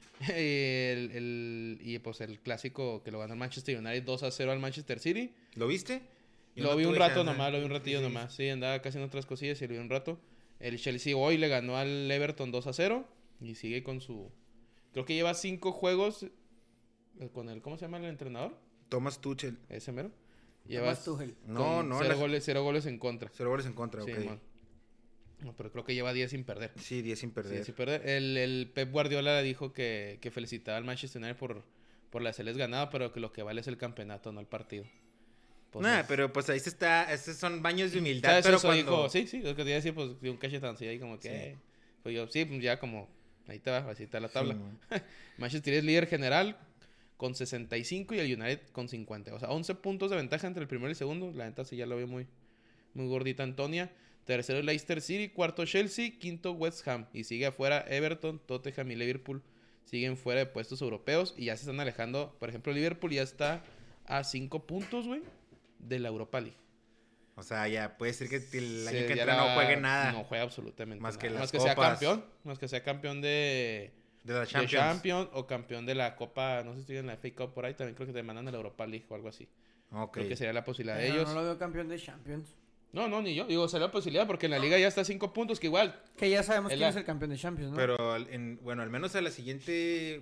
Y pues el clásico que lo ganó el Manchester United 2-0 al Manchester City. ¿Lo viste? Yo Lo no vi un tuve rato chance. nomás, lo vi un ratillo Sí. nomás. Sí, andaba casi en otras cosillas y lo vi un rato. El Chelsea hoy le ganó al Everton 2-0 y sigue con su... Creo que lleva 5 juegos con el... ¿Cómo se llama el entrenador? Thomas Tuchel. Ese mero. Thomas Tuchel. No, no. 0 goles en contra. 0 goles en contra, Sí, ok. man. No, pero creo que lleva 10 sin perder. Sí, 10 sin perder. Sí, sin perder. El Pep Guardiola dijo que felicitaba al Manchester United por la hacerles ganado, pero que lo que vale es el campeonato, no el partido. Pues Nah, es- pero pues ahí estos son baños de humildad, ¿sabes? pero Eso cuando... dijo, sí, lo que te iba a decir, pues de un cachetón, sí, ahí como que... Sí. Pues yo, sí, pues ya como, ahí te va, así está la Sí, tabla. man. Manchester es líder general con 65 y el United con 50. O sea, 11 puntos de ventaja entre el primero y el segundo. La neta sí ya lo veo muy, muy gordita Antonia. Tercero Leicester City, cuarto Chelsea, quinto West Ham. Y sigue afuera Everton, Tottenham y Liverpool. Siguen fuera de puestos europeos y ya se están alejando. Por ejemplo, Liverpool ya está a 5 puntos, güey, de la Europa League. O sea, ya puede ser que el año Sí, que ya entra no juegue nada No juega absolutamente Más nada. que las Más que sea copas. campeón. Más que sea campeón de de la de Champions. Champions o campeón de la Copa. No sé si estoy en la FA Cup por ahí. También creo que te mandan a la Europa League o algo así. Ok. Creo que sería la posibilidad de Pero ellos. no lo veo campeón de Champions. No, ni yo. Digo, sería la posibilidad porque en la liga ya está a 5 puntos, que igual. Que ya sabemos Es quién la- es el campeón de Champions, ¿no? Pero, bueno, al menos a la siguiente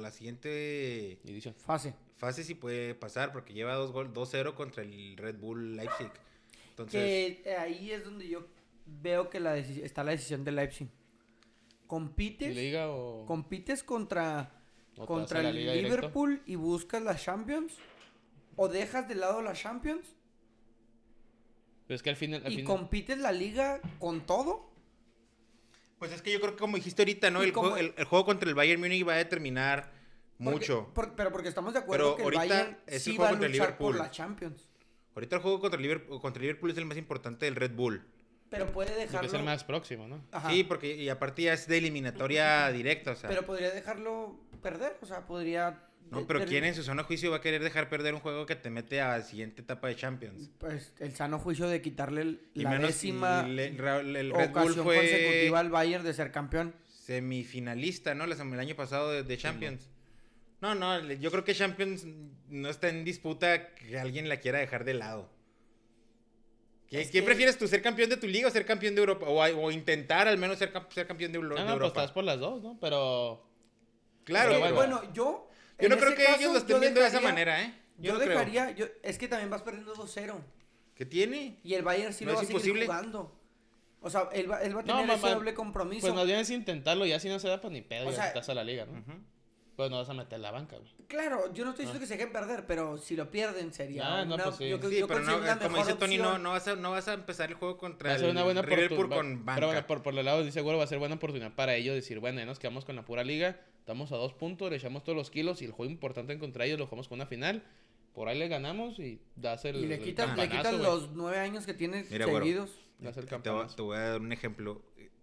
Edición. Fase. fase sí puede pasar porque lleva 2-0 contra el Red Bull Leipzig. Entonces, Que ahí es donde yo veo que está la decisión de Leipzig. Compites, ¿Liga o.? compites contra o te contra vas a la el liga directo? Liverpool y buscas la Champions, o dejas de lado la Champions Pero es que al final. y compites la liga con todo. pues es que yo creo que como dijiste ahorita, ¿no? Y El, como- el juego contra el Bayern Múnich va a determinar mucho. Pero porque estamos de acuerdo Pero que el ahorita Bayern es sí el va juego a contra el luchar por Liverpool. la Champions. Ahorita el juego contra el Liverpool es el más importante del Red Bull. Pero puede Tiene que dejarlo... ser más próximo, ¿no? Ajá. Sí, porque y aparte ya es de eliminatoria directa, o sea. Pero podría dejarlo perder, o sea, podría... No, pero ¿quién en su sano juicio va a querer dejar perder un juego que te mete a la siguiente etapa de Champions? Pues el sano juicio de quitarle Y la menos décima el Red Bull ocasión fue consecutiva al Bayern de ser campeón. semifinalista, ¿no? El año pasado de Champions. No, yo creo que Champions no está en disputa que alguien la quiera dejar de lado. ¿Quién prefieres tú, ser campeón de tu liga o ser campeón de Europa? O intentar al menos ser campeón de No, Europa. pues estás por las dos, ¿no? Pero... Claro, Es que, pero bueno, yo no en creo ese que caso, ellos lo estén yo viendo de esa dejaría- manera, ¿eh? Yo no creo. dejaría, es que también vas perdiendo 2-0. ¿Qué tiene? Y el Bayern sí No lo va es a seguir imposible. jugando. O sea, él va a No, tener ese mamá, doble compromiso. Pues más bien es intentarlo, ya si no se da, pues ni pedo, O ya sea, estás a la liga, ¿no? Ujú. Pues no vas a meter la banca, güey. Claro, yo no estoy diciendo que se dejen perder, pero si lo pierden sería Ah, no, una, pues sí. yo, Sí, yo pero considero una como mejor dice Tony, opción. no vas a empezar el juego contra Va a ser una buena Liverpool oportunidad. con banca. Pero bueno, por el lado, dice Güero, va a ser buena oportunidad para ellos decir, bueno, ya nos quedamos con la pura liga, estamos a 2 puntos, le echamos todos los kilos y el juego importante contra ellos lo jugamos con una final. Por ahí le ganamos y das el Y le quitas campanazo, güey. los 9 años que tiene Mira, güero, seguidos. Das el te campanazo. voy a dar un ejemplo.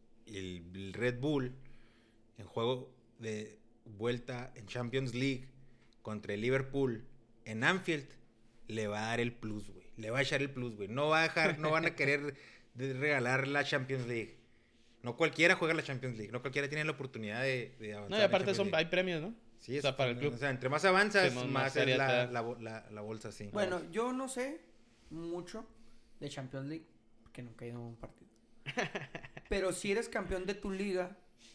El Red Bull en juego de vuelta en Champions League contra el Liverpool en Anfield le va a dar el plus, güey. Le va a echar el plus, güey. No van a querer regalar la Champions League. No cualquiera juega la Champions League. No cualquiera tiene la oportunidad de avanzar. No, y en aparte Champions hay League. premios, ¿no? Sí, o sea, para el club. O sea, entre más avanzas, Sí, más más es feria te da. la bolsa, sí. Bueno, yo no sé mucho de Champions League, porque nunca he ido a un partido. Pero si eres campeón de tu liga,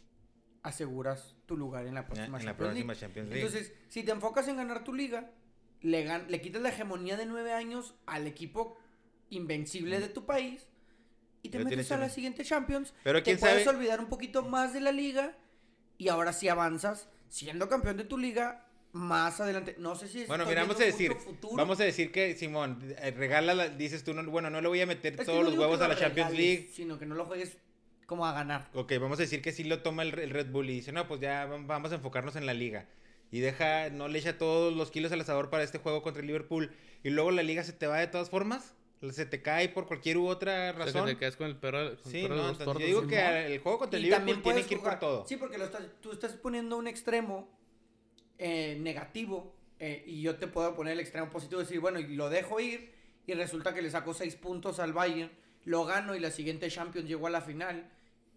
aseguras tu lugar en la próxima, En la Champions, próxima League. Champions League. Entonces, si te enfocas en ganar tu liga, le quitas la hegemonía de 9 años al equipo invencible de tu país y te Pero metes tienes a la Champions. siguiente Champions. Pero te quién puedes sabe. olvidar un poquito más de la liga y ahora sí avanzas siendo campeón de tu liga más adelante. No sé si Bueno, estoy mira, vamos a viendo decir, mucho futuro. vamos a decir que Simón regala, dices tú, bueno, no le voy a meter Es que todos no los digo huevos que a lo la Champions regales, League. sino que no lo juegues como a ganar. Ok, vamos a decir que sí lo toma el Red Bull y dice, no, pues ya vamos a enfocarnos en la liga. Y no le echa todos los kilos al asador para este juego contra el Liverpool. Y luego la liga se te va de todas formas. Se te cae por cualquier u otra O sea, razón. que te quedas con el perro, con Sí, el perro de no, dos entonces tortas. yo digo Simón. que el juego contra el Y Liverpool tiene puedes que ir jugar- por todo. Sí, porque tú estás poniendo un extremo negativo y yo te puedo poner el extremo positivo y decir, bueno, y lo dejo ir y resulta que le saco 6 puntos al Bayern, lo gano y la siguiente Champions llegó a la final.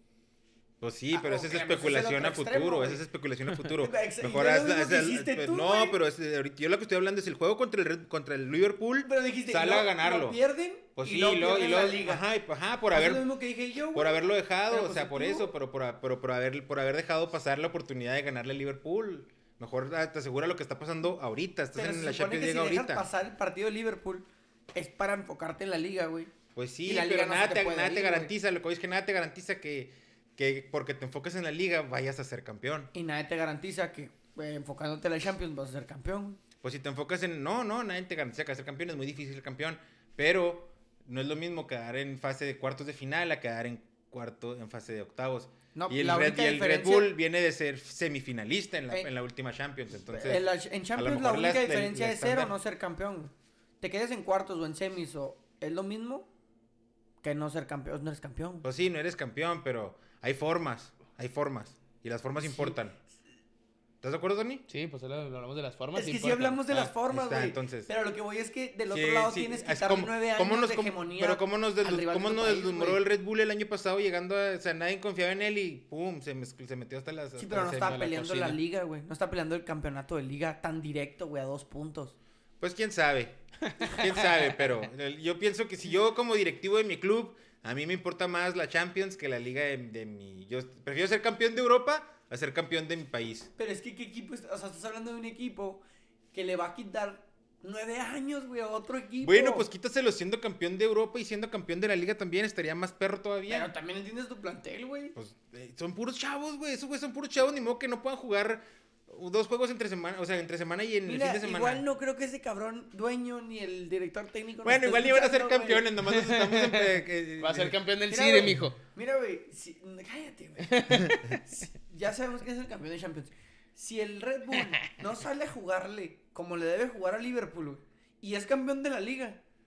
Pues sí, pero esa es ok, pues es el especulación otro a futuro, extremo, esa güey. es especulación a futuro. Ex- Mejor y haz luego lo que hiciste tú, no, güey. pero ahorita yo lo que estoy hablando es el juego contra el Liverpool. Pero dijiste, sale a ganarlo. lo pierden Pues y sí, luego y luego, pierden la liga. ajá, por Eso haber es lo mismo que dije yo, por güey. haberlo dejado, Pero o sea, por positivo. eso, pero por haber dejado pasar la oportunidad de ganarle a Liverpool. Mejor te asegura lo que está pasando ahorita, estás Pero en se la supone Champions que si League dejas ahorita. pasar el partido de Liverpool es para enfocarte en la liga, güey. Pues sí, y la pero liga no nada se te puede nada ir, te güey. garantiza, lo que voy es que nada te garantiza que porque te enfoques en la liga vayas a ser campeón. Y nadie te garantiza que enfocándote en la Champions vas a ser campeón. Pues si te enfocas en... No, nadie te garantiza que ser campeón. Es muy difícil ser campeón. Pero no es lo mismo quedar en fase de cuartos de final a quedar en fase de octavos. No, y el la Red única Red diferencia- Bull viene de ser semifinalista en Eh, la última Champions. Entonces, En a Champions lo la mejor única diferencia la es ser o estándar- no ser campeón. Te quedes en cuartos o en semis o es lo mismo que no ser campeón, no eres campeón. Pues sí, no eres campeón, pero hay formas. Y las formas importan. ¿Estás de acuerdo, Tony? Sí, pues ahora hablamos de las formas. Es sí que sí importa. hablamos de las formas, está, güey. entonces. Pero lo que voy es que del Sí, otro lado sí, tienes que es quitarle como- 9 ¿cómo años nos de com- hegemonía. Pero cómo nos al rival de tu país, deslumbró güey. el Red Bull el año pasado llegando a... O sea, nadie confiaba en él y pum, se metió hasta las... Sí, hasta pero no las está la peleando la cocina. liga, güey. No está peleando el campeonato de liga tan directo, güey, a 2 puntos. Pues quién sabe, pero yo pienso que si yo como directivo de mi club, a mí me importa más la Champions que la liga de mi... Yo prefiero ser campeón de Europa a ser campeón de mi país. Pero es que ¿qué equipo? O sea, estás hablando de un equipo que le va a quitar 9 años, güey, a otro equipo. Bueno, pues quítaselo siendo campeón de Europa y siendo campeón de la liga también, estaría más perro todavía. Pero también entiendes tu plantel, güey. Pues son puros chavos, güey, esos güey son puros chavos, ni modo que no puedan jugar 2 juegos entre semana, o sea, entre semana y en el Mira, fin de semana. igual no creo que ese cabrón dueño ni el director técnico... nos Bueno, esté igual ni van a ser escuchando, güey. campeones, nomás nos estamos... Va a ser campeón del Mira, CIDE, güey, mijo. Mira, güey, cállate, güey. Ya sabemos que es el campeón de Champions. Si el Red Bull no sale a jugarle como le debe jugar a Liverpool, güey, y es campeón de la liga,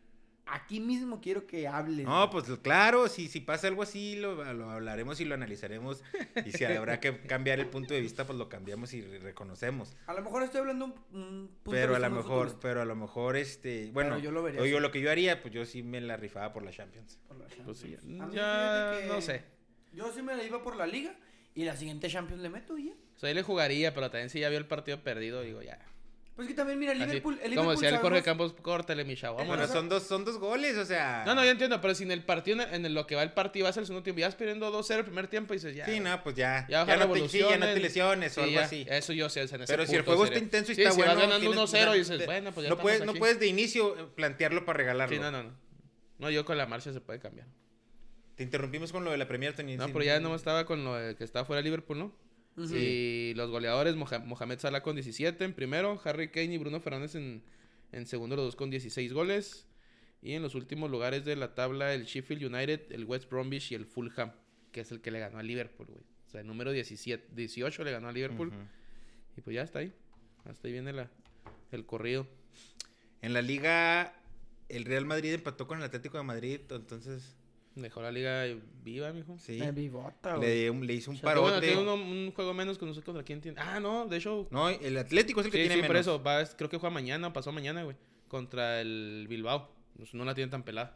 aquí mismo quiero que hables. No, pues claro, si pasa algo así, lo hablaremos y lo analizaremos. Y si habrá que cambiar el punto de vista, pues lo cambiamos y reconocemos. A lo mejor estoy hablando un punto de Pero a vista lo muy mejor, futurista. pero a lo mejor, bueno, Pero yo lo vería oye, así. lo que yo haría, pues yo sí me la rifaba por la Champions. Por la Champions. Pues sí, A mí, ya fíjate que no sé. Yo sí me la iba por la liga y la siguiente Champions le meto y ya. O sea, ahí le jugaría, pero también si ya vio el partido perdido, digo, ya. Pues que también, mira, el Así, Liverpool... como decía el Jorge sabemos- Campos, córtale, mi chavo. Bueno, Vámonos. son dos goles, o sea. No, yo entiendo, pero si en el partido, lo que va el partido, vas al segundo tiempo, ya vas perdiendo 2-0 el primer tiempo y dices, ya. Sí, no, pues ya. Ya baja no te, sí, ya no te lesiones o Sí, algo ya, así. Eso yo sé, en ese Pero si el punto juego sería. está intenso y Sí, está si bueno. vas ganando tienes- 1-0 y dices, bueno, pues ya no estamos puedes, aquí. no puedes de inicio plantearlo para regalarlo. Sí, no. No, yo con la marcha se puede cambiar. Te interrumpimos con lo de la Premier, Tony. No, Sí, pero ya no estaba con lo de que estaba fuera de Liverpool, ¿no? Ujú. Y los goleadores, Mohamed Salah con 17 en primero, Harry Kane y Bruno Fernández en segundo, los dos con 16 goles. Y en los últimos lugares de la tabla, el Sheffield United, el West Bromwich y el Fulham, que es el que le ganó a Liverpool, güey. O sea, el número 18 le ganó a Liverpool. Ujú. Y pues ya está ahí. Hasta ahí viene el corrido. En la liga, el Real Madrid empató con el Atlético de Madrid, entonces, Dejó la liga viva, mijo. sí. Vivota, güey. Le hizo un Pero bueno, parote. tiene un juego menos que no sé contra quién tiene. Ah, no, de hecho. No, el Atlético es el que Sí, tiene sí, menos. por eso. Creo que juega mañana, pasó mañana, güey. Contra el Bilbao. Pues no la tiene tan pelada.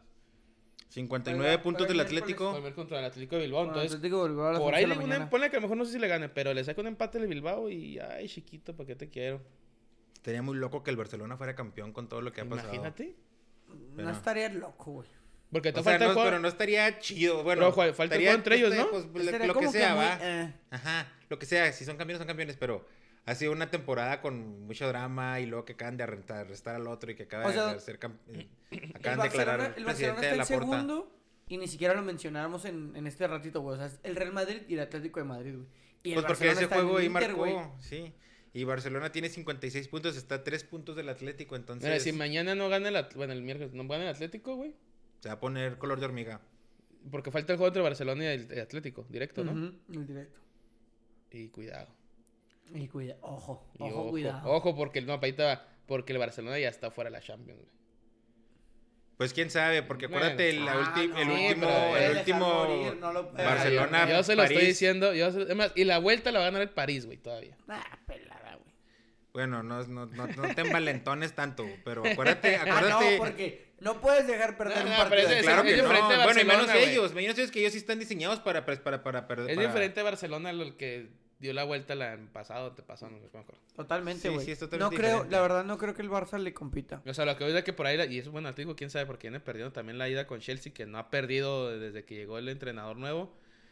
59 puntos del Atlético. Volver contra el Atlético de Bilbao. Bueno, Entonces, Atlético volvió a las por 11 ahí de la mañana. ponle que a lo mejor no sé si le gane, pero le saca un empate el Bilbao y ay, chiquito, ¿para qué te quiero? Estaría muy loco que el Barcelona fuera campeón con todo lo que ha pasado. Imagínate. No estaría loco, güey. Porque te O sea, falta no, el juego. pero no estaría chido. Bueno, Pero falta el estaría- juego entre ellos, ¿no? Pues, Estaría lo que como sea, muy, va. Ajá, lo que sea. Si son campeones, pero ha sido una temporada con mucho drama y luego que acaban de arrestar al otro y que acaba O sea, de ser acaban de declarar el Barcelona presidente está de la en Porta. segundo y ni siquiera lo mencionamos en este ratito, güey. O sea, es el Real Madrid y el Atlético de Madrid, güey. Y el Pues porque Barcelona ese está en juego el ahí Inter, marcó, güey. sí. Y Barcelona tiene 56 puntos, está a 3 puntos del Atlético, entonces Mira, si mañana no gana el miércoles no gana el Atlético, güey. se va a poner color de hormiga. Porque falta el juego entre Barcelona y el Atlético, directo, ¿no? Ujú, el directo. Y cuidado. Y cuidado, ojo, Y ojo, cuidado. Ojo, porque porque el Barcelona ya está fuera de la Champions, güey. Pues quién sabe, porque Bueno. acuérdate el No, último no lo puede el dejar último morir, no lo puede dejar Barcelona morir. Yo se lo París. estoy diciendo. Es más, y la vuelta la va a ganar el París, güey, todavía. Ah, pelada, güey. Bueno, no te envalentones tanto, pero acuérdate, Ah, no, porque no puedes dejar perder No, un no, pero partido. ese- claro es que no. diferente a Bueno, y menos Barcelona, ellos, que ellos sí están diseñados para perder. Es diferente a Barcelona lo que dio la vuelta el pasado, antepasado, no me acuerdo. Totalmente, Sí, güey. sí, es no totalmente creo, diferente. la verdad no creo que el Barça le compita. O sea, lo que hoy es que por ahí, y eso bueno, te digo, quién sabe, porque viene perdiendo también la ida con Chelsea, que no ha perdido desde que llegó el entrenador nuevo.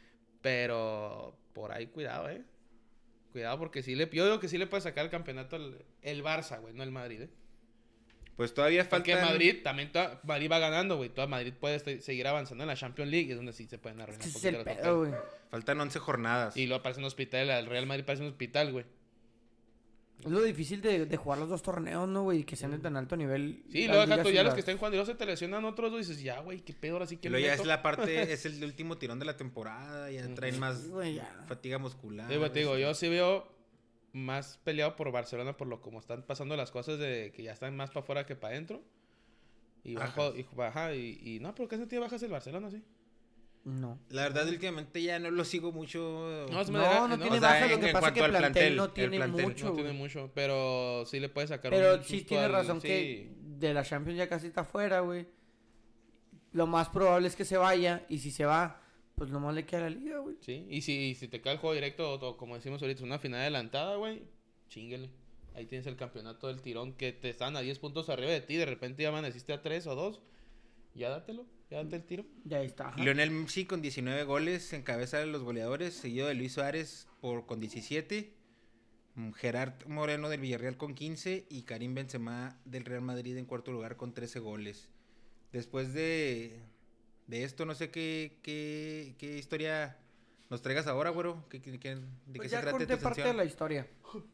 Pero por ahí, cuidado, Cuidado, porque yo digo que sí le puede sacar el campeonato el Barça, güey, no el Madrid, Pues todavía falta. Porque Madrid también Madrid va ganando, güey. Toda Madrid puede seguir avanzando en la Champions League y es donde sí se pueden arruinar un Ese es poquito el los pedo, papeles. güey. Faltan 11 jornadas. Y luego parece un hospital, el Real Madrid parece un hospital, güey. Es lo difícil de jugar los dos torneos, ¿no, güey? Que sean de tan alto nivel. Sí, las luego deja ligas tú y ya los las- que estén jugando y luego se te lesionan otros, güey, y dices, ya, güey, qué pedo, ahora sí Y que luego ya es la parte, es el último tirón de la temporada, ya traen más Sí, güey, ya. fatiga muscular. Sí, güey, te digo, yo sí veo más peleado por Barcelona por lo como están pasando las cosas de que ya están más para afuera que para adentro. Y baja, y no, pero ¿qué sentido bajas el Barcelona, sí? No. La verdad, últimamente ya no lo sigo mucho. No, No tiene O sea, bajas, lo en que pasa es cuanto que el al plantel plantel, no el tiene plantel. mucho. No tiene güey. mucho, pero sí le puede sacar Pero un sí susto tiene al- razón sí. que de la Champions ya casi está fuera, güey. Lo más probable es que se vaya. Y si se va, pues nomás le queda la liga, güey. Sí, y si te cae el juego directo, o como decimos ahorita, una final adelantada, güey, chinguele. Ahí tienes el campeonato del tirón que te están a 10 puntos arriba de ti, de repente ya amaneciste a 3 o 2. Ya date el tiro. Ya está. ajá. Lionel Messi con 19 goles encabeza de los goleadores, seguido de Luis Suárez con 17. Gerard Moreno del Villarreal con 15 y Karim Benzema del Real Madrid en cuarto lugar con 13 goles. Después de esto, no sé qué historia nos traigas ahora, güero. ¿De Pues qué ya se trata conté tu parte de sección? la historia.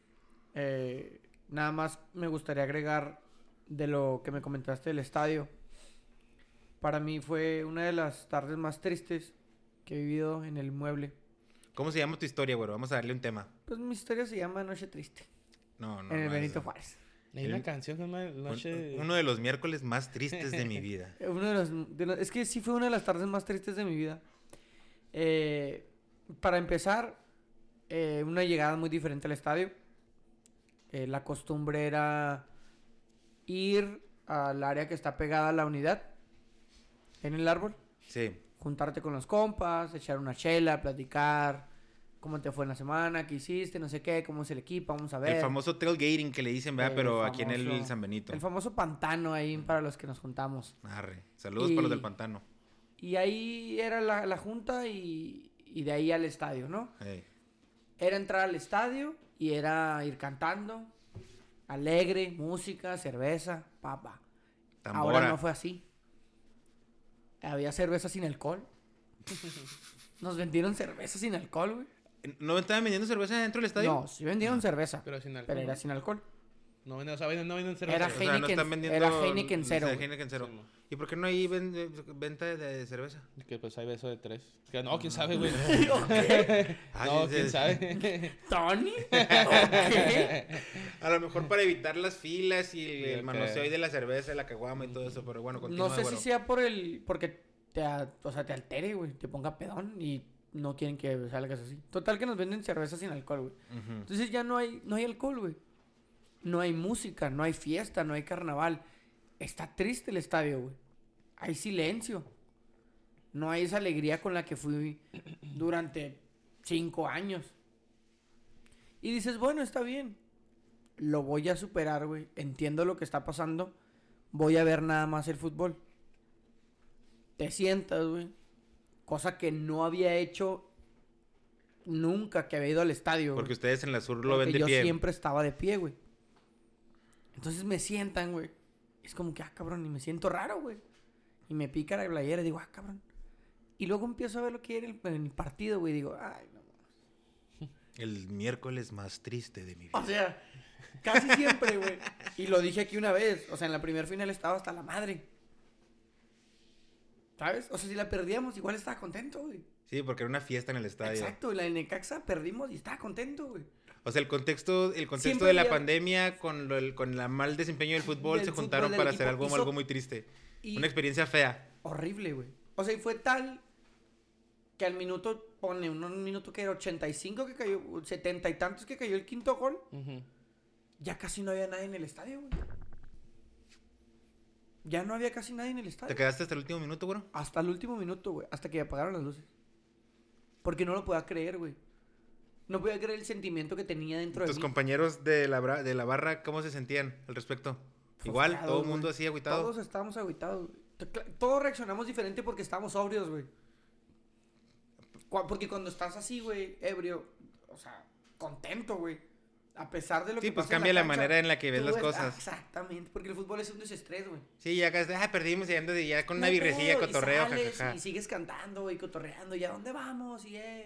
Nada más me gustaría agregar de lo que me comentaste del estadio. Para mí fue una de las tardes más tristes que he vivido en el mueble. ¿Cómo se llama tu historia, güero? Vamos a darle un tema. Pues mi historia se llama Noche Triste. No, en el no Benito es- Juárez. Hay una canción que se llama Noche... Uno de los miércoles más tristes de mi vida. Es que sí fue una de las tardes más tristes de mi vida. Para empezar, una llegada muy diferente al estadio. La costumbre era ir al área que está pegada a la unidad, en el árbol. Sí. Juntarte con los compas, echar una chela, platicar cómo te fue en la semana, qué hiciste, no sé qué, cómo es el equipo, vamos a ver. El famoso tailgating que le dicen, ¿verdad? Pero aquí en el San Benito. El famoso pantano ahí para los que nos juntamos. Arre. Saludos para los del pantano. Y ahí era la junta y de ahí al estadio, ¿no? Hey. Era entrar al estadio y era ir cantando, alegre, música, cerveza, papa. Tambora. Ahora no fue así. Había cerveza sin alcohol. Nos vendieron cerveza sin alcohol, güey. ¿No estaban vendiendo cerveza dentro del estadio? No, sí vendieron cerveza, Pero sin alcohol. pero era sin alcohol. No venden, o sea, no venden cerveza. Era O sea, no están vendiendo... era Heineken cero, güey. Heineken cero. Sí, mo. ¿Y por qué no hay venta de cerveza? Que pues hay beso de 3. Que no, quién sabe, güey. Ah, No, sí, quién sí. sabe. ¿Tony? ¿Qué? A lo mejor para evitar las filas y Sí, el ok. manoseo ahí de la cerveza, de la caguama y todo eso, pero bueno, continúa, No sé si güero. sea porque te altere, güey, te ponga pedón y no quieren que salgas así. Total que nos venden cerveza sin alcohol, güey. Ujú. Entonces ya no hay alcohol, güey. No hay música, no hay fiesta, no hay carnaval. Está triste el estadio, güey. Hay silencio. No hay esa alegría con la que fui durante 5 años. Y dices, bueno, está bien. Lo voy a superar, güey. Entiendo lo que está pasando. Voy a ver nada más el fútbol. Te sientas, güey. Cosa que no había hecho nunca que había ido al estadio. Porque güey. ustedes en la sur lo ven Porque de yo pie. siempre estaba de pie, güey. Entonces me sientan, güey. Es como que, cabrón, y me siento raro, güey. Y me pica la playera y digo, cabrón. Y luego empiezo a ver lo que era en el partido, güey. Y digo, ay, no. El miércoles más triste de mi vida. O sea, casi siempre, güey. Y lo dije aquí una vez. O sea, en la primer final estaba hasta la madre. ¿Sabes? O sea, si la perdíamos, igual estaba contento, güey. Sí, porque era una fiesta en el estadio. Exacto, y la de Necaxa perdimos y estaba contento, güey. O sea, el contexto Siempre de la había- pandemia con con el mal desempeño del fútbol Del se fútbol juntaron del para equipo hacer algo hizo- muy triste. Y Una experiencia fea. horrible, güey. O sea, y fue tal que al minuto, ponle un minuto que era 85 que cayó, 70 y tantos que cayó el quinto gol, Ujú. ya casi no había nadie en el estadio, güey. Ya no había casi nadie en el ¿Te estadio. quedaste hasta el último minuto, güey? Hasta el último minuto, güey. Hasta que apagaron las luces. Porque no lo podía creer, güey. No podía creer el sentimiento que tenía dentro de Tus mí. compañeros de la barra, ¿cómo se sentían al respecto? Igual, Frustrados, todo el mundo güey. así agüitado. Todos estábamos agüitados, güey. Todos reaccionamos diferente porque estábamos sobrios, güey. Porque cuando estás así, güey, ebrio, o sea, contento, güey. A pesar de lo Sí, que pues pasa en cambia la cancha, manera en la que ves tú las cosas. exactamente, porque el fútbol es un desestrés, güey. Sí, ya perdimos y andas ya con una No hay birrecilla, pedo, cotorreo, y sales, jajaja. y sigues cantando y cotorreando, y a dónde vamos,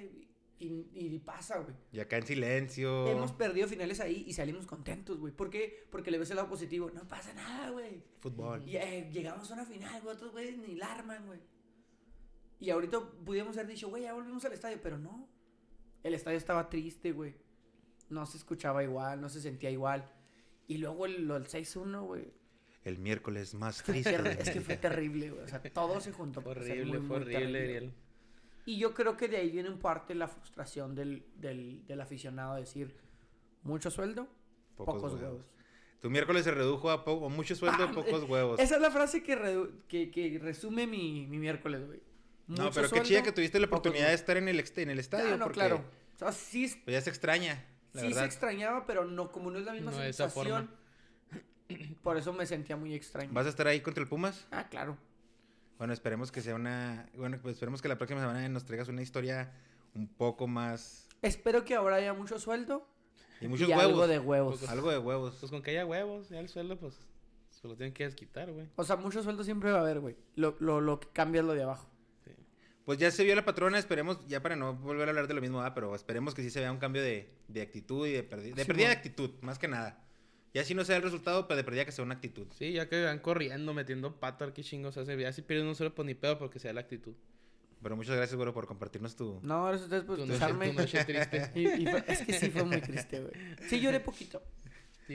y pasa, güey. Y acá en silencio. Hemos perdido finales ahí y salimos contentos, güey. ¿Por qué? Porque le ves el lado positivo. No pasa nada, güey. Fútbol. Y llegamos a una final, güey. Otros güeyes ni la arman, güey. Y ahorita pudimos haber dicho, güey, ya volvimos al estadio, pero no. El estadio estaba triste, güey. No se escuchaba igual, no se sentía igual. Y luego el 6-1, güey. El miércoles más triste. Es que fue terrible, güey. O sea, todo se juntó para ser Horrible, muy, fue muy horrible, terrible. Ariel. Y yo creo que de ahí viene en parte la frustración del aficionado. Decir, mucho sueldo, pocos huevos. Tu miércoles se redujo a mucho sueldo, pocos huevos. Esa es la frase que resume mi miércoles, güey. No, Mucho pero qué sueldo, chida que tuviste la pocos oportunidad de huevos. estar en el estadio. Ah, no, porque claro. O sea, sí, pues ya se extraña, la sí se verdad. extrañaba, pero no, como no es la misma No de esa sensación. Por eso me sentía muy extraño. ¿Vas a estar ahí contra el Pumas? Ah, claro. Bueno, esperemos que sea pues esperemos que la próxima semana nos traigas una historia un poco más... Espero que ahora haya mucho sueldo Y muchos y huevos. algo de huevos. Algo de huevos. Pues con que haya huevos, ya el sueldo, pues, se lo tienen que desquitar, güey. O sea, mucho sueldo siempre va a haber, güey. Lo que cambia es lo de abajo. Sí. Pues ya se vio la patrona, esperemos, ya para no volver a hablar de lo mismo, pero esperemos que sí se vea un cambio de actitud y de pérdida Sí, de man. actitud, más que nada. Ya si no se da el resultado, pero de pérdida que sea una actitud. Sí, ya que van corriendo, metiendo pato, qué chingos hace. Ya si pierden un solo, pues ni pedo porque sea la actitud. Pero muchas gracias, güero, por compartirnos tu... No, gracias a ustedes por Tu noche, escucharme. tu noche triste. Es que sí fue muy triste, güey. Sí lloré poquito. ¿Sí, gracias?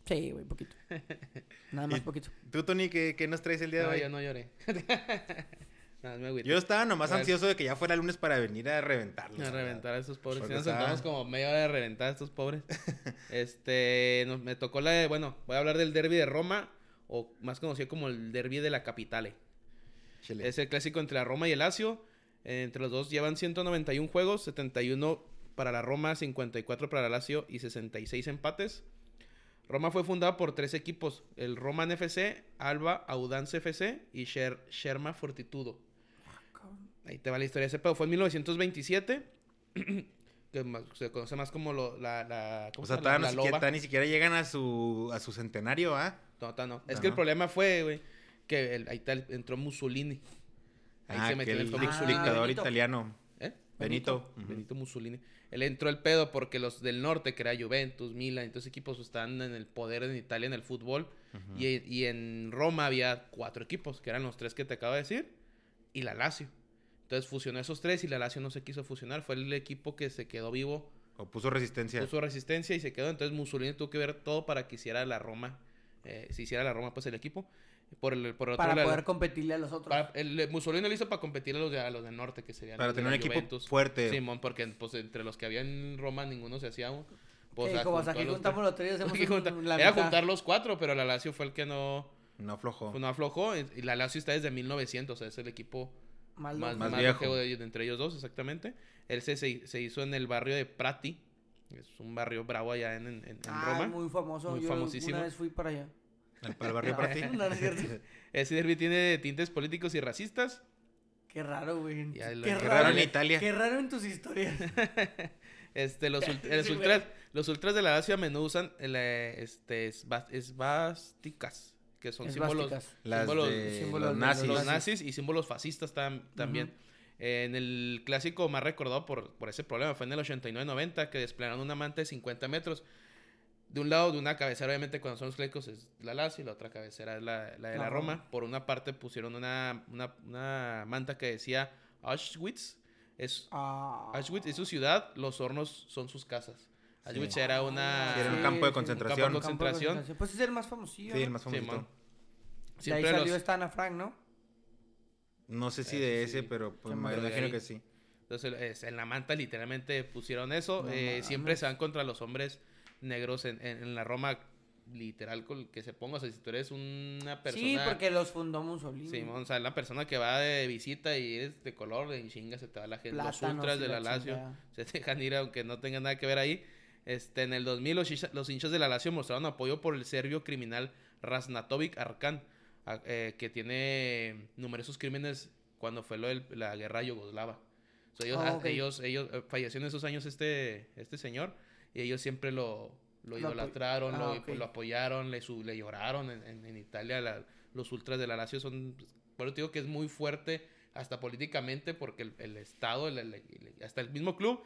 Sí, güey, poquito. Nada más ¿Y poquito. tú, Tony, qué nos traes el día de No, hoy? yo no lloré. Nada, me agüité. Yo estaba nomás Igual. ansioso de que ya fuera lunes para venir a reventarlos. A la verdad. reventar a estos pobres. Porque Si nos estaba- sentamos como media hora de reventar a estos pobres. Me tocó bueno, voy a hablar del derbi de Roma, o más conocido como el derbi de la Capitale. Chile. Es el clásico entre la Roma y el Lazio. Entre los dos llevan 191 juegos, 71 para la Roma, 54 para la Lazio y 66 empates. Roma fue fundada por 3 equipos, el Roman FC, Alba, Audanse FC y Scherma Fortitudo. Ahí te va la historia de ese pedo. Fue en 1927, que se conoce más como ¿cómo O se sea, llama? todavía La loba. ni siquiera llegan a su centenario, ¿ah? No, todavía no. Es Ajá. que el problema fue, güey, que entró Mussolini. Ahí se metió en el pedo Mussolini. dictador Benito. italiano. ¿Eh? Benito. Ujú. Benito Mussolini. Él entró el pedo porque los del norte, que era Juventus, Milan, entonces equipos están en el poder en Italia en el fútbol. Ujú. Y en Roma había 4 equipos, que eran los 3 que te acabo de decir, y la Lazio. Entonces fusionó esos 3 y la Lazio no se quiso fusionar. Fue el equipo que se quedó vivo, O puso resistencia. puso resistencia y se quedó. Entonces Mussolini tuvo que ver todo para que hiciera la Roma, si hiciera la Roma, pues el equipo. Por el otro Para lado, poder competirle a los otros. Mussolini lo hizo para competir a los del norte, que serían Para los de tener un la equipo Juventus. fuerte. Simón, porque pues entre los que había en Roma ninguno se hacía uno. Pues, Como juntó aquí a los juntamos los tres y hacemos Aquí junta- la Era mitad. juntar los 4, pero la Lazio fue el que no aflojó. aflojó. Y la Lazio está desde 1900, o sea, es el equipo Más más viejo. longevo de entre ellos dos, exactamente. Él se hizo en el barrio de Prati, es un barrio bravo allá en Roma. Muy famoso. Muy Yo famosísimo. una vez fui para allá. Para el barrio para ti. No, no es cierto. Ese derbi tiene tintes políticos y racistas. Qué raro, güey. Ya lo- Qué qué raro en raro. Italia. Qué raro en tus historias. Los Sí, ultras de la Lazio a menudo usan esvásticas, que son símbolos, Esvásticas. Las símbolos- de símbolos los de nazis. los nazis y símbolos fascistas también. En el clásico más recordado por ese problema fue en el 89-90, que desplegaron una manta de 50 metros. De un lado, de una cabecera, obviamente, cuando son los clásicos es la Lazio y la otra cabecera es la de la La Roma. Roma. Por una parte pusieron una manta que decía Auschwitz. Auschwitz es su ciudad, los hornos son sus casas. Auschwitz era una... Sí, era un Sí, campo de sí, concentración. un campo de concentración. Pues es el más famosillo. Sí, el ¿no? más famosito. Simón. De ahí Siempre salió los... esta Ana Frank, ¿no? No sé si Eso de sí. ese, pero pues, Se me murió de imagino ahí. que sí. Entonces, en la manta literalmente pusieron eso. No Siempre mames. se van contra los hombres negros en la Roma, literal, que se ponga. O sea, si tú eres una persona... Sí, porque los fundó Mussolini. Sí, o sea, la persona que va de visita y es de color, en chinga se te va la gente. Los Plátanos ultras y de la la Lazio chingada. se te dejan ir aunque no tengan nada que ver ahí. En el 2000 los hinchas de la Lazio mostraron apoyo por el serbio criminal Raznatovic Arkan, que tiene numerosos crímenes cuando fue la guerra yugoslava. O sea, Ok. ellos falleció en esos años este señor y ellos siempre lo Lo idolatraron, ok. lo apoyaron, le lloraron en Italia. Los ultras de la Lazio son, por eso te digo que es muy fuerte hasta políticamente porque el Estado, hasta el mismo club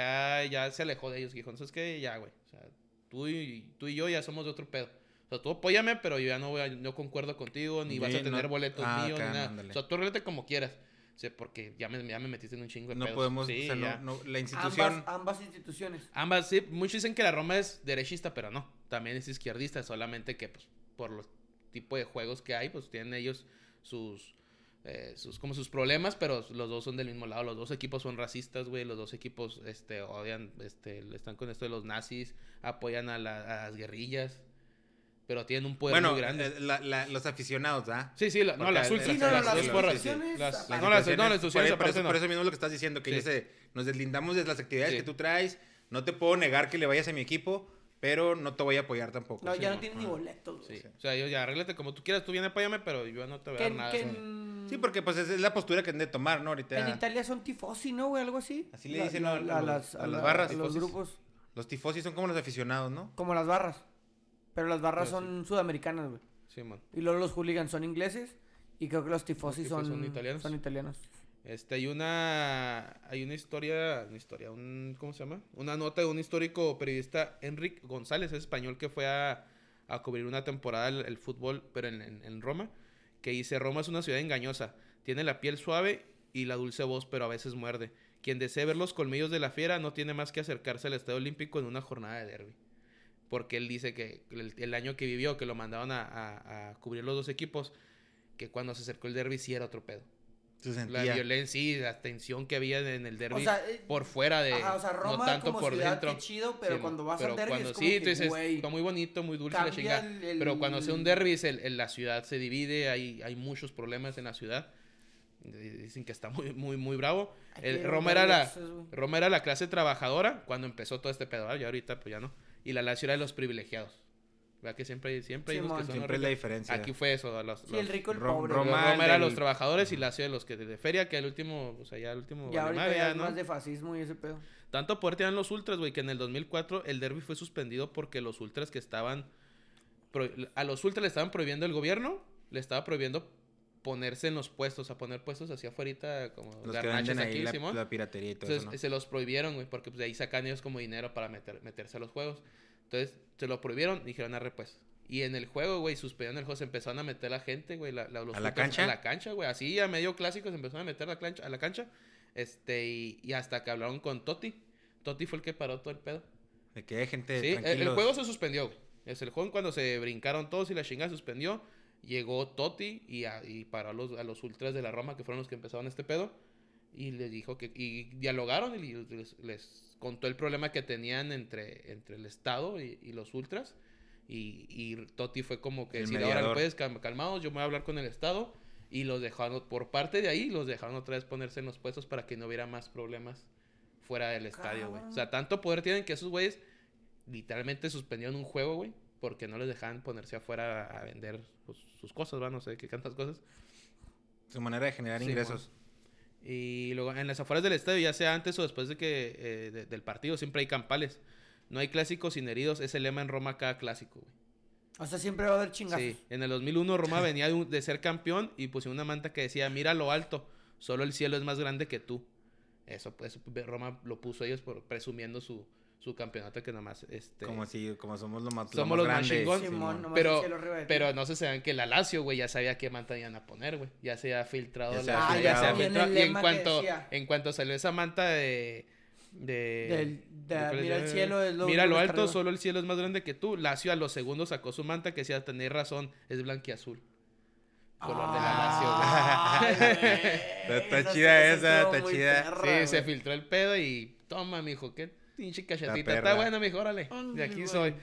ya se alejó de ellos y dijo, entonces que ya, güey, o sea, tú y yo ya somos de otro pedo. O sea, tú apóyame, pero yo ya no concuerdo contigo, ni Sí, vas a tener no- boletos míos, acá, ni nada. ándale. O sea, tú arréglate como quieras. O sea, porque ya me metiste en un chingo de No pedos. podemos, Sí, o sea, ya. la institución... Ambas instituciones. Ambas, sí. Muchos dicen que la Roma es derechista, pero no. También es izquierdista, solamente que pues, por los tipos de juegos que hay, pues tienen ellos sus problemas, pero los dos son del mismo lado. Los dos equipos son racistas, güey. Los dos equipos odian, están con esto de los nazis, apoyan a las guerrillas, pero tienen un poder Bueno, muy grande. los aficionados, ¿ah? Sí, las ultras. Sí, no, las porras. instituciones, Las aparte. instituciones aparte no. Por eso mismo es lo que estás diciendo, que Sí. ellos nos deslindamos de las actividades Sí. que tú traes, no te puedo negar que le vayas a mi equipo, pero no te voy a apoyar tampoco. No, Sí, ya no tienen ni boletos. Sí. güey. O sea, yo ya arréglate como tú quieras, tú vienes apóyame, pero yo no te voy a dar nada. Sí, porque pues esa es la postura que han de tomar, ¿no? Ahorita En Italia son tifosi, ¿no, güey? Algo así. Así le dicen a las barras. a los Tifosis. grupos. los tifosi son como los aficionados, ¿no? Como las barras. Pero las barras Pero son sudamericanas, güey. Sí, man. Y luego los hooligans son ingleses. Y creo que los tifosi Los tifos son son italianos. Son italianos. Hay una historia, ¿cómo se llama? Una nota de un histórico periodista, Enric González, es español, que fue a cubrir una temporada el fútbol, pero en Roma, que dice: Roma es una ciudad engañosa, tiene la piel suave y la dulce voz, pero a veces muerde. Quien desee ver los colmillos de la fiera no tiene más que acercarse al Estadio Olímpico en una jornada de derbi. porque él dice que el año que vivió, que lo mandaron a cubrir los dos equipos, que cuando se acercó el derbi sí era otro pedo. Se La sentía. violencia y la tensión que había en el derbi O sea, por fuera de... Ajá, o sea, Roma no tanto como por ciudad, dentro. qué chido, pero Sí, cuando vas pero al derbi cuando es como sí, que, tú dices, güey, está muy bonito, muy dulce la cambia chingada. el- Pero cuando hace un derbi, la ciudad se divide, hay muchos problemas en la ciudad. Dicen que está muy, muy, muy bravo. Hay que ir a Roma un era derbi la... de esos, güey. Roma era la clase trabajadora cuando empezó todo este pedo, ya ahorita pues ya no. Y la Lazio era de los privilegiados. ¿Verdad que siempre hay unos Simón. que son los Siempre es la ricos? diferencia. Aquí fue eso, Sí, el rico, el Ro- pobre. Roma- güey. Roma el era del- los trabajadores y Lazio de los que de feria, que el último, o sea, ya el último Ya vale ahorita madre, ya ya, es ¿no? más de fascismo y ese pedo. Tanto poder tenían los ultras, güey, que en el 2004 el derbi fue suspendido porque los ultras que estaban... A los ultras le estaban prohibiendo el gobierno, le estaba prohibiendo ponerse en los puestos, a poner puestos hacia afuera como Los que garnachas venden ahí aquí, la, Simón. la piratería y todo Entonces eso, ¿no? se los prohibieron, güey, porque pues, de ahí sacan ellos como dinero para meterse a los juegos. Entonces se lo prohibieron, dijeron, arre pues. Y en el juego, güey, suspendieron el juego, se empezaron a meter la gente, güey, los ¿A la ultras cancha? A la cancha, güey, así a medio clásico se empezaron a meter a la cancha. Y hasta que hablaron con Totti. Totti fue el que paró todo el pedo. De que hay gente Sí, el tranquilos. juego se suspendió, güey. Es el juego cuando se brincaron todos y la chingada se suspendió. Llegó Totti y paró a los ultras de la Roma, que fueron los que empezaron este pedo. Y les dijo que... Y dialogaron y les contó el problema que tenían entre el Estado y los ultras. Y Totti fue como que El decir, ahora mediador. puedes calmados, yo me voy a hablar con el Estado. Y los dejaron, por parte de ahí, los dejaron otra vez ponerse en los puestos para que no hubiera más problemas fuera del estadio, güey. O sea, tanto poder tienen que esos güeyes literalmente suspendieron un juego, güey, porque no les dejaban ponerse afuera a vender pues, sus cosas, ¿va? No sé qué tantas cosas. Su manera de generar Sí, ingresos. Y luego en las afueras del estadio, ya sea antes o después de que del partido, siempre hay campales. No hay clásicos sin heridos, es el lema en Roma cada clásico, güey. O sea, siempre va a haber chingazos. Sí, en el 2001 Roma venía de ser campeón y pusieron una manta que decía, mira lo alto, solo el cielo es más grande que tú. Eso pues Roma lo puso ellos presumiendo su campeonato que nomás Como somos lo más somos los más grandes. chingón. Simón, nomás pero el cielo arriba de ti. pero no se saben que la Lazio, güey, ya sabía qué manta iban a poner, güey. Ya se había filtrado Ya se la había ya se había filtrado. filtrado. Y Y el lema que decía. en cuanto salió esa manta de Mira el cielo es lo mira lo que está alto, arriba. solo el cielo es más grande que tú. Lazio a los segundos sacó su manta que decía, tenés razón, es blanquiazul. Color de la Lazio, güey. Está chida esa, estuvo está muy chida. perra, Sí, se güey. filtró el pedo y toma, mijo, qué pinche cachetita. perra. Está bueno, mijo, órale. De aquí soy.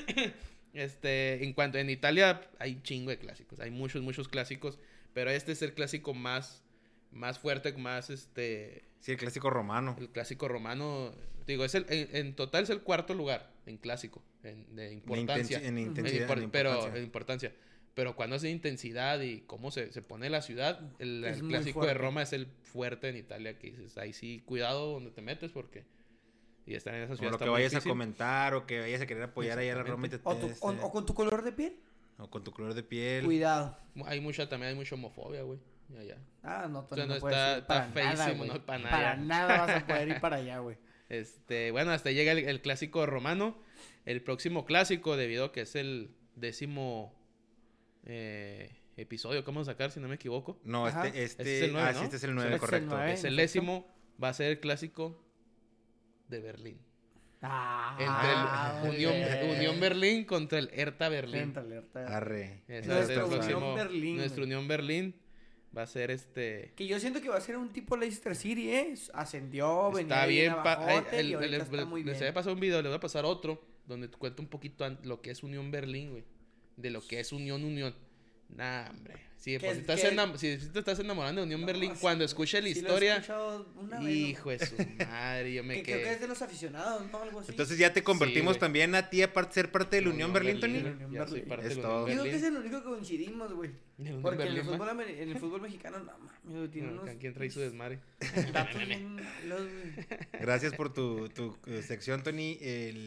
En cuanto en Italia hay chingo de clásicos, hay muchos clásicos, pero este es el clásico más fuerte, Sí, el clásico romano. el clásico romano, digo, en total es el cuarto lugar en clásico, de importancia. En intensidad, en Pero importancia. en importancia. Pero cuando es de intensidad y cómo se pone la ciudad, el Es muy clásico de fuerte. Roma es el fuerte en Italia, que dices, ahí sí, cuidado donde te metes porque... Y estar en esa O ciudad lo está que muy vayas a difícil. comentar o que vayas a querer apoyar ahí a la Roma y te, O con tu color de piel. o con tu color de piel. Cuidado. También hay mucha homofobia, güey. Ya. Ah, no, O sea, no no puedes está- ir para está nada, feísimo, güey. no para nada. Para nada vas a poder ir para allá, güey. Bueno, hasta llega el clásico romano. El próximo clásico, debido a que es el 10º episodio que vamos a sacar, si no me equivoco. No, Ajá. este Este es el 9, ¿no? sí, este es el Sí, 9, este es el correcto. 9. Es el perfecto. 10º, va a ser el clásico de Berlín. Ah, Entre el Unión Berlín contra el Hertha Berlín. Éntrale, ahorita. Arre. Ese va a ser el Nuestro próximo- Unión Berlín, Nuestro güey. Unión Berlín va a ser Que yo siento que va a ser un tipo Leicester City, ¿eh? Ascendió, venía Está bien. abajote y ahorita está muy Les bien. había pasado un video, les voy a pasar otro, donde te cuento un poquito lo que es Unión Berlín, güey. De lo que es Unión. Nah, hombre. Si Que- te estás enamorando de Unión No, Berlín, sí, cuando escuches la sí lo he historia, escuchado una vez, ¿no? hijo de su madre, yo me Que creo que es quedé. de los aficionados, ¿no? Algo así. Entonces ya te convertimos güey. también a ti a ser parte de la Unión Berlín, Tony. Unión Ya soy Berlín. parte Es de la todo. Unión Yo creo que es Berlín. el único que coincidimos, güey. ¿De la Unión Porque en el, Berlín, fútbol, va? en el fútbol mexicano, no mames, güey, tiene Bueno, unos ¿quién trae su desmadre? datos bien malos, güey. Gracias por tu sección, Tony.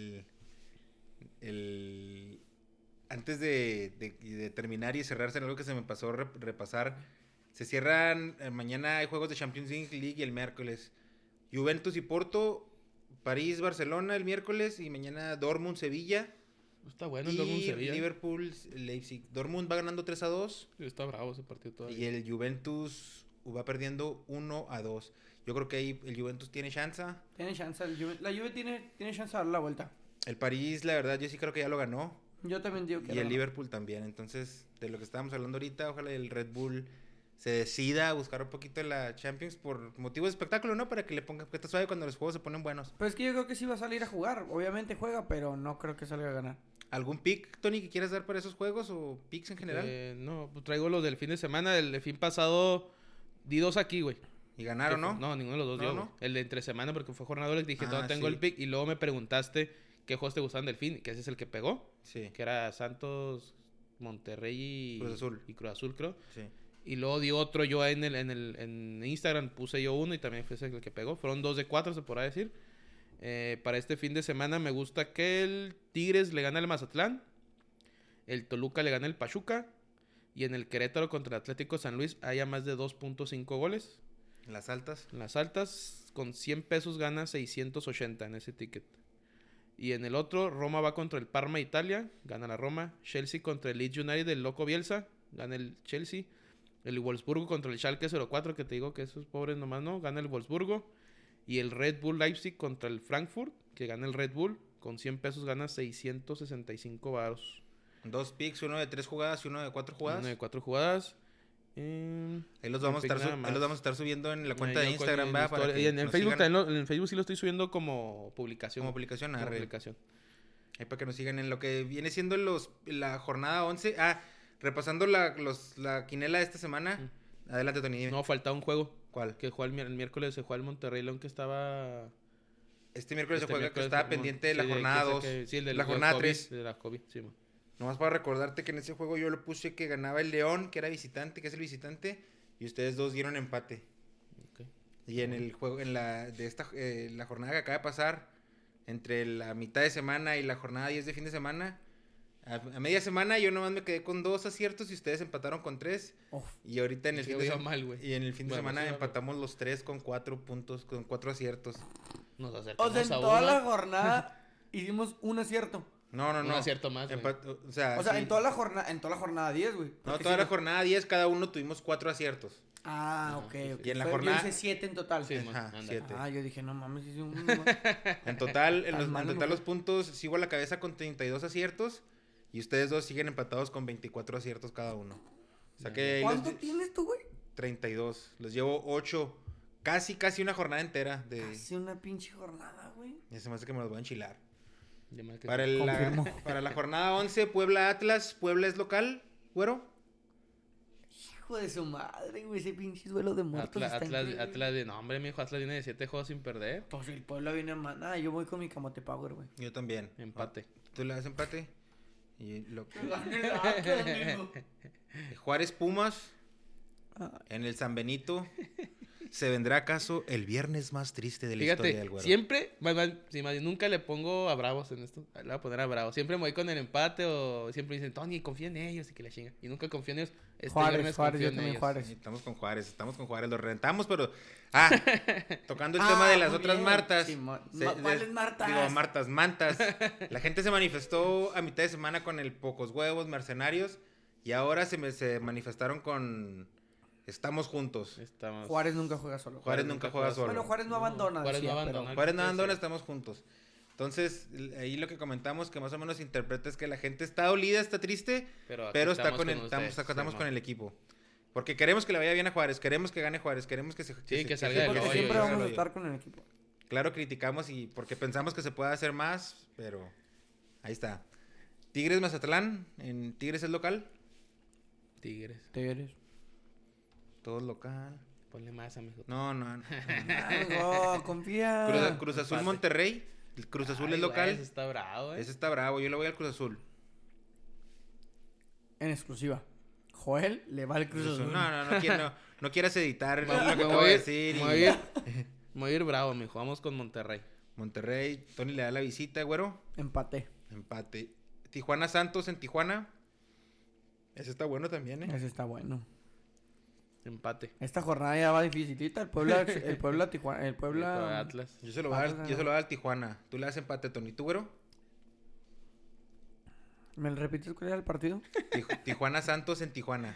Antes de terminar y cerrarse en algo que se me pasó repasar, se cierran, mañana hay juegos de Champions League y el miércoles. Juventus y Porto, París, Barcelona el miércoles y mañana Dortmund, Sevilla Está bueno el y Dortmund Sevilla. Liverpool, Leipzig. Dortmund va ganando 3-2 Está bravo ese partido todavía. y el Juventus va perdiendo 1-2. Yo creo que ahí el Juventus tiene chance. Tiene chance, la Juve tiene chance de dar la vuelta. El París, la verdad, yo sí creo que ya lo ganó. Yo también digo que Y el Liverpool también. Entonces, de lo que estábamos hablando ahorita, ojalá el Red Bull se decida a buscar un poquito la Champions por motivo de espectáculo, ¿no? Para que le pongan que está suave cuando los juegos se ponen buenos. Pero es que yo creo que sí va a salir a jugar. Obviamente juega, pero no creo que salga a ganar. ¿Algún pick, Tony, que quieras dar para esos juegos o picks en general? No, pues traigo los del fin de semana. El fin pasado di 2 aquí, güey. ¿Y ganaron, no? No, ninguno de los dos No, dio, no. güey. El de entre semana porque fue jornada doble. Dije, Ah, no tengo sí. el pick. Y luego me preguntaste qué juegos te gustaban del fin. Que ese es el que pegó. Sí, Que era Santos, Monterrey Cruz Azul. y Cruz Azul, creo. sí. Y luego di otro yo en Instagram. Puse yo uno y también fue ese el que pegó. Fueron 2 de 4, se podrá decir. Para este fin de semana me gusta que el Tigres le gane al Mazatlán. El Toluca le gane al Pachuca. Y en el Querétaro contra el Atlético San Luis haya más de 2.5 goles. Las altas. En las altas, con 100 pesos gana 680 en ese ticket. Y en el otro, Roma va contra el Parma Italia, gana la Roma. Chelsea contra el Leeds United del Loco Bielsa, gana el Chelsea. El Wolfsburgo contra el Schalke 04, que te digo que esos pobres nomás no, gana el Wolfsburgo. Y el Red Bull Leipzig contra el Frankfurt, que gana el Red Bull, con 100 pesos gana 665 varos. 2 picks, uno de 3 jugadas y uno de 4 jugadas. Uno de 4 jugadas. Ahí los vamos a estar subiendo en la cuenta de Yo Instagram, en ¿va? historia. Para que Y en nos Facebook, sigan en Facebook sí lo estoy subiendo como publicación. como publicación. Como Arre. publicación. Ahí para que nos sigan en lo que viene siendo la jornada 11. Repasando la quinela de esta semana. Adelante, Tony, dime. No, faltaba un juego. ¿Cuál? Que jugó el miércoles, se jugó el Monterrey León, que estaba... Este miércoles se juega, que miércoles estaba se- pendiente de la sí, jornada que 2. sí, el de la jornada 3. De la COVID, sí, man. Nomás para recordarte que en ese juego yo le puse que ganaba el León, que era visitante, que es el visitante. Y ustedes dos dieron empate. Ok. Y en el juego, la jornada que acaba de pasar, entre la mitad de semana y la jornada 10 de fin de semana, a media semana yo nomás me quedé con 2 aciertos y ustedes empataron con 3. Uf. Y ahorita en el Sí, fin de iba mal, güey. y en el fin de Bueno, semana sí, va, empatamos los 3 con 4 puntos, con 4 aciertos. Nos O acercamos sea, en a toda uno. la jornada hicimos un acierto. No, Un acierto más, güey. O sea, O sea, sí. en toda la jornada 10, güey. No, Porque toda si la jornada 10 cada uno tuvimos 4 aciertos. Ah, ok, sí, sí. ok. Y en la Yo jornada- hice 7 en total. Sí, Ajá, anda. 7. Ah, yo dije, no mames, hice un... En total, Tan malo, en total mujer. los puntos, sigo a la cabeza con 32 aciertos. Y ustedes dos siguen empatados con 24 aciertos cada uno. O sea que ahí ¿Cuánto tienes tú, güey? 32. Les llevo 8. Casi una jornada entera de... Hace una pinche jornada, güey. Ya se me hace que me los voy a enchilar. Ya me quedé. Confirmo. Para la jornada 11, Puebla Atlas. Puebla es local, güero. Hijo de su madre, güey. Ese pinche duelo de muertos está increíble. Atlas de... No, hombre, mi hijo, Atlas viene de 7 juegos sin perder. Pues el pueblo viene más. Nada, yo voy con mi camote power, güey. Yo también. Empate. ¿Tú le das empate? Y Gane el Atlas, amigo. Juárez Pumas. Ah, En el San Benito. ¿Se vendrá acaso el viernes más triste de la historia Fíjate, del güero? siempre, más bien, nunca le pongo a Bravos en esto. Le voy a poner a Bravos. Siempre me voy con el empate o siempre me dicen, Tony, confía en ellos y que la chinga. Y nunca confío en ellos. Juárez, confío yo en también ellos. Juárez. Sí, estamos con Juárez, lo rentamos, pero... Tocando el Ah, tema de las muy otras bien. Martas. Simón. se- ¿Cuáles Martas? Digo, Martas, Mantas. La gente se manifestó a mitad de semana con el Pocos Huevos, Mercenarios, y ahora se manifestaron con Estamos Juntos. Estamos... Juárez nunca juega solo. Juárez nunca juega solo. Bueno, Juárez no abandona. Juárez no decía, abandona. pero- Juárez no Sí, abandona, sí. estamos juntos. Entonces, ahí lo que comentamos, que más o menos interpreta es que la gente está dolida, está triste, Pero, aquí pero está estamos con el, ustedes, estamos sí, con man. el equipo. Porque queremos que le vaya bien a Juárez, queremos que gane Juárez, queremos que se... que salga del Porque hoyo, siempre yo vamos salga a del estar con el equipo. Claro, criticamos y porque pensamos que se puede hacer más, pero ahí está. Tigres Mazatlán, en Tigres es local, Tigres. Tigres. todo es local. Ponle más, amigo. No. Amigo, confía. Cruz Azul Empate. Monterrey, el Cruz Azul Ay, es güey, local. ese está bravo, Ese está bravo, yo le voy al Cruz Azul. En exclusiva. Joel le va al Cruz Azul. No quieras editar Me lo que me acabo voy de a ir- decir. me y- voy a ir- me voy a ir bravo, mijo. Vamos con Monterrey. Monterrey, Tony le da la visita, güero. Empaté. Empate. Tijuana Santos en Tijuana. Ese está bueno también, ¿eh? Ese está bueno. Empate. Esta jornada ya va dificilita. El Puebla, Tijuana, el Puebla. Atlas. Yo se lo voy a dar al Tijuana. Tú le das empate, Tony. ¿Tú, güero? ¿Me lo repites cuál era el partido? Tijuana Santos en Tijuana.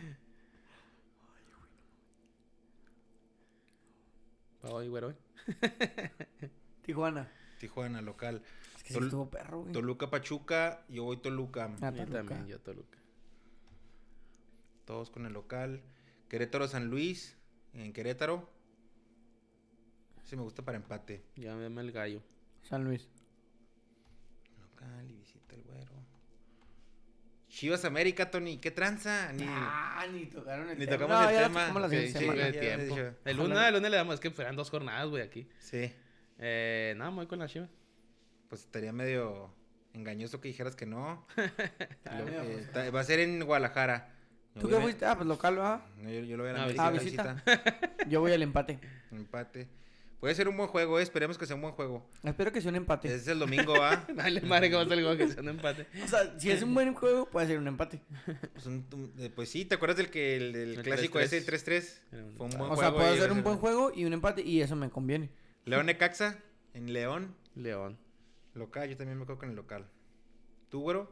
Voy, güero. Tijuana. Tijuana, local. Es que sí estuvo perro, güey. Toluca, Pachuca, yo voy Toluca. Ah, Yo Toluca. también, yo Toluca. Todos con el local. Querétaro, San Luis, en Querétaro. Sí me gusta para empate. Ya dame el gallo. San Luis. Local y visita el güero. Chivas América, Tony, ¿qué tranza? Ni tocaron el Ni tema. tocamos el ya tema. tocamos la Sí, siguiente sí, semana. de ya tiempo. había dicho. El Ojalá. lunes le damos, es que fueran 2 jornadas, güey, aquí. Sí, No, me voy con la Chivas. pues estaría medio engañoso que dijeras que no. medio Va a ser en Guadalajara. ¿Tú qué fuiste? Ah, pues local, ¿va? No, yo lo voy a la Ah, América, visita. visita. Yo voy al empate. Empate. Puede ser un buen juego, esperemos que sea un buen juego. Espero que sea un empate. Es el domingo, ¿va? Dale, madre, que va a ser algo que sea un empate. O sea, si es un buen juego, puede ser un empate. Pues sí, ¿te acuerdas del El clásico 3-3? ese, el 3-3? Era un Fue un buen O juego. sea, puede y ser va a un buen juego y un empate y eso me conviene. León Necaxa, en León. León. Local, yo también me quedo con el local. ¿Tú, güero?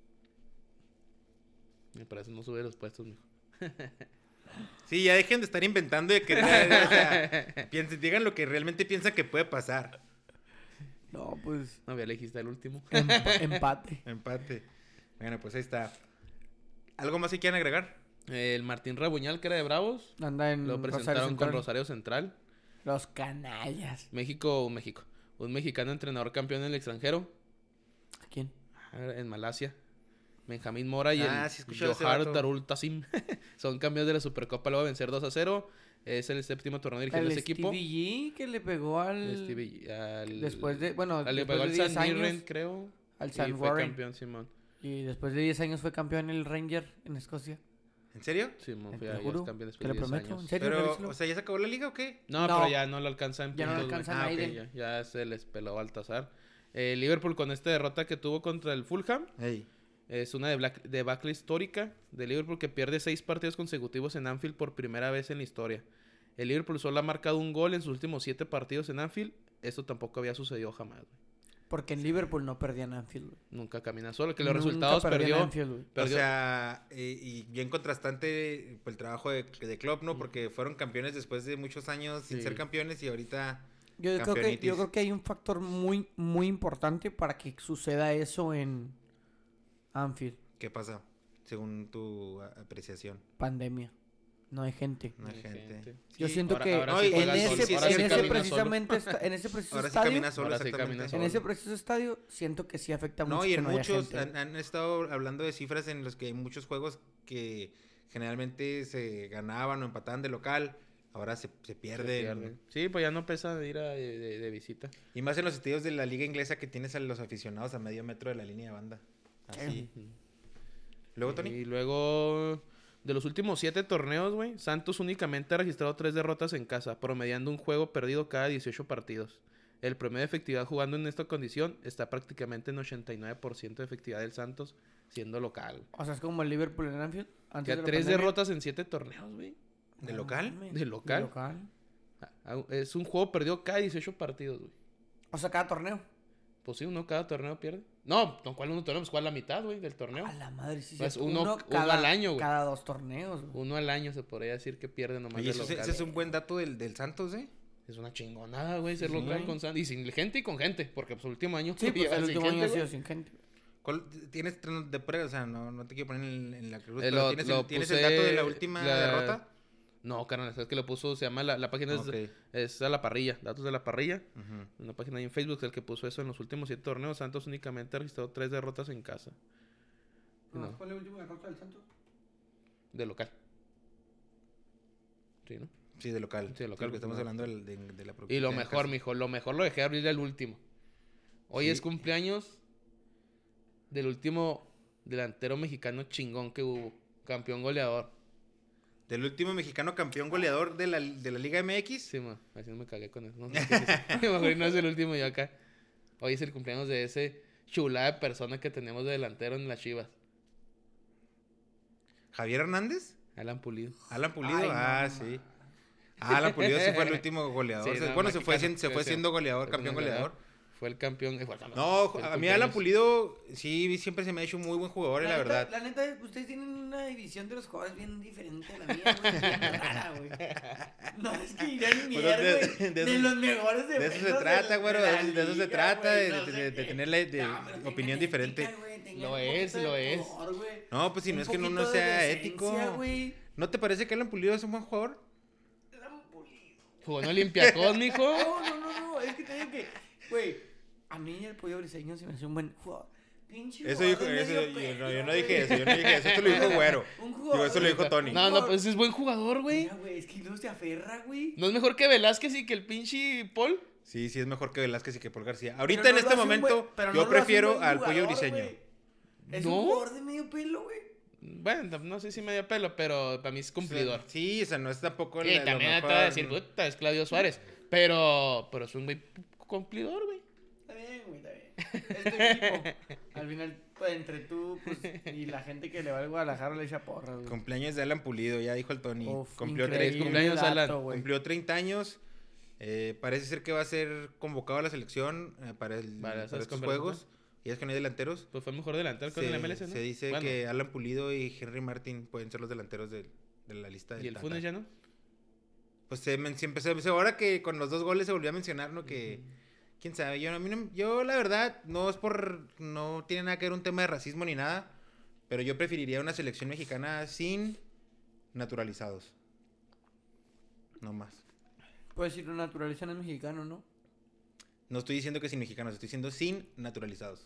Me parece no sube los puestos, mijo. Sí, ya dejen de estar inventando y de querer. O sea, digan lo que realmente piensan que puede pasar. No, pues No, ya elegiste el último. empate. Empate. Bueno, pues ahí está. ¿Algo más que quieran agregar? El Martín Rabuñal, que era de Bravos. Anda en Lo Rosario presentaron con Central. Rosario Central. Los canallas. México. Un mexicano entrenador campeón en el extranjero. ¿A quién? En Malasia. Benjamín Mora y Ah, el sí, escuché ese Johar vato. Darul Tassim son campeones de la Supercopa luego de vencer 2-0. Es el séptimo torneo dirigiendo El ese equipo. Stevie G que le pegó al... Después le le después pegó de al 10 San Mirren, años, creo. al Y San fue Warren. campeón, Simón. Y después de 10 años fue campeón el Ranger en Escocia. ¿En serio? Simón, Te ya, lo ya juro, es campeón te después lo de 10 prometo. años. ¿En serio? Pero, Revísalo. o sea, ¿ya se acabó la liga o qué? No, No. pero ya no lo alcanzan. Ya no lo puntos, güey. alcanzan a ok. Aiden. Ya se les peló Baltasar. Liverpool con esta derrota que tuvo contra el Fulham. Ey. Es una debacle histórica de Liverpool que pierde 6 partidos consecutivos en Anfield por primera vez en la historia. El Liverpool solo ha marcado un gol en sus últimos 7 partidos en Anfield. Esto tampoco había sucedido jamás, güey. Porque en Liverpool no perdían Anfield, güey. Nunca camina solo. Que los Nunca resultados perdían perdió. Anfield, güey. perdió- O sea, y bien contrastante pues, el trabajo de Klopp, ¿no? Porque fueron campeones después de muchos años sin Sí. ser campeones y ahorita... Yo Campeonitis. creo que hay un factor muy, muy importante para que suceda eso en Anfield. ¿Qué pasa? Según tu apreciación. Pandemia. No hay gente. No hay gente. Yo Sí, siento ahora- que ahora sí en juega ese, solo. en Ahora sí ese camina precisamente en ese preciso Ahora sí estadio, camina solo, Ahora sí exactamente. camina en solo. ese preciso estadio, siento que sí afecta mucho No, y que en no haya muchos gente. han estado hablando de cifras en los que hay muchos juegos que generalmente se ganaban o empataban de local, ahora se pierden. Sí, pues ya no pesa ir de visita. Y más en los estadios de la liga inglesa que tienes a los aficionados a medio metro de la línea de banda. Así. Luego, Tony. Y luego, de los últimos 7 torneos, güey, Santos únicamente ha registrado 3 derrotas en casa, promediando un juego perdido cada 18 partidos. El promedio de efectividad jugando en esta condición está prácticamente en 89% de efectividad del Santos, siendo local. Güey. O sea, es como el Liverpool en Anfield. Antes Que de la 3 pandemia. derrotas en 7 torneos, güey. ¿De No local? mames, ¿De local? Es un juego perdido cada 18 partidos, güey. O sea, cada torneo. Pues sí, uno cada torneo pierde. No, ¿cuál uno torneo? Pues ¿cuál la mitad, güey, del torneo? A la madre, sí, Pues sí. uno al año, güey. Cada 2 torneos, güey. Uno al año se podría decir que pierde nomás Oye, de ese local. es un buen dato del Santos, ¿eh? Es una chingonada, güey, ser Sí. local con Santos. Y sin gente y con gente, porque pues el último año Sí, pues lleva el sin último año gente, ha sido güey. sin gente. ¿Tienes de prueba? O sea, no te quiero poner en la cruz, Lo- pero ¿tienes, lo ¿tienes puse el dato de la última la- derrota? No, carnal, es que lo puso, se llama, la página Ok. es a la parrilla, datos de la parrilla. Ujú. Una página ahí en Facebook, el que puso eso en los últimos 7 torneos. Santos únicamente ha registrado 3 derrotas en casa. No, ¿Cuál es la última derrota del Santos? de local. Sí, ¿no? Sí, de local. Sí, de local, porque estamos no. hablando de la Y lo de mejor, casa. mijo, lo mejor lo dejé abrir el último. Hoy Sí. es cumpleaños del último delantero mexicano chingón que hubo. Campeón goleador. Del último mexicano campeón goleador de la Liga MX. Sí, ma, así no me cagué con eso. No, no, mejor no es el último yo acá. Hoy es el cumpleaños de ese chulada de persona que tenemos de delantero en las Chivas. ¿Javier Hernández? Alan Pulido. Alan Pulido, Ay, no, sí. Alan Pulido sí fue el último goleador. Sí, O sea, no, bueno, mexicano, se fue sí. siendo goleador, Fue campeón un goleador. Fue el campeón. Fue No, el a mí Alan cumpleaños. Pulido sí siempre se me ha hecho un muy buen jugador, la verdad. La neta, ustedes tienen una división de los jugadores bien diferente a la mía, güey. Bien rara, güey. No, es que Irán y Pues Mier, güey. De los mejores De eso se trata, güero. De eso se trata, de tener la opinión diferente. Lo es. No, pues si no es que no sea ético. Güey. ¿No te parece que Alan Pulido es un buen jugador? Jugó en Olympiacos, mijo. No, es que te digo que, güey, a mí el Pollo Briseño se me hace un buen jugador. Pinche Eso dijo, yo no dije eso, eso te lo dijo Güero. Digo, eso lo dijo Tony. No, pues es buen jugador, güey. Mira, güey, es que no se aferra, güey. ¿No es mejor que Velázquez y que el pinche Paul? Sí, es mejor que Velázquez y que Paul García. Ahorita en este momento, yo prefiero al Pollo Briseño. Es un jugador de medio pelo, güey. Bueno, no sé si medio pelo, pero para mí es cumplidor. Sí, o sea, no es tampoco Y también te voy a decir, puta, es Claudio Suárez. Pero es un güey cumplidor, güey. Está bien, güey, está bien. Es tu equipo. Al final, pues, entre tú pues, y la gente que le va al Guadalajara le echa porras, güey. Cumpleaños de Alan Pulido, ya dijo el Tony. Cumplió 3 cumpleaños, Alan. Cumplió 30 años. Parece ser que va a ser convocado a la selección para estos juegos. Y es que no hay delanteros. Pues fue el mejor delantero con el MLS, ¿no? Se dice que Alan Pulido y Henry Martin pueden ser los delanteros de la lista. ¿Y el Funes ya no? Pues ahora que con los 2 goles se volvió a mencionar, ¿no? Que quién sabe, yo la verdad no tiene nada que ver un tema de racismo ni nada, pero yo preferiría una selección mexicana sin naturalizados. No más. Pues si lo naturalizan es mexicano, ¿no? No estoy diciendo que sin mexicanos, estoy diciendo sin naturalizados.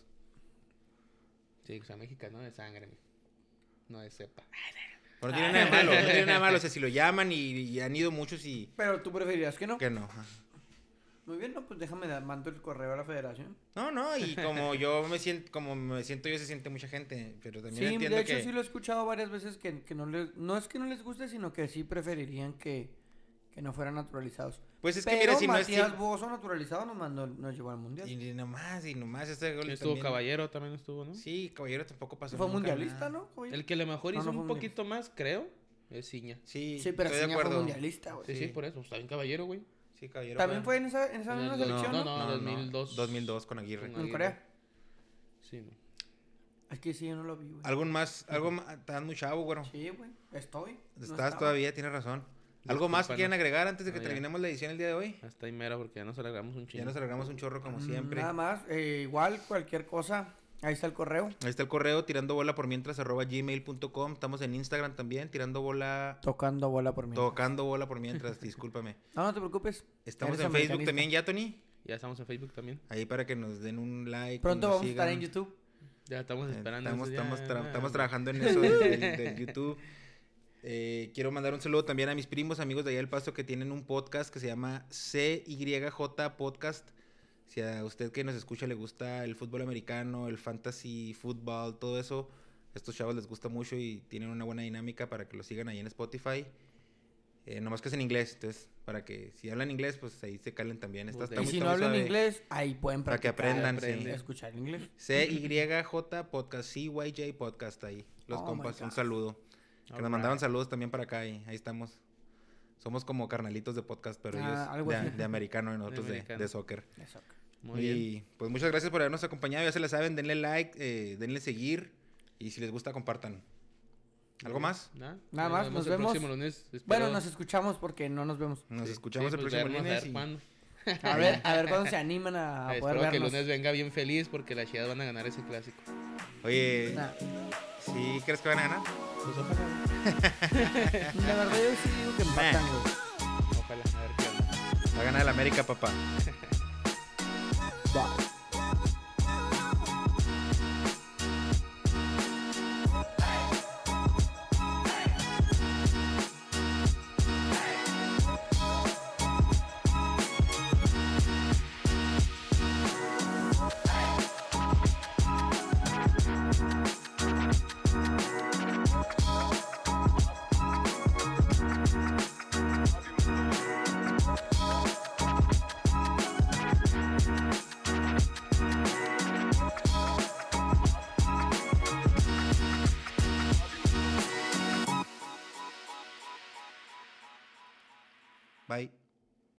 Sí, o sea, mexicano de sangre, no de cepa. No tiene nada de malo, no tiene nada de malo. O sea, si lo llaman y han ido muchos y... Pero tú preferirías que no. Que no. Muy bien, no, pues déjame mando el correo a la federación. No, y como me siento yo, se siente mucha gente, pero también sí, entiendo de hecho que... sí lo he escuchado varias veces que no es que no les guste, sino que sí preferirían que no fueran naturalizados. Pues es que pero mira, si Matías no es... Bozo naturalizado nos llevó al mundial. Y nomás este gol estuvo también... Caballero también estuvo, ¿no? Sí, Caballero tampoco pasó. Fue mundialista, ¿no? El que a lo mejor hizo no un poquito más, creo, es Ciña. Sí, pero estoy de Ciña acuerdo. fue mundialista, güey. Sí, por eso, está bien Caballero, güey. Sí, Caballero. También fue en esa misma selección, ¿no? No, 2002. 2002 con Aguirre. En Corea. Sí, no. Es que sí, yo no lo vi, güey. Algo más, estás muy chavo, güero. Sí, güey, estoy. Estás todavía, tienes razón. ¿Algo más que quieran agregar antes de que terminemos la edición el día de hoy? Hasta ahí mera, porque ya nos alargamos un chingo. Ya nos alargamos un chorro como siempre. Nada más, igual, cualquier cosa, ahí está el correo. Ahí está el correo, tirandobola@gmail.com. Estamos en Instagram también, Tocando bola por mientras, discúlpame. No te preocupes. Estamos en Facebook también, ¿ya, Tony? Ya estamos en Facebook también. Ahí para que nos den un like. Pronto vamos a estar en YouTube. Ya estamos esperando. Estamos trabajando en eso del YouTube. Quiero mandar un saludo también a mis primos, amigos de allá del Paso, que tienen un podcast que se llama CYJ Podcast. Si a usted que nos escucha le gusta el fútbol americano, el fantasy fútbol, todo eso, a estos chavos les gusta mucho y tienen una buena dinámica para que lo sigan ahí en Spotify. Nomás que es en inglés, entonces para que si hablan inglés, pues ahí se calen también. Y si no hablan inglés, ahí pueden practicar, para que aprendan, sí. Escuchar inglés. CYJ Podcast, CYJ Podcast ahí. Los compas, un saludo. Que nos mandaban saludos también para acá y ahí estamos. Somos como carnalitos de podcast, pero ellos de americano y nosotros de soccer. Muy bien. Y pues muchas gracias por habernos acompañado. Ya se la saben, denle like, denle seguir y si les gusta, compartan. ¿Algo más? Nada más, nos vemos. El próximo lunes. Bueno, nos escuchamos porque no nos vemos. Nos escuchamos el próximo lunes. A ver cuándo se animan a poder vernos. Espero que el lunes venga bien feliz porque las Chivas van a ganar ese clásico. Oye, ¿sí crees que van a ganar? Pues ojalá. La verdad yo sí digo que empatan, güey. Ojalá, a ver qué onda. Va a ganar el América, papá. Bye. Bye.